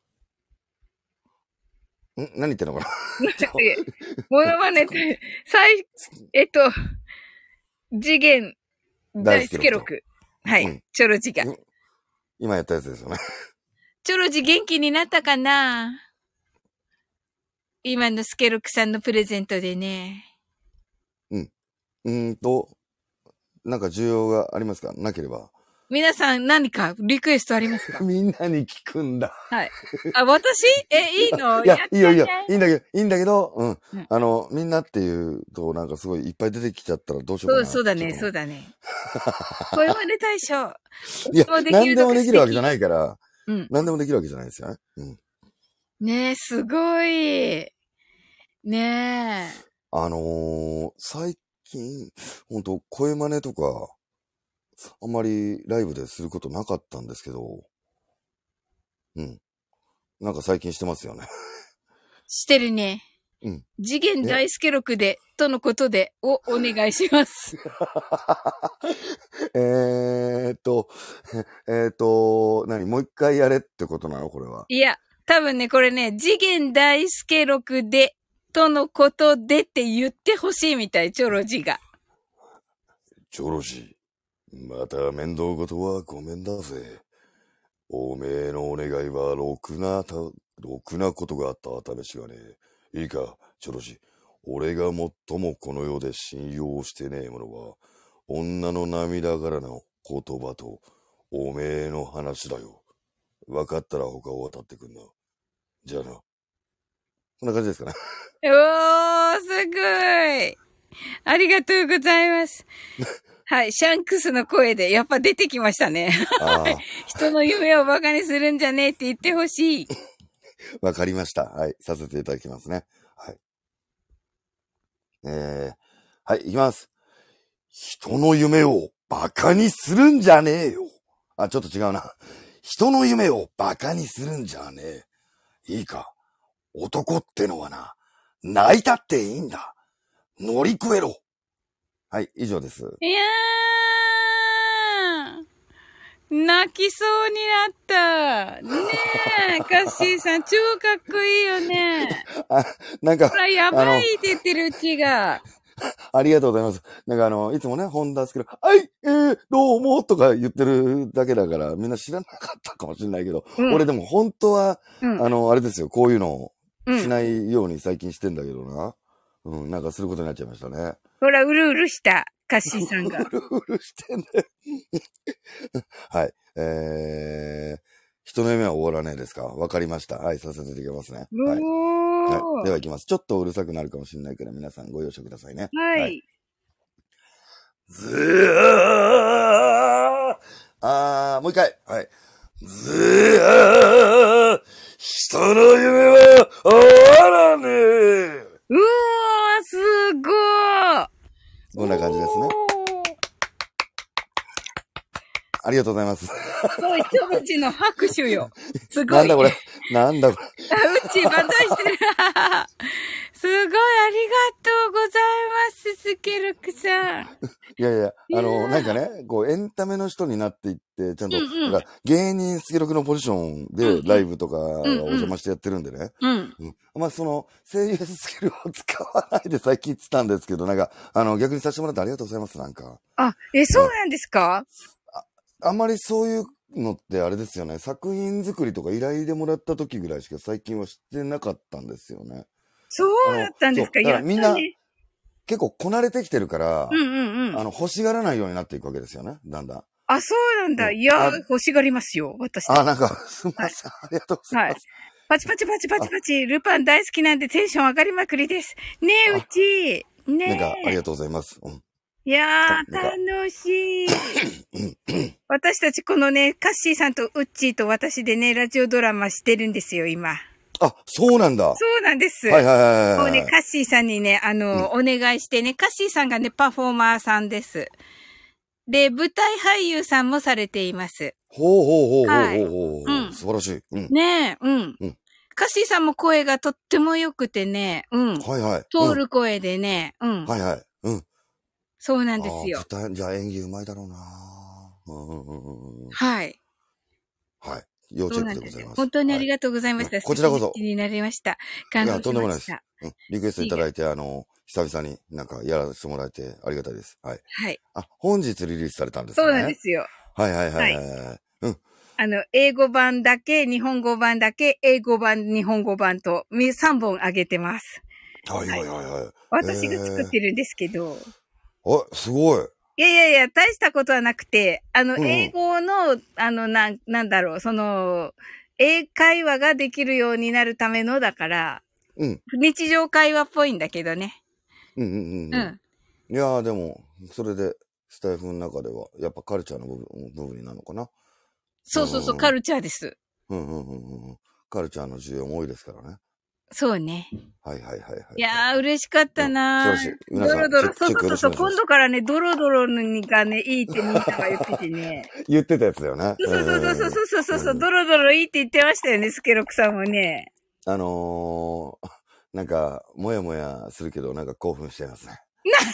S2: 何言ってんのかな。
S1: モノマネって、次元大スケロク。はい。チョロジが。
S2: 今やったやつですよね。
S1: チョロジ元気になったかな？今のスケロクさんのプレゼントでね。
S2: なんか需要がありますか？なければ。
S1: 皆さん何かリクエストありますか？
S2: みんなに聞くんだ。
S1: はい。私？いいの？
S2: いや、いいよ。いいんだけど、みんなっていうと、なんかすごいいっぱい出てきちゃったらどうしようかな。
S1: そうだね。声真似大賞。
S2: いや、何でもできるわけじゃないから、何でもできるわけじゃないですよね。
S1: ねえ、すごい。ねえ。
S2: 最近、ほんと、声真似とか、あんまりライブですることなかったんですけど、なんか最近してますよね。
S1: してるね。次元大スケロクで、とのことで、お願いします。
S2: もう一回やれってことなのこれは。
S1: いや、多分ね、これね、次元大スケロクで、とのことでって言ってほしいみたい、チョロジが。
S2: チョロジ。また面倒事はごめんだぜ。おめえのお願いはろくなことがあった試しがねえ。いいか、チョロジ。俺が最もこの世で信用してねえものは、女の涙からの言葉と、おめえの話だよ。わかったら他を渡ってくんな。じゃあな。こんな感じですかね。
S1: すごい。ありがとうございます。はい、シャンクスの声で、やっぱ出てきましたね。人の夢をバカにするんじゃねえって言ってほしい。
S2: わかりました。はい、させていただきますね。はい。はい、いきます。人の夢をバカにするんじゃねえよ。ちょっと違うな。人の夢をバカにするんじゃねえ。いいか。男ってのはな、泣いたっていいんだ。乗り越えろ。はい、以上です。
S1: いやー、泣きそうになった。ねえ、カッシーさん、超かっこいいよね。
S2: なんか、
S1: ほら、やばいって言ってるうちが。
S2: ありがとうございます。なんかいつもね、本田ですけど、はい、どうもとか言ってるだけだから、みんな知らなかったかもしれないけど、俺でも本当は、あれですよ、こういうのをしないように最近してんだけどな。なんかすることになっちゃいましたね。
S1: ほら、うるうるした、カッシーさんが。
S2: うるうるしてんね。はい。人の夢は終わらないですか？わかりました。はい、させていただきますね。はい。では行きます。ちょっとうるさくなるかもしれないけど、皆さんご容赦くださいね。
S1: はい。
S2: もう一回。はい。人の夢は終わらねえ。
S1: すごー。
S2: こんな感じですね。ありがとうございます。
S1: すごい、チョロジの拍手よ。すごい。
S2: なんだこれ。う
S1: ち万歳してる。すごい、ありがとうございます、スケルクさん。
S2: いや、なんかね、こう、エンタメの人になっていって、ちゃんと、なんか芸人スケロクのポジションでライブとかお邪魔してやってるんでね。まあ、声優スキルを使わないで最近言ってたんですけど、なんか、逆にさせてもらってありがとうございます、なんか。
S1: そうなんですか？
S2: あんまりそういうのってあれですよね。作品作りとか依頼でもらった時ぐらいしか最近はしてなかったんですよね。
S1: そうだったんですか。
S2: そうだから
S1: やったね。
S2: みんな結構こなれてきてるから、
S1: うんうんうん。
S2: 欲しがらないようになっていくわけですよね。だんだん。
S1: あ、そうなんだ。
S2: うん
S1: いや
S2: あ、
S1: 欲しがりますよ、私。
S2: なんか、すみません。ありがとうござい
S1: はい
S2: ます。。
S1: パチパチパチパチパチ。ルパン大好きなんでテンション上がりまくりです。ねえ、うち。ね
S2: なんか、あり
S1: え。
S2: がとうございます。うん。
S1: いやー、
S2: なんか
S1: 楽しい。私たちこのね、カッシーさんとウッチーと私でね、ラジオドラマしてるんですよ、今。
S2: あ、そうなんだ。
S1: そうなんです。
S2: はいはいはいはい。
S1: もうね、カッシーさんにね、お願いしてね、カッシーさんがね、パフォーマーさんです。で、舞台俳優さんもされています。
S2: ほうほうほうほう
S1: はい
S2: ほうほう。
S1: うん
S2: 素晴らしい。うん。
S1: ねえ、うん。
S2: うん
S1: カッシーさんも声がとっても良くてね、うん。
S2: はいはい。
S1: 通る声でね、うん。
S2: はいはい。うん。
S1: そうなんですよ。
S2: 舞台、じゃあ演技うまいだろうな。うんうんうんうん。
S1: はい。
S2: はい。要チェッ
S1: そうなんで
S2: クでございます。
S1: すよ。本当にあり
S2: が
S1: がとうございました。
S2: こちらこそ
S1: 素敵な一日になりました。
S2: いや、
S1: 感動し
S2: とんでもないです
S1: ました。。
S2: うん。リクエストいただいて、久々になんかやらせてもらえてありがたいです。はい。
S1: はい。
S2: 本日リリースされたんですね。
S1: そうなんですよ。
S2: はいはいはいはい。うん。
S1: 英語版だけ、日本語版だけ、英語版、日本語版と、3本上げてます。
S2: はいはいはいはい。
S1: 私が作ってるんですけど。
S2: すごい。
S1: いやいやいや、大したことはなくて、
S2: ん
S1: 英語の、なんだろう、英会話ができるようになるためのだから、
S2: うん。
S1: 日常会話っぽいんだけどね。
S2: うんうんうん。
S1: うん。
S2: いやーでも、それで、スタイフの中では、やっぱカルチャーの部分になるのかな。
S1: そうそうそう、カルチャーです。
S2: うんうんうんうん。カルチャーの需要も多いですからね。
S1: そうね。
S2: はいはいはいはい。
S1: いやー、嬉しかったなー。
S2: 素晴らしい。皆さん、
S1: ドロドロ、
S2: チェックよろしくお願いします
S1: 今度からね、ドロドロがね、いいってみんなが言っててね。
S2: 言ってたやつだよね。
S1: そう、ドロドロいいって言ってましたよね、スケロクさんもね。
S2: なんか、もやもやするけど、なんか興奮しちゃいますね。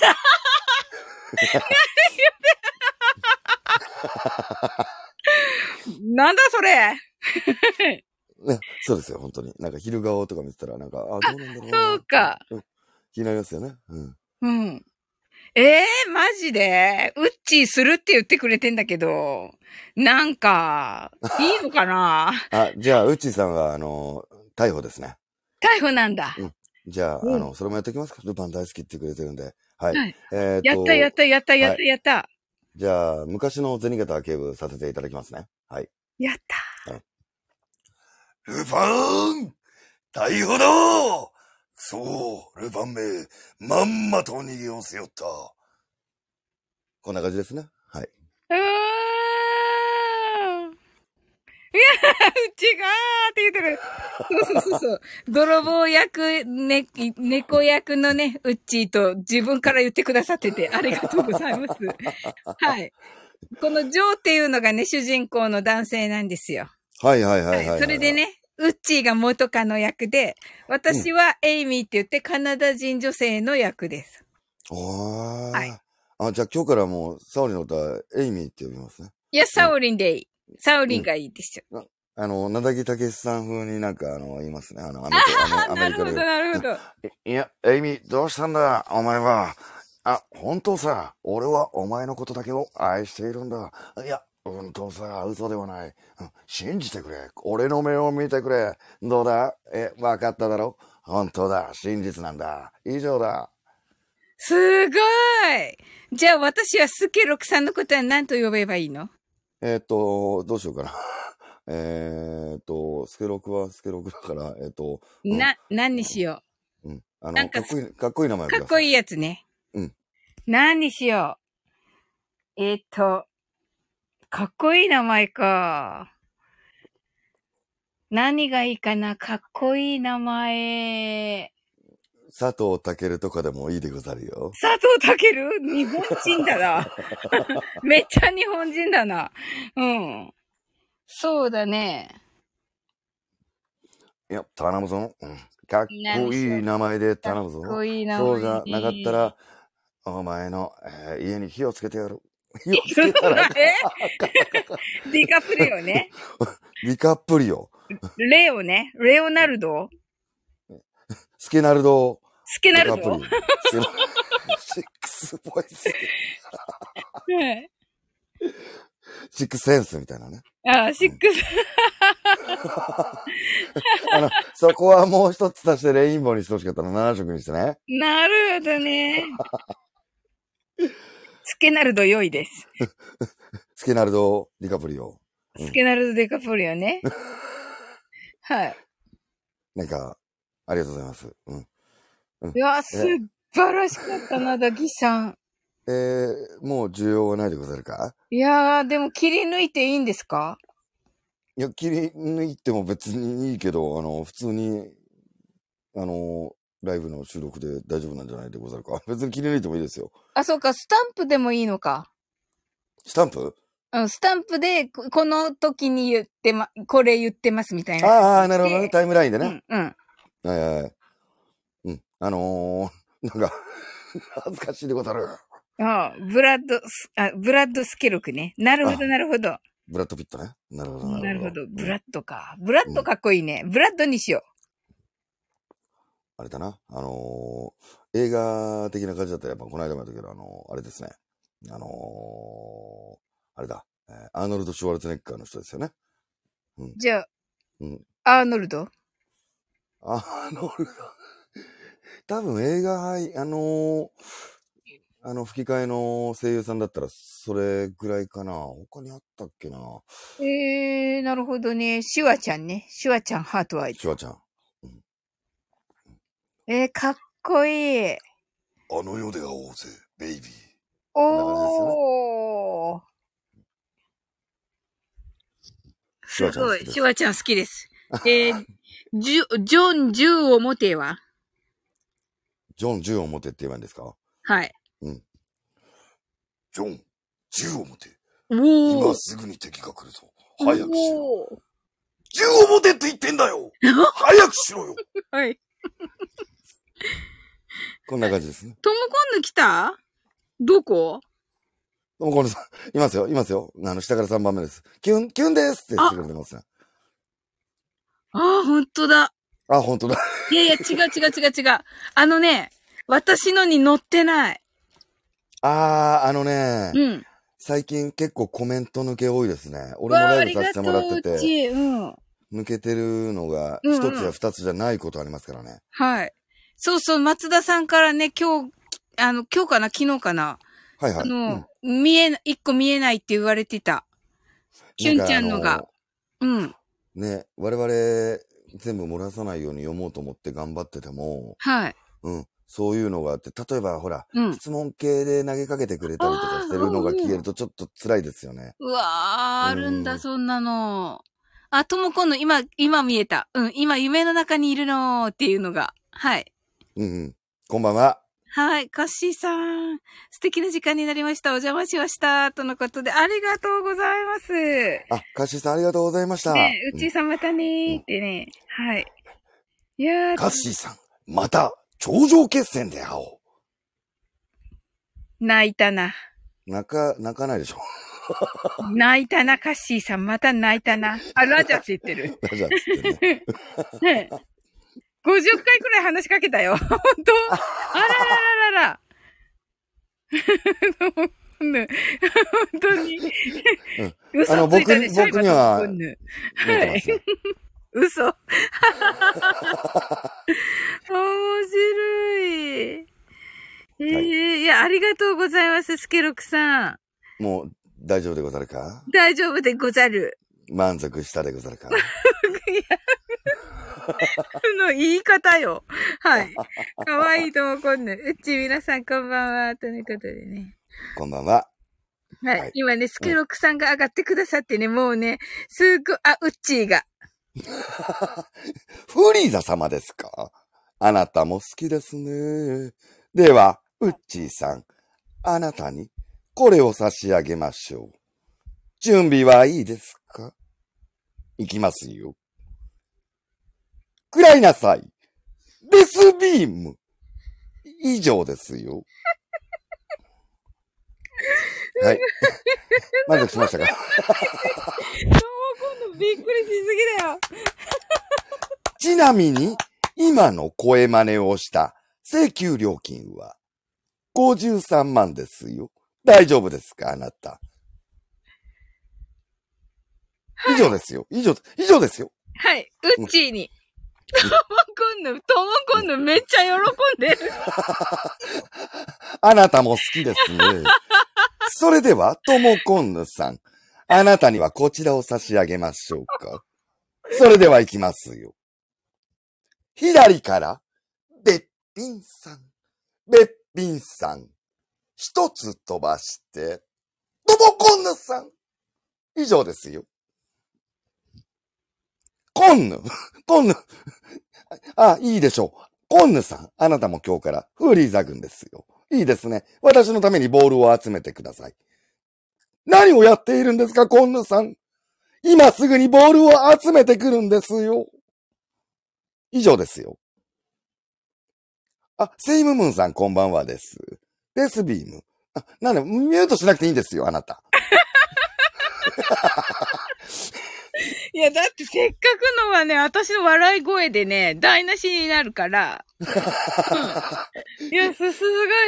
S1: なんだそれ
S2: ね、そうですよ、本当に。なんか昼顔とか見てたら、なんか、どうなんだろうな。
S1: そうか。
S2: 気になりますよね。うん。
S1: うん。マジでウッチーするって言ってくれてんだけど、なんか、いいのかな
S2: じゃあ、うっちーさんは、逮捕ですね。
S1: 逮捕なんだ。
S2: うん。じゃあ、それもやっておきますか。ルパン大好きって言ってくれてるんで。はい。
S1: はいやった。
S2: じゃあ、昔の銭形警部させていただきますね。はい。
S1: やった。
S2: ルパン逮捕だそう、ルパンめ、まんまと逃げおせよった。こんな感じですね。はい。
S1: いや、うちがーって言ってる。そう。泥棒役、猫役のね、うっちーと自分から言ってくださってて、ありがとうございます。はい。このジョーっていうのがね、主人公の男性なんですよ。
S2: はい。
S1: それでね、ウッチーが元カノ役で、私はエイミーって言ってカナダ人女性の役です。
S2: はい。じゃあ今日からもう、サオリンの歌、エイミーって呼びますね。
S1: いや、サオリンでいい。サオリンがいいですよ。
S2: なだぎたけしさん風になんか言いますね。アメリカで。
S1: なるほど。
S2: いや、エイミー、どうしたんだ、お前は。本当さ、俺はお前のことだけを愛しているんだ。いや、本当さ、嘘ではない。信じてくれ。俺の目を見てくれ。どうだわかっただろ本当だ。真実なんだ。以上だ。
S1: すごい。じゃあ私はスケロクさんのことは何と呼べばいいの？
S2: どうしようかな。スケロクはスケロクだから、
S1: 何にしよ
S2: う。
S1: なんか
S2: かっこいい名前
S1: かっこいいやつね。
S2: うん。
S1: 何にしよう。かっこいい名前か。何がいいかな、かっこいい名前。
S2: 佐藤健とかでもいいでござるよ。
S1: 佐藤健？日本人だな。めっちゃ日本人だな。うん。そうだね。
S2: いや、頼むぞ。かっこいい名前で頼むぞ。
S1: かっこいい名前。
S2: そうじゃなかったら、お前の、家に火をつけてやる。火をつけたら。
S1: ディカプリオね。
S2: ディカプリオ。
S1: レオね。レオナルド。
S2: スケナルド。
S1: スケナルド。
S2: シックスボイス。 シックスセンスみたいなね。
S1: ああ、シックス。
S2: そこはもう一つ足してレインボーにしてほしかったの。7色にしてね。
S1: なるほどね。スケナルド良いです。
S2: スケナルド・ディカプリオ。
S1: スケナルド・デカプリオね。はい。
S2: なんか、ありがとうございます。
S1: いや、素晴らしかったな、ダキさん。
S2: もう需要はないでござるか？
S1: いやー、でも切り抜いていいんですか？
S2: いや、切り抜いても別にいいけど、普通に、ライブの収録で大丈夫なんじゃないでござるか？別に切り抜いてもいいですよ。
S1: あ、そうか、スタンプでもいいのか。
S2: スタンプ？
S1: スタンプで、この時にこれ言ってますみたいな。
S2: ああ、なるほどね。タイムラインでね。
S1: うん。
S2: はい。なんか、恥ずかしいでござる。
S1: ああ、ブラッドスケロクね。なるほど、なるほど。
S2: ブラッドピットね。なるほど。
S1: なるほど。ブラッドか。ブラッドかっこいいね。ブラッドにしよう。
S2: あれだな。映画的な感じだったら、やっぱこの間もやったけど、あれですね。あれだ。アーノルド・シュワルツェネッガーの人ですよね。
S1: じゃあ、アーノルド
S2: 多分映画吹き替えの声優さんだったら、それぐらいかな。他にあったっけな。
S1: なるほどね。シュワちゃんね。シュワちゃん、ハートアイズ。
S2: シュワちゃん。
S1: かっこいい。
S2: あの世で会おうぜ、ベイビー。
S1: おー。すごい。シュワちゃん好きです。ジョン銃を持ては
S2: ジョン銃を持てって言えばいいんですか？
S1: はい。
S2: ジョン銃を持て。
S1: 今
S2: すぐに敵が来るぞ。早くしろ。銃を持てって言ってんだよ早くしろよ
S1: はい。
S2: こんな感じですね。
S1: トムコンヌ来た？どこ？
S2: トムコンヌさん、いますよ。下から3番目です。キュンですって言ってくれてますね。
S1: ほんとだ。
S2: ほんとだ。
S1: いや、違う。私のに載ってない。
S2: 最近結構コメント抜け多いですね。俺もライブさせてもらってて、抜けてるのが一つや二つじゃないことありますからね。
S1: はい。そう、松田さんからね、今日かな、昨日かな。
S2: はい。
S1: 一個見えないって言われてた。キュンちゃんのが。
S2: ね、我々全部漏らさないように読もうと思って頑張ってても、
S1: はい。
S2: そういうのがあって、例えばほら、質問系で投げかけてくれたりとかしてるのが消えるとちょっと辛いですよね。
S1: うわー、あるんだ、そんなの。ともこんの今見えた。今夢の中にいるのっていうのが。はい。
S2: こんばんは。
S1: はい、カッシーさん。素敵な時間になりました。お邪魔しました。とのことで、ありがとうございます。
S2: カッシーさんありがとうございました。
S1: ねうちさんまたねーってね。はい。いやー。
S2: カッシーさん、また、頂上決戦で会おう。
S1: 泣いたな。
S2: 泣かないでしょ。
S1: 泣いたな、カッシーさん。また泣いたな。ラジャって言ってる。
S2: ラジャって言ってね。
S1: 50回くらい話しかけたよ。本当あらら。本当に。嘘ついたでしょ、
S2: 僕には、
S1: はい。嘘。面白い。いや、ありがとうございます、スケロクさん。
S2: もう、大丈夫でござるか？
S1: 大丈夫でござる。
S2: 満足したでござるか？
S1: の言い方よ。はい。かわいいともこんぬ。皆さんこんばんは。ということでね。
S2: こんばんは。
S1: はい。今ね、スケロクさんが上がってくださってね、もうね、すごい、ウッチーが。
S2: フリーザ様ですか？あなたも好きですね。では、ウッチーさん、あなたにこれを差し上げましょう。準備はいいですか？いきますよ。食らいなさい。デスビーム。以上ですよ。はい。満足しましたか？
S1: もう今度びっくりしすぎだよ。
S2: ちなみに、今の声真似をした請求料金は53万ですよ。大丈夫ですか、あなた。 以上ですよ。以上ですよ。
S1: はい。うっちーに。ともこんぬめっちゃ喜んでる。
S2: あなたも好きですね。それでは、ともこんぬさん。あなたにはこちらを差し上げましょうか。それでは行きますよ。左から、べっぴんさん。べっぴんさん。一つ飛ばして、ともこんぬさん。以上ですよ。こんぬ。あ、いいでしょう。こんぬさん。あなたも今日からフリーザ軍ですよ。いいですね。私のためにボールを集めてください。何をやっているんですか、こんぬさん。今すぐにボールを集めてくるんですよ。以上ですよ。あ、セイムムーンさんこんばんはです。デスビーム。あ、なんで、ミュートしなくていいんですよ、あなた。
S1: いや、だってせっかくのはね、私の笑い声でね、台無しになるから。うん、いや、すごい。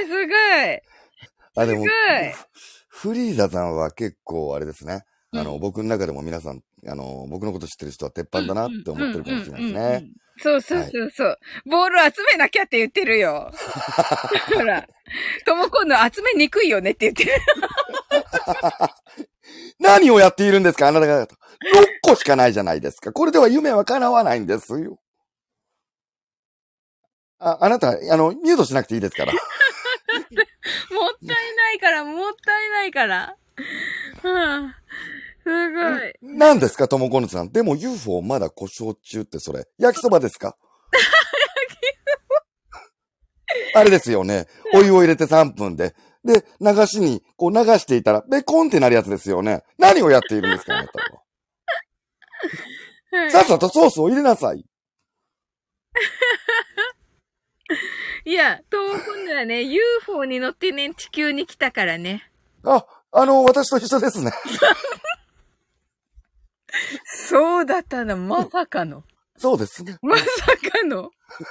S2: あ、でも
S1: すごい。
S2: フリーザさんは結構あれですね。
S1: うん、
S2: 僕の中でも皆さん、僕のこと知ってる人は鉄板だなって思ってるかもしれないですね。
S1: そう。ボール集めなきゃって言ってるよ。ほら。とも今度集めにくいよねって言ってる。
S2: 何をやっているんですか、あなたが。6個しかないじゃないですか。これでは夢は叶わないんですよ。あなた、ミュートしなくていいですから。
S1: もったいないから。すごい。
S2: 何ですか、ともこぬさん。でも UFO まだ故障中ってそれ、焼きそばですか？あれですよね。お湯を入れて3分で。で、流しに、こう流していたら、ベコンってなるやつですよね。何をやっているんですか、あなたは。さっさとソースを入れなさい。
S1: いや、今度はね、UFO に乗ってね、地球に来たからね。
S2: あ、私と一緒ですね。
S1: そうだったの、まさかの。
S2: そうですね。
S1: まさかの。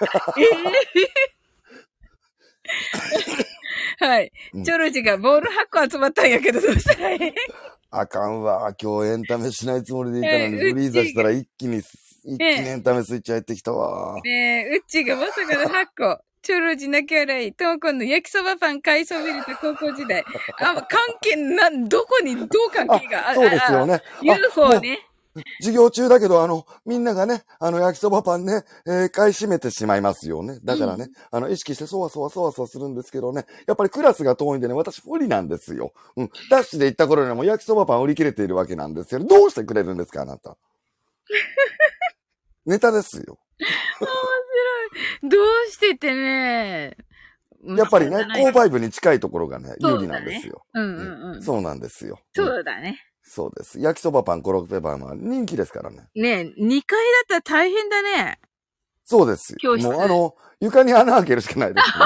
S1: はい。チョロジがボール8個集まったんやけど、どうしたらいい？
S2: あかんわ。今日エンタメしないつもりでいたのに、フリーザしたら一気にエンタメスイッチ入ってきたわ。
S1: うっちがまさかの8個。チョロジ泣き笑い。トーコンの焼きそばパン買いそびれた高校時代。関係どこにどう関係が
S2: そうですよね。
S1: UFO ね。
S2: 授業中だけど、みんながね、焼きそばパンね、買い占めてしまいますよね。だからね、意識してそわそわするんですけどね、やっぱりクラスが遠いんでね、私不利なんですよ。ダッシュで行った頃にはもう焼きそばパン売り切れているわけなんですよ。どうしてくれるんですか、あなた。ネタですよ。
S1: 面白い。どうしてってね。
S2: やっぱりね、購買部に近いところがね、有利なんですよ。
S1: そ
S2: うなんですよ。
S1: そうだね。
S2: そうです。焼きそばパン、コロッケパンは人気ですからね。
S1: ねえ、2階だったら大変だね。
S2: そうですよ。もう床に穴開けるしかないですね。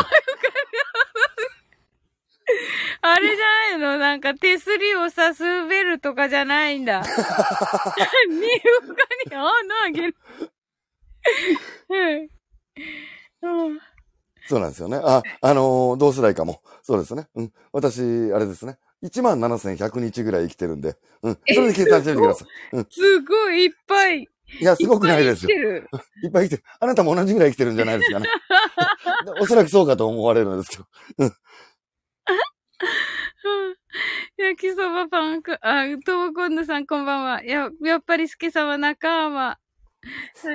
S1: あれじゃないの？なんか手すりをさ、滑るとかじゃないんだ。床に穴開ける。
S2: そうなんですよね。同世代かも。そうですね。私、あれですね。17,100日ぐらい生きてるんで。それで計算してみてください。
S1: すごいいっぱい。
S2: いや、すごくないですよ。いっぱい生きてる。あなたも同じぐらい生きてるんじゃないですかね。おそらくそうかと思われるんですけど。
S1: 焼きそばパン、ともこんぬさんこんばんは。やっぱりすけさま仲間。はい。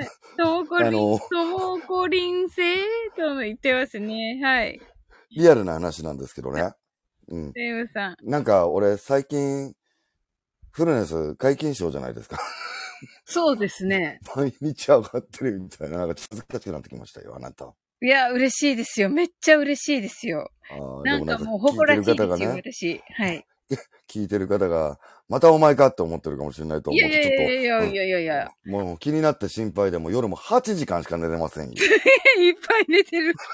S1: ともこりんせーと言ってますね。はい。
S2: リアルな話なんですけどね。
S1: セイムさん。
S2: なんか、俺、最近、フルネス解禁賞じゃないですか。
S1: そうですね。
S2: 毎日上がってるみたいな、なんかちょっと難しくなってきましたよ、あなた。
S1: いや、嬉しいですよ。めっちゃ嬉しいですよ。なんかもう誇らしいですよ、私。はい。
S2: 聞いてる方が、またお前かって思ってるかもしれないと思うと、ちょっと。
S1: いや。
S2: もう気になって心配でも夜も8時間しか寝れませんよ。
S1: いっぱい寝てる。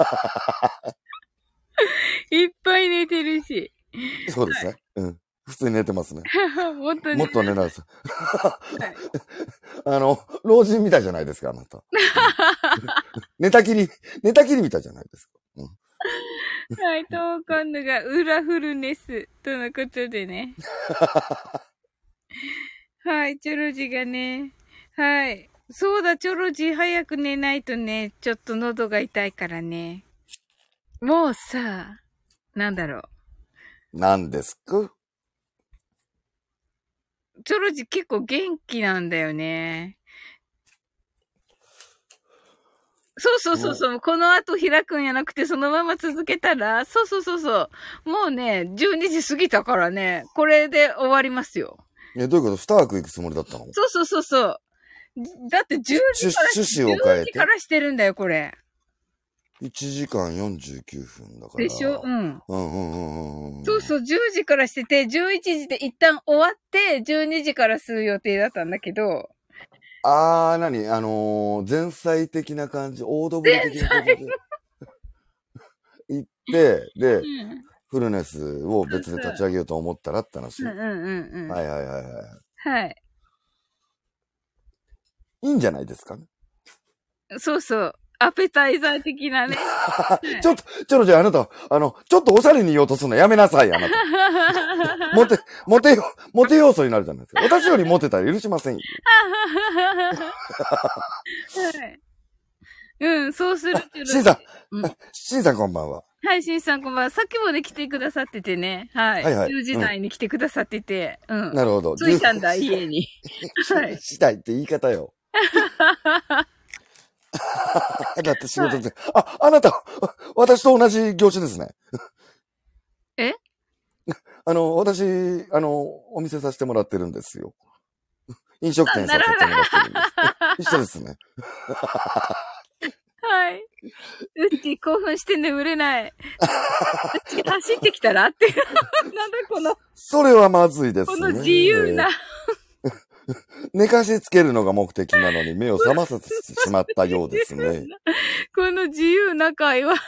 S1: いっぱい寝てるし。
S2: そうですね。普通に寝てますね。
S1: もっと
S2: 寝ないです。老人みたいじゃないですか、あなた。寝たきりみたいじゃないですか。
S1: はい、トーコンヌが裏フルネスとのことでね。 はい、チョロジがね。はい。そうだ、チョロジ早く寝ないとね、ちょっと喉が痛いからね。もうさ、なんだろう。
S2: 何ですか？
S1: チョロジ結構元気なんだよね。そう。この後開くんやなくて、そのまま続けたら、そう。もうね、12時過ぎたからね、これで終わりますよ。
S2: どういうこと？2枠行くつもりだったの？
S1: そう。だって10時から、
S2: 趣旨を変え
S1: 10時
S2: て
S1: か。らしてるんだよ、これ。
S2: 1時間49分だから。
S1: でしょ？うん。
S2: うん。
S1: そう、10時からしてて、11時で一旦終わって、12時からする予定だったんだけど、
S2: 前菜的な感じ、オードブル的な感じで行って、で、
S1: うん。
S2: フルネスを別で立ち上げようと思ったらって話。はい。
S1: はい。
S2: いいんじゃないですかね。
S1: そう。アペタイザー的なね。
S2: ちょっとじゃあなた、ちょっとおしゃれに言おうとするのやめなさい、あなた。モテ要素になるじゃないですか。私よりモテたら許しませんよ。
S1: はい。うん、そうするけど。
S2: シンさんこんばんは。
S1: はい、しんさんこんばんは。さっきまで来てくださっててね。はい。10時台に来てくださってて。うん。
S2: なるほど。
S1: 着いたんだ、家に。
S2: はい。したいって言い方よ。だって仕事で。あなた、私と同じ業種ですね。
S1: え？
S2: 私、お店させてもらってるんですよ。飲食店させてもらってるんです。一緒ですね。
S1: はい。うち興奮して眠れない。うち走ってきたらって。なんだこの。
S2: それはまずいですね。
S1: この自由な。
S2: 寝かしつけるのが目的なのに目を覚ませてしまったようですね。
S1: この自由な会話。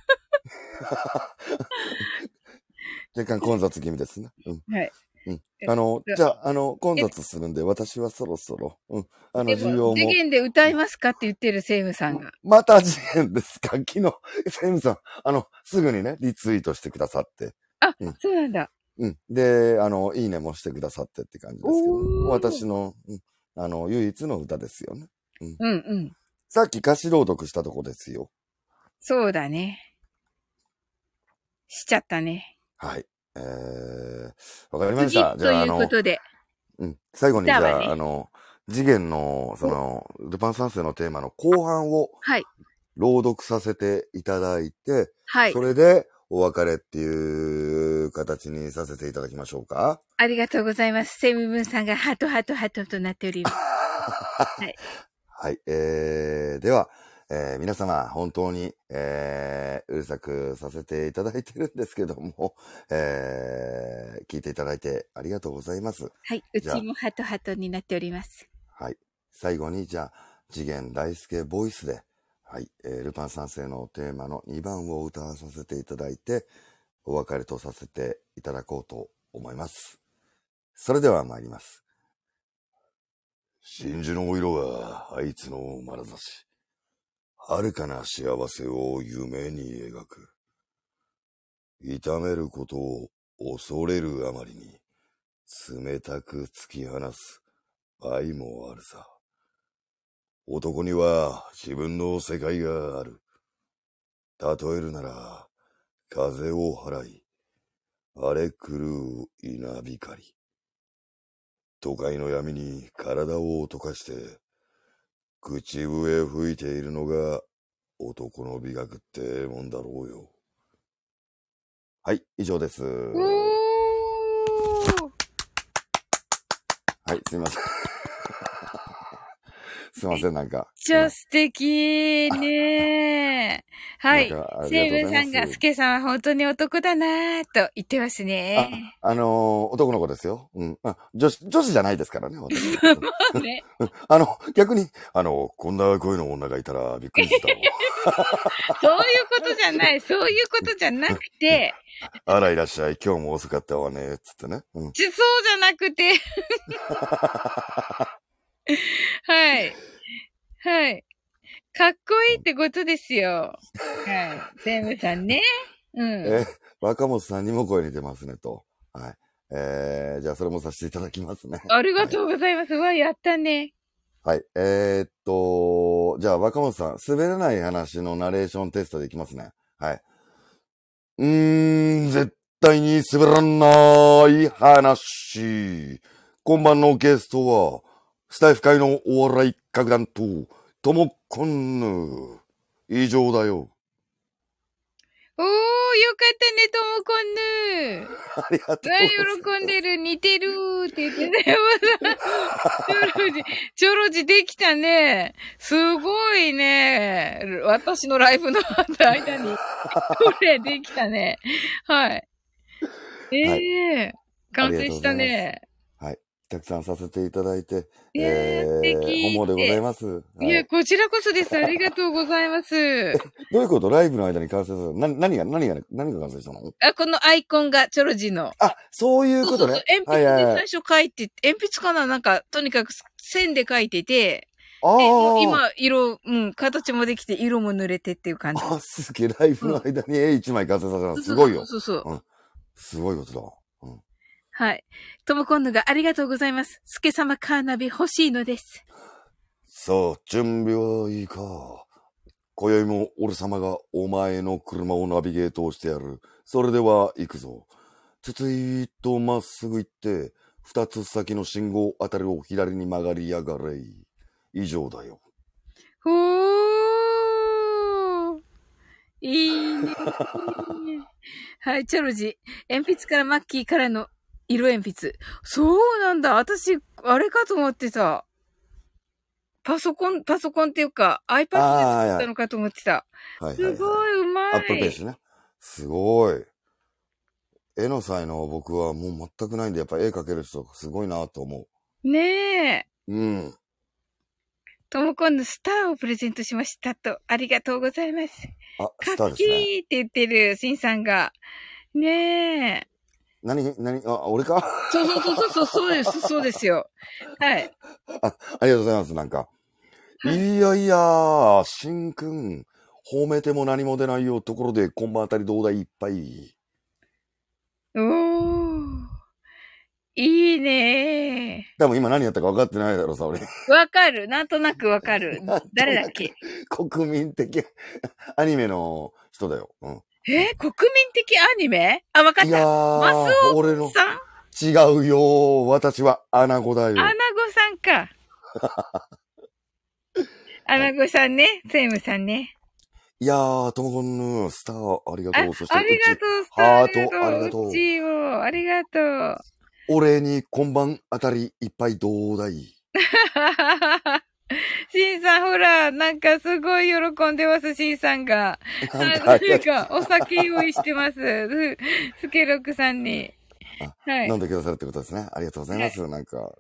S2: 若干混雑気味ですね。
S1: はい。
S2: じゃあ、混雑するんで、私はそろそろ、需要も。
S1: 次元で歌いますかって言ってるセイムさんが。
S2: また次元ですか？昨日、セイムさん、すぐにね、リツイートしてくださって。
S1: そうなんだ。
S2: で、いいねもしてくださってって感じですけど、私の、唯一の歌ですよね。さっき歌詞朗読したとこですよ。
S1: そうだね。しちゃったね。
S2: はい。わかりました。
S1: じゃあ、ということで。
S2: 最後にじゃあ、次元の、ルパン三世のテーマの後半を、朗読させていただいて、それでお別れっていう形にさせていただきましょうか。
S1: ありがとうございます。セムブンさんがハトとなっております。はい。
S2: はい。では、皆様、本当に、うるさくさせていただいてるんですけども、聞いていただいてありがとうございます。
S1: はい。うちもハトになっております。
S2: はい。最後に、じゃあ、次元大介ボイスで、はい。ルパン三世のテーマの2番を歌わさせていただいて、お別れとさせていただこうと思います。それでは参ります。真珠の色はあいつの眼差し。遥かな幸せを夢に描く。痛めることを恐れるあまりに、冷たく突き放す愛もあるさ。男には自分の世界がある。例えるなら、風を払い、荒れ狂う稲光。都会の闇に体を溶かして、口笛吹いているのが男の美学ってもんだろうよ。はい、以上です。はい、すいません。すいません、なんか。
S1: めっちゃ素敵ね。はい。セイブンさんが、スケさんは本当に男だなぁと言ってますね。
S2: 男の子ですよ。女子じゃないですからね、私。
S1: まあね。
S2: 逆に、こんな声の女がいたらびっくりしたわ。
S1: そういうことじゃない。そういうことじゃなくて。
S2: あら、いらっしゃい。今日も遅かったわね。つってね。
S1: そうじゃなくて。はい。はい。かっこいいってことですよ。はい。セイムさんね。
S2: 若本さんにも声似てますねと。はい。 じゃあそれもさせていただきますね。
S1: ありがとうございます。わ、やったね。
S2: はい。じゃあ若本さん、滑らない話のナレーションテストでいきますね。はい。絶対に滑らない話。今晩のゲストは、スタイフ界のお笑い楽団と、ともこんぬ。以上だよ。
S1: おー、よかったね、ともこんぬ。
S2: ありがとうございます。
S1: 喜んでる、似てるって言ってたよ。チョロジできたね。すごいね。私のライブの間に、これできたね。はい。完成したね。
S2: はい。たくさんさせていただいて、
S1: 素敵。
S2: 本望でございます。はい、
S1: いや、こちらこそです。ありがとうございます。
S2: どういうこと？ライブの間に完成する？何が完成したの？
S1: このアイコンがチョロジの。
S2: あ、そういうことね。
S1: そう鉛筆で最初書いて、鉛筆かななんか、とにかく線で書いてて、今、形もできて、色も塗れてっていう感じ。
S2: すげえ、ライブの間に絵一枚完成させたのすごいよ。
S1: そう。
S2: すごいことだ。
S1: はい。ともこんぬがありがとうございます。すけさまカーナビ欲しいのです。
S2: さあ、準備はいいか。今宵も俺様がお前の車をナビゲートをしてやる。それでは行くぞ。つついっとまっすぐ行って、二つ先の信号あたりを左に曲がりやがれ。以上だよ。
S1: ほー。いいね。はい、チョロジ。鉛筆からマッキーからの色鉛筆。そうなんだ。私、あれかと思ってた。パソコンっていうか、iPad で作ったのかと思ってた。すごい、うまい。
S2: アップルページね。すごい。絵の才能僕はもう全くないんで、やっぱ絵描ける人すごいなと思
S1: う。ね
S2: え。
S1: ともこんのスターをプレゼントしましたと。ありがとうございます。
S2: スターですね。
S1: かっきーって言ってる、シンさんが。ねえ。
S2: 俺か？
S1: そうですよ。はい。
S2: ありがとうございます、なんか。はい、いや、しんくん、褒めても何も出ないよ、ところで、今晩あたりどうだいっぱい。
S1: おー。いいね
S2: ー。多分今何やったか分かってないだろ、さ、俺。
S1: わかる。なんとなくわかる。誰だっけ？
S2: 国民的アニメの人だよ。国民
S1: 的アニメ？あ、わかった。マスオさん？
S2: 違うよ。私はアナゴだよ。
S1: アナゴさんか。アナゴさんね。セイムさんね。
S2: いやー、ともこんぬ、スター、ありがとう。そして、
S1: ありがとう、スター。
S2: ハート、ありがとう。
S1: うちを、ありがとう。
S2: お礼に今晩あたりいっぱいどうだい？
S1: シンさん、ほら、なんかすごい喜んでます、シンさんが。なんか、お酒用意してます。スケロックさんに。
S2: はい。飲んでくださるってことですね。ありがとうございます。はい、なんか、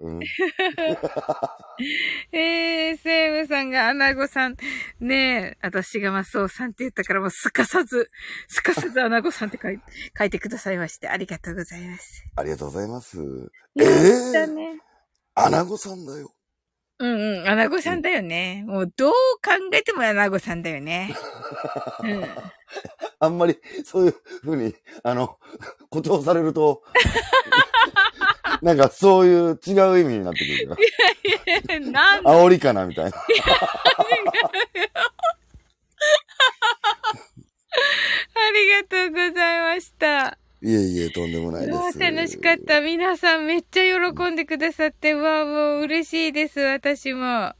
S1: セイムさんがアナゴさん。ねえ、私がマスオさんって言ったからもうすかさずアナゴさんって書いてくださいまして、ありがとうございます。
S2: ありがとうございます。
S1: ね、
S2: アナゴさんだよ。
S1: アナゴさんだよね。もうどう考えてもアナゴさんだよね。
S2: あんまりそういう風に、誇張されると、なんかそういう違う意味になってくるから。なんで煽りかなみたいな。あ
S1: りがとうございました。
S2: いえ、とんでもないです。
S1: 楽しかった。皆さんめっちゃ喜んでくださって、もう嬉しいです、私も。
S2: はい。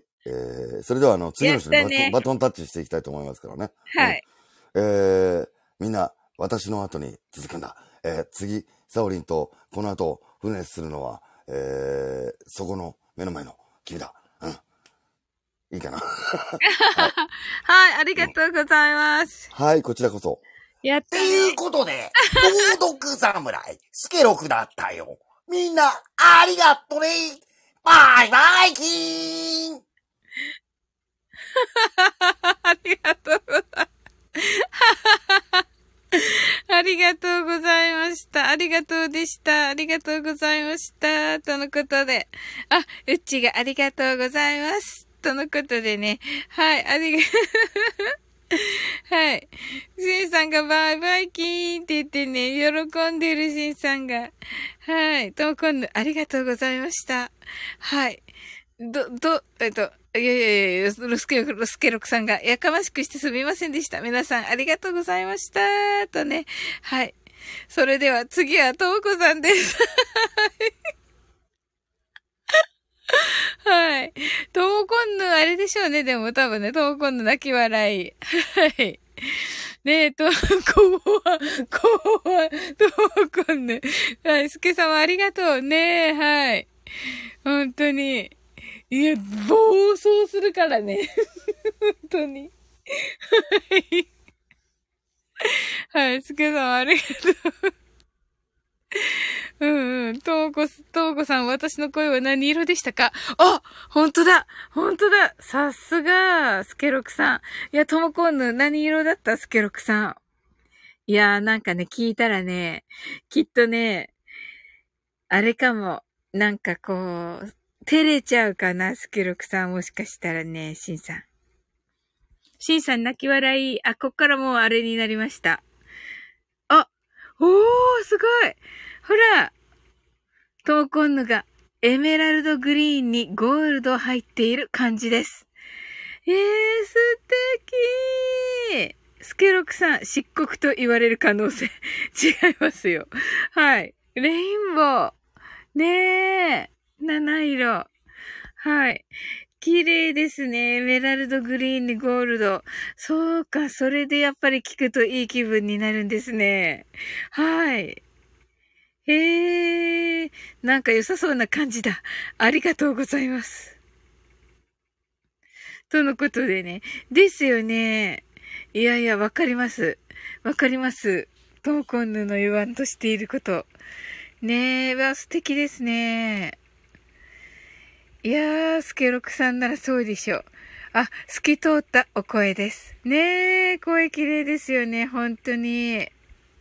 S2: それでは次の人にバトンタッチしていきたいと思いますからね。
S1: はい。
S2: みんな、私の後に続くんだ。次、サオリンと、この後、船するのは、そこの目の前の君だ。いいかな。
S1: はい、ありがとうございます。
S2: はい、こちらこそ。
S1: やったね。
S4: っていうことで、朗読侍、スケロクだったよ。みんな、ありがとね。バイバイキーン。
S1: ありがとうございます。ありがとうございました。ありがとうでした。ありがとうございました。とのことで。うっちがありがとうございます。とのことでね。はい、 はい。シンさんがバイバイキーンって言ってね、喜んでるシンさんが。はい。トーコンヌ、ありがとうございました。はい。いや、ルスケロクさんが、やかましくしてすみませんでした。皆さん、ありがとうございました。とね。はい。それでは、次は、トーコさんです。はい。トーコンヌ、あれでしょうね。でも多分ね、トーコンヌ泣き笑い。はい。ねえ、怖、トーコンヌ。はい、スケ様ありがとうね。はい。本当に。いや、暴走するからね。本当に。はい。はい、スケ様ありがとう。うんうん。トーコさん、私の声は何色でしたか？あ、本当ださすが、スケロクさん。いや、トモコンヌ、何色だったスケロクさん。いやー、なんかね、聞いたらね、きっとね、あれかも、なんかこう、照れちゃうかな、スケロクさん。もしかしたらね、シンさん。シンさん泣き笑い。あ、こっからもうあれになりました。あ、おー、すごい。ほら、トーコンヌがエメラルドグリーンにゴールド入っている感じです。素敵スケロクさん、漆黒と言われる可能性違いますよ。はい。レインボー。ねえ。七色。はい。綺麗ですね。エメラルドグリーンにゴールド。そうか、それでやっぱり聞くといい気分になるんですね。はい。なんか良さそうな感じだ。ありがとうございます。とのことでね。ですよね。いやいや、わかります。わかります。トーコンヌの言わんとしていること。ねえ、わ、素敵ですね。いやー、スケロクさんならそうでしょう。あ、透き通ったお声です。ねえ、声綺麗ですよね、本当に。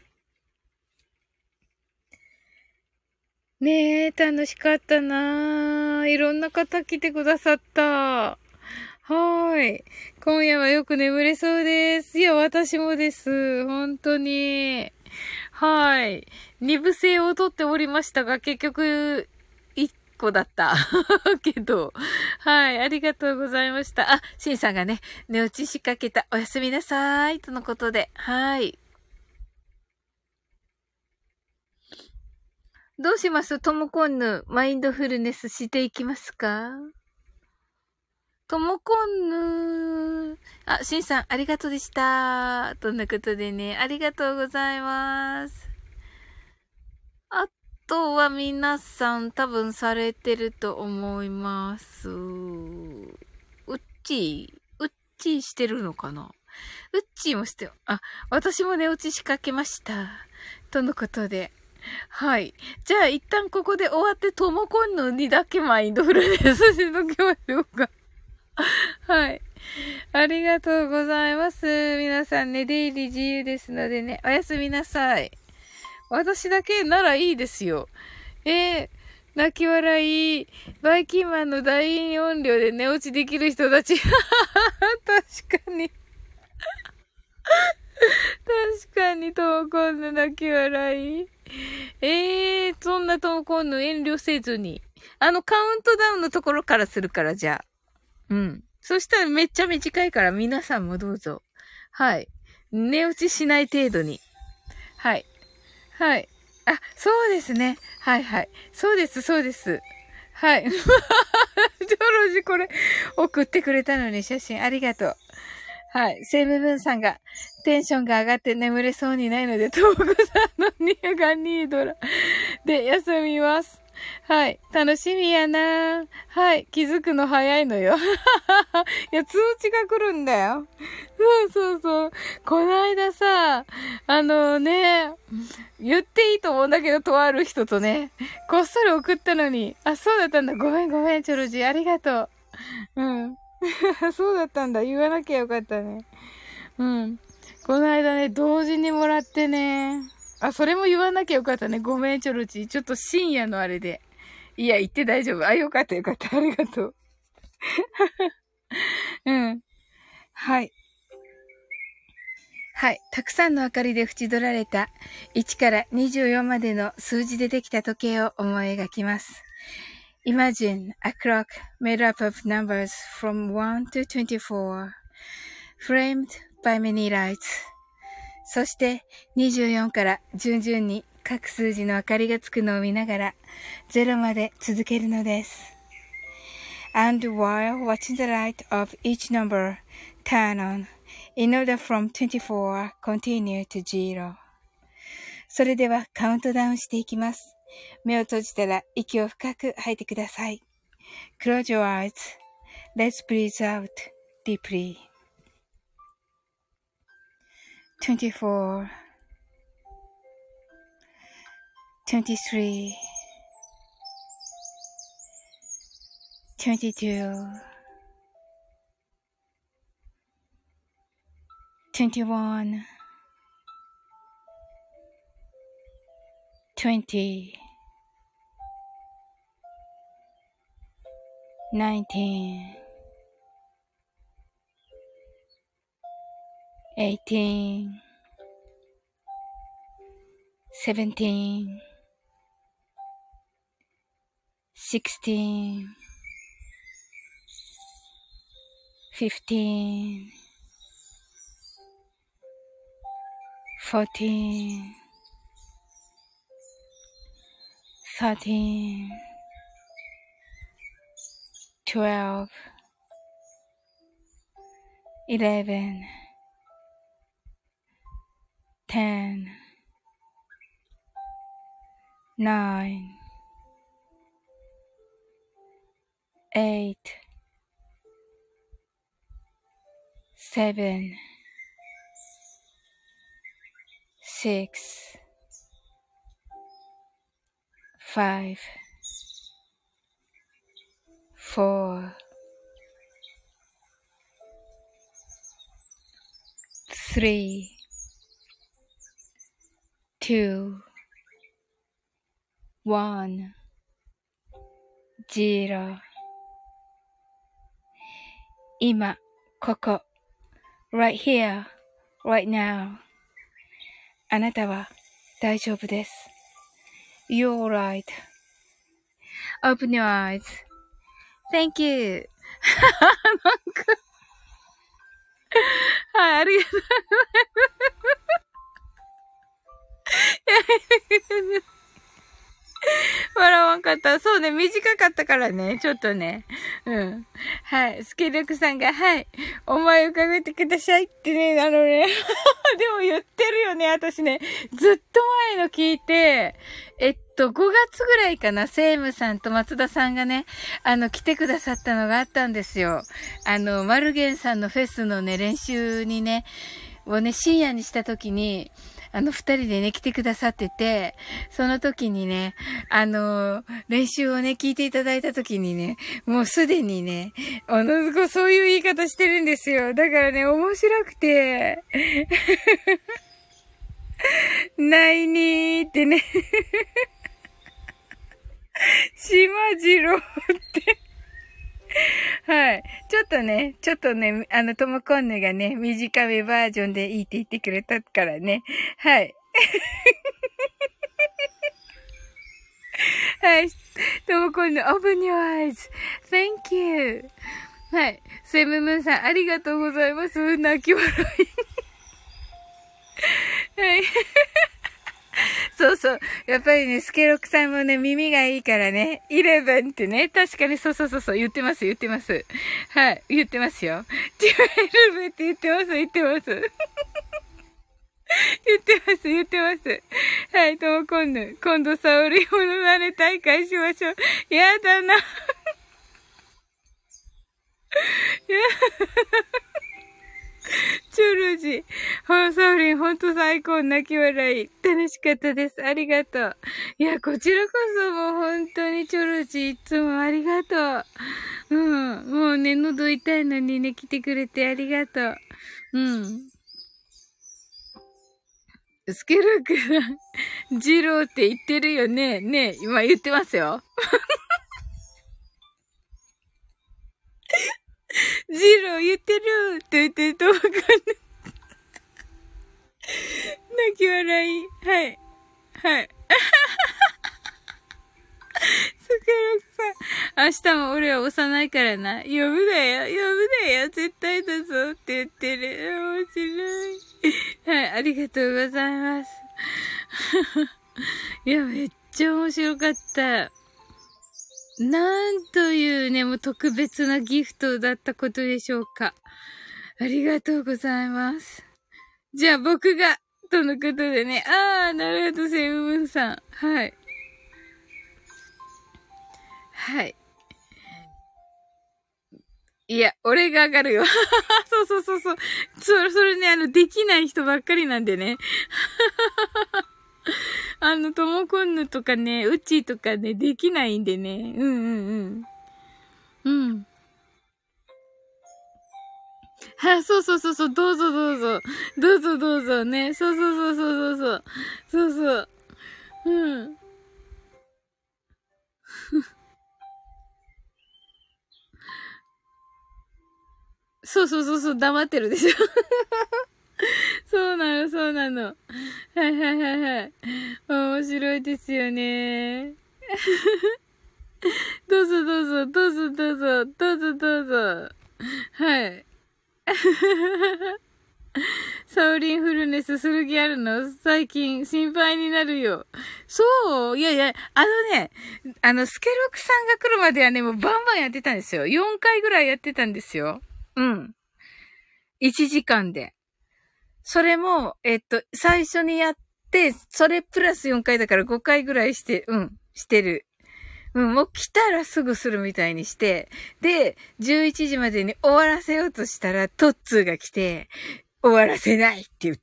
S1: ねえ、楽しかったなぁ。いろんな方来てくださった。はーい。今夜はよく眠れそうです。いや、私もです。本当に。はい。二部制をとっておりましたが、結局、一個だった。けど。はい。ありがとうございました。あ、シンさんがね、寝落ちしかけた。おやすみなさい。とのことで。はい。どうしますトモコンヌ、マインドフルネスしていきますか？トモコンヌ。あ、シンさん、ありがとうでした。とのことでね、ありがとうございます。あとは皆さん多分されてると思います。うっちーしてるのかな？うっちーもしてあ、私も寝落ちしかけました。とのことで。はい。じゃあ一旦ここで終わってトモコンヌにだけマインドフルネスしときましょうか。はい。ありがとうございます。皆さんね、出入り自由ですのでね、おやすみなさい。私だけならいいですよ。泣き笑い。バイキンマンの大音量で寝落ちできる人たち。確かに。確かに、トモコンヌ泣き笑い。そんなトモコンヌ遠慮せずに。カウントダウンのところからするから、じゃあ。うん。そしたらめっちゃ短いから皆さんもどうぞ。はい。寝落ちしない程度に。はい。はい。あ、そうですね。はいはい。そうです、そうです。はい。ジョロジこれ送ってくれたのに写真ありがとう。はい。セムブンさんがテンションが上がって眠れそうにないので、トークさんのニアガニードラで休みます。はい。楽しみやな。はい。気づくの早いのよ。いや、通知が来るんだよ。そう。この間さ、言っていいと思うんだけど、とある人とね、こっそり送ったのに、あ、そうだったんだ。ごめん、チョロジー。ありがとう。うん。そうだったんだ。言わなきゃよかったね。うん。この間ね、同時にもらってね。あ、それも言わなきゃよかったね。ごめん、チョロチ。ちょっと深夜のあれで。いや、言って大丈夫。あ、よかった。ありがとう。うん。はい。 はい。たくさんの明かりで縁取られた1から24までの数字でできた時計を思い描きます。Imagine a clock made up of numbers from 1 to 24, framed by many lights. そして24から順々に各数字の明かりがつくのを見ながら0まで続けるのです。And while watching the light of each number turn on, in order from 24 continue to 0. それではカウントダウンしていきます。目を閉じたら息を深く吐いてください。Close your eyes. Let's breathe out deeply. 24, 23, 22, 21, 20, 19, 18, 17, 16, 15, 14, 13, 12, 11, 10, 9, 8, 7, 6, 5, 4, 3, 2, 1, 0. 今、ここ、right here, right now. あなたは大丈夫です。You're right. Open your eyes. Thank you. なんか、はい、ありがとうございます。笑わんかった。そうね、短かったからね。ちょっとね。うん。はい。スケルクさんが、はい。思い浮かべてくださいってね、でも言ってるよね、私ね。ずっと前の聞いて、5月ぐらいかな、セイムさんと松田さんがね、来てくださったのがあったんですよ。マルゲンさんのフェスのね、練習にね、をね、深夜にした時に、二人でね、来てくださってて、その時にね、練習をね、聞いていただいた時にね、もうすでにね、そういう言い方してるんですよ。だからね、面白くて、ないにーってね、しまじろうって。はい。ちょっとね、ともこんぬがね、短めバージョンでいいって言ってくれたからね。はい。はい。ともこんぬ、open your eyes.Thank you. はい。セムムーンさん、ありがとうございます。泣き笑い。はい。そうそう。やっぱりね、スケロクさんもね、耳がいいからね、11ってね、確かにそう、言ってます。はい、言ってますよ。12って言ってます。言ってます。はい、とも今度サオリモノマネ大会しましょう。やだな。チョルジ。サオリン、ほんと最高。泣き笑い。楽しかったです。ありがとう。いや、こちらこそもう本当にチョルジ、いつもありがとう。うん。もうね、喉痛いのにね、来てくれてありがとう。うん。スケルクさん、ジローって言ってるよね。ね、今言ってますよ。ジロー言ってるって言ってるとわかんない。 泣き笑い。はい。はい。スケロクさん。明日も俺は押さないからな。呼ぶなよ、呼ぶなよ、絶対だぞって言ってる。面白い。はい、ありがとうございます。いや、めっちゃ面白かった。なんというね、もう特別なギフトだったことでしょうか。ありがとうございます。じゃあ僕が、とのことでね。なるほど、セブブンさん。はい。はい。いや、俺が上がるよ。そうそうそうそう。それね、できない人ばっかりなんでね。ともこんぬとかね、うちとかね、できないんでね。うんうんうん。うん。そうそうそうそう、どうぞどうぞ。どうぞどうぞね。そうそうそうそうそう。そうそう。うん。そうそうそうそう、黙ってるでしょ。そうなの、そうなの。はいはいはいはい。面白いですよね。どうぞどうぞ、どうぞどうぞ、どうぞどうぞ。はい。サウリンフルネスする気あるの？最近心配になるよ。そう、いやいや、スケロクさんが来るまではね、もうバンバンやってたんですよ。4回ぐらいやってたんですよ。うん。1時間で。それも、最初にやって、それプラス4回だから5回ぐらいして、してる。もう来たらすぐするみたいにして、で、11時までに終わらせようとしたら、トッツーが来て、終わらせないって言って、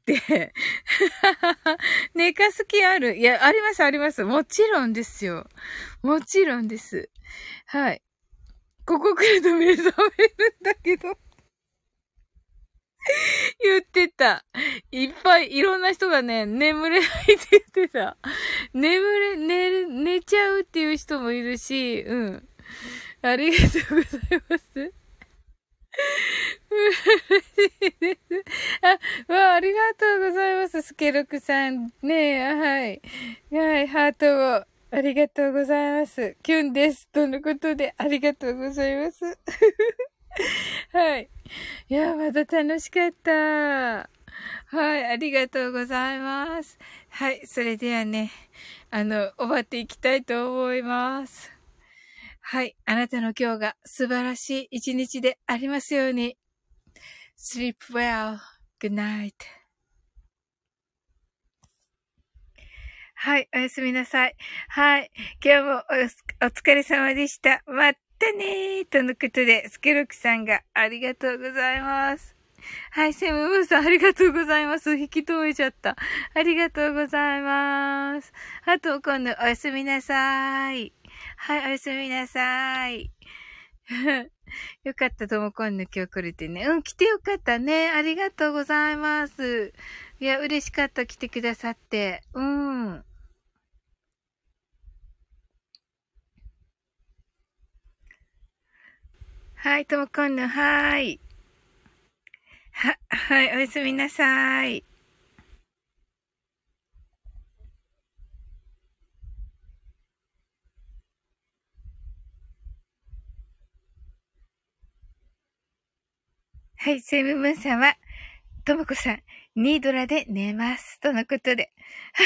S1: 寝かす気ある？いや、ありますあります。もちろんですよ。もちろんです。はい。ここ来ると目覚めるんだけど。言ってた。いっぱいいろんな人がね、眠れないって言ってた。寝ちゃうっていう人もいるし、うん。ありがとうございます。嬉しいです。ありがとうございます。スケロクさん。ねえ、はい。はい、ハートを。ありがとうございます。キュンです。とのことで、ありがとうございます。はい。いや、また楽しかった。はい、ありがとうございます。はい、それではね、終わっていきたいと思います。はい、あなたの今日が素晴らしい一日でありますように。Sleep well. Good night. はい、おやすみなさい。はい、今日もお疲れ様でした。またねーとのことで、スケロクさんがありがとうございます。はい、セムムーさんありがとうございます。引き止めちゃった。ありがとうございます。あと、今度おやすみなさい。はい、おやすみなさい。よかった、ともこんぬ今日来れてね。来てよかったね。ありがとうございます。いや、嬉しかった、来てくださって。はい、ともこんぬ、はい。はい、おやすみなさい。はい、セムムーンさんは、ともこさん、ニードラで寝ます。とのことで。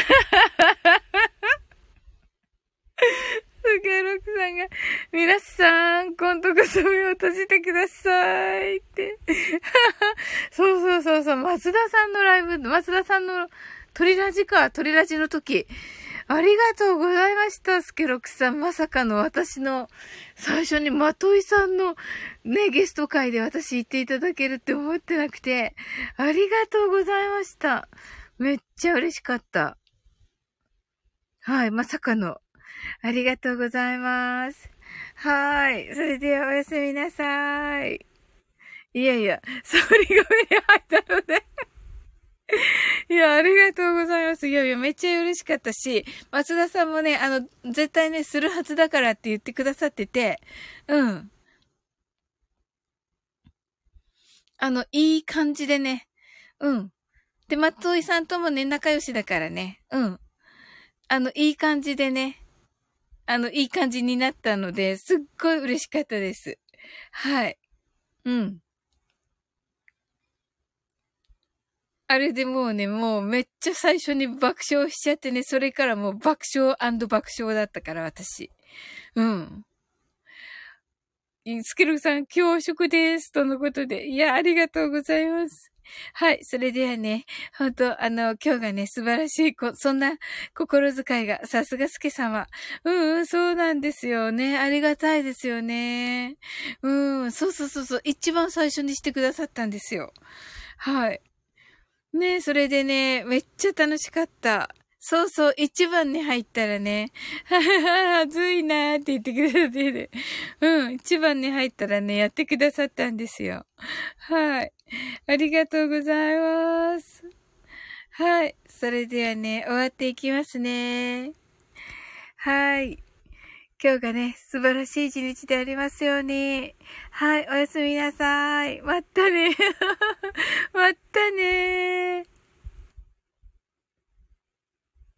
S1: スケロクさんが、皆さん、今度こそ目を閉じてくださいって。そうそうそうそう、松田さんのライブ、松田さんのトリラジの時。ありがとうございました、スケロクさん。まさかの私の、最初にまといさんのね、ゲスト会で私言っていただけるって思ってなくて、ありがとうございました。めっちゃ嬉しかった。はい、まさかの。ありがとうございます。はい。それではおやすみなさい。いやいや、サオリが目に入ったのでいや、ありがとうございます。いやいや、めっちゃ嬉しかったし、松田さんもね、絶対ね、するはずだからって言ってくださってて、いい感じでね、 で、松井さんともね、仲良しだからね。うん。いい感じでね、いい感じになったので、すっごい嬉しかったです。はい。うん。あれでもうね、もうめっちゃ最初に爆笑しちゃってね、それからもう爆笑&爆笑だったから、私。うん。スケルさん、恐縮です。とのことで。いや、ありがとうございます。はい。それではね、本当今日がね、素晴らしい、そんな心遣いが、さすがスケ様。そうなんですよね。ありがたいですよね。そう。一番最初にしてくださったんですよ。はい。ね、それでね、めっちゃ楽しかった。そう、一番に入ったらね、ははは、暑いなーって言ってくださってね。一番に入ったらね、やってくださったんですよ。はい。ありがとうございます。はい。それではね、終わっていきますね。はい。今日がね、素晴らしい一日でありますように。はい、おやすみなさい。まったね。まったね。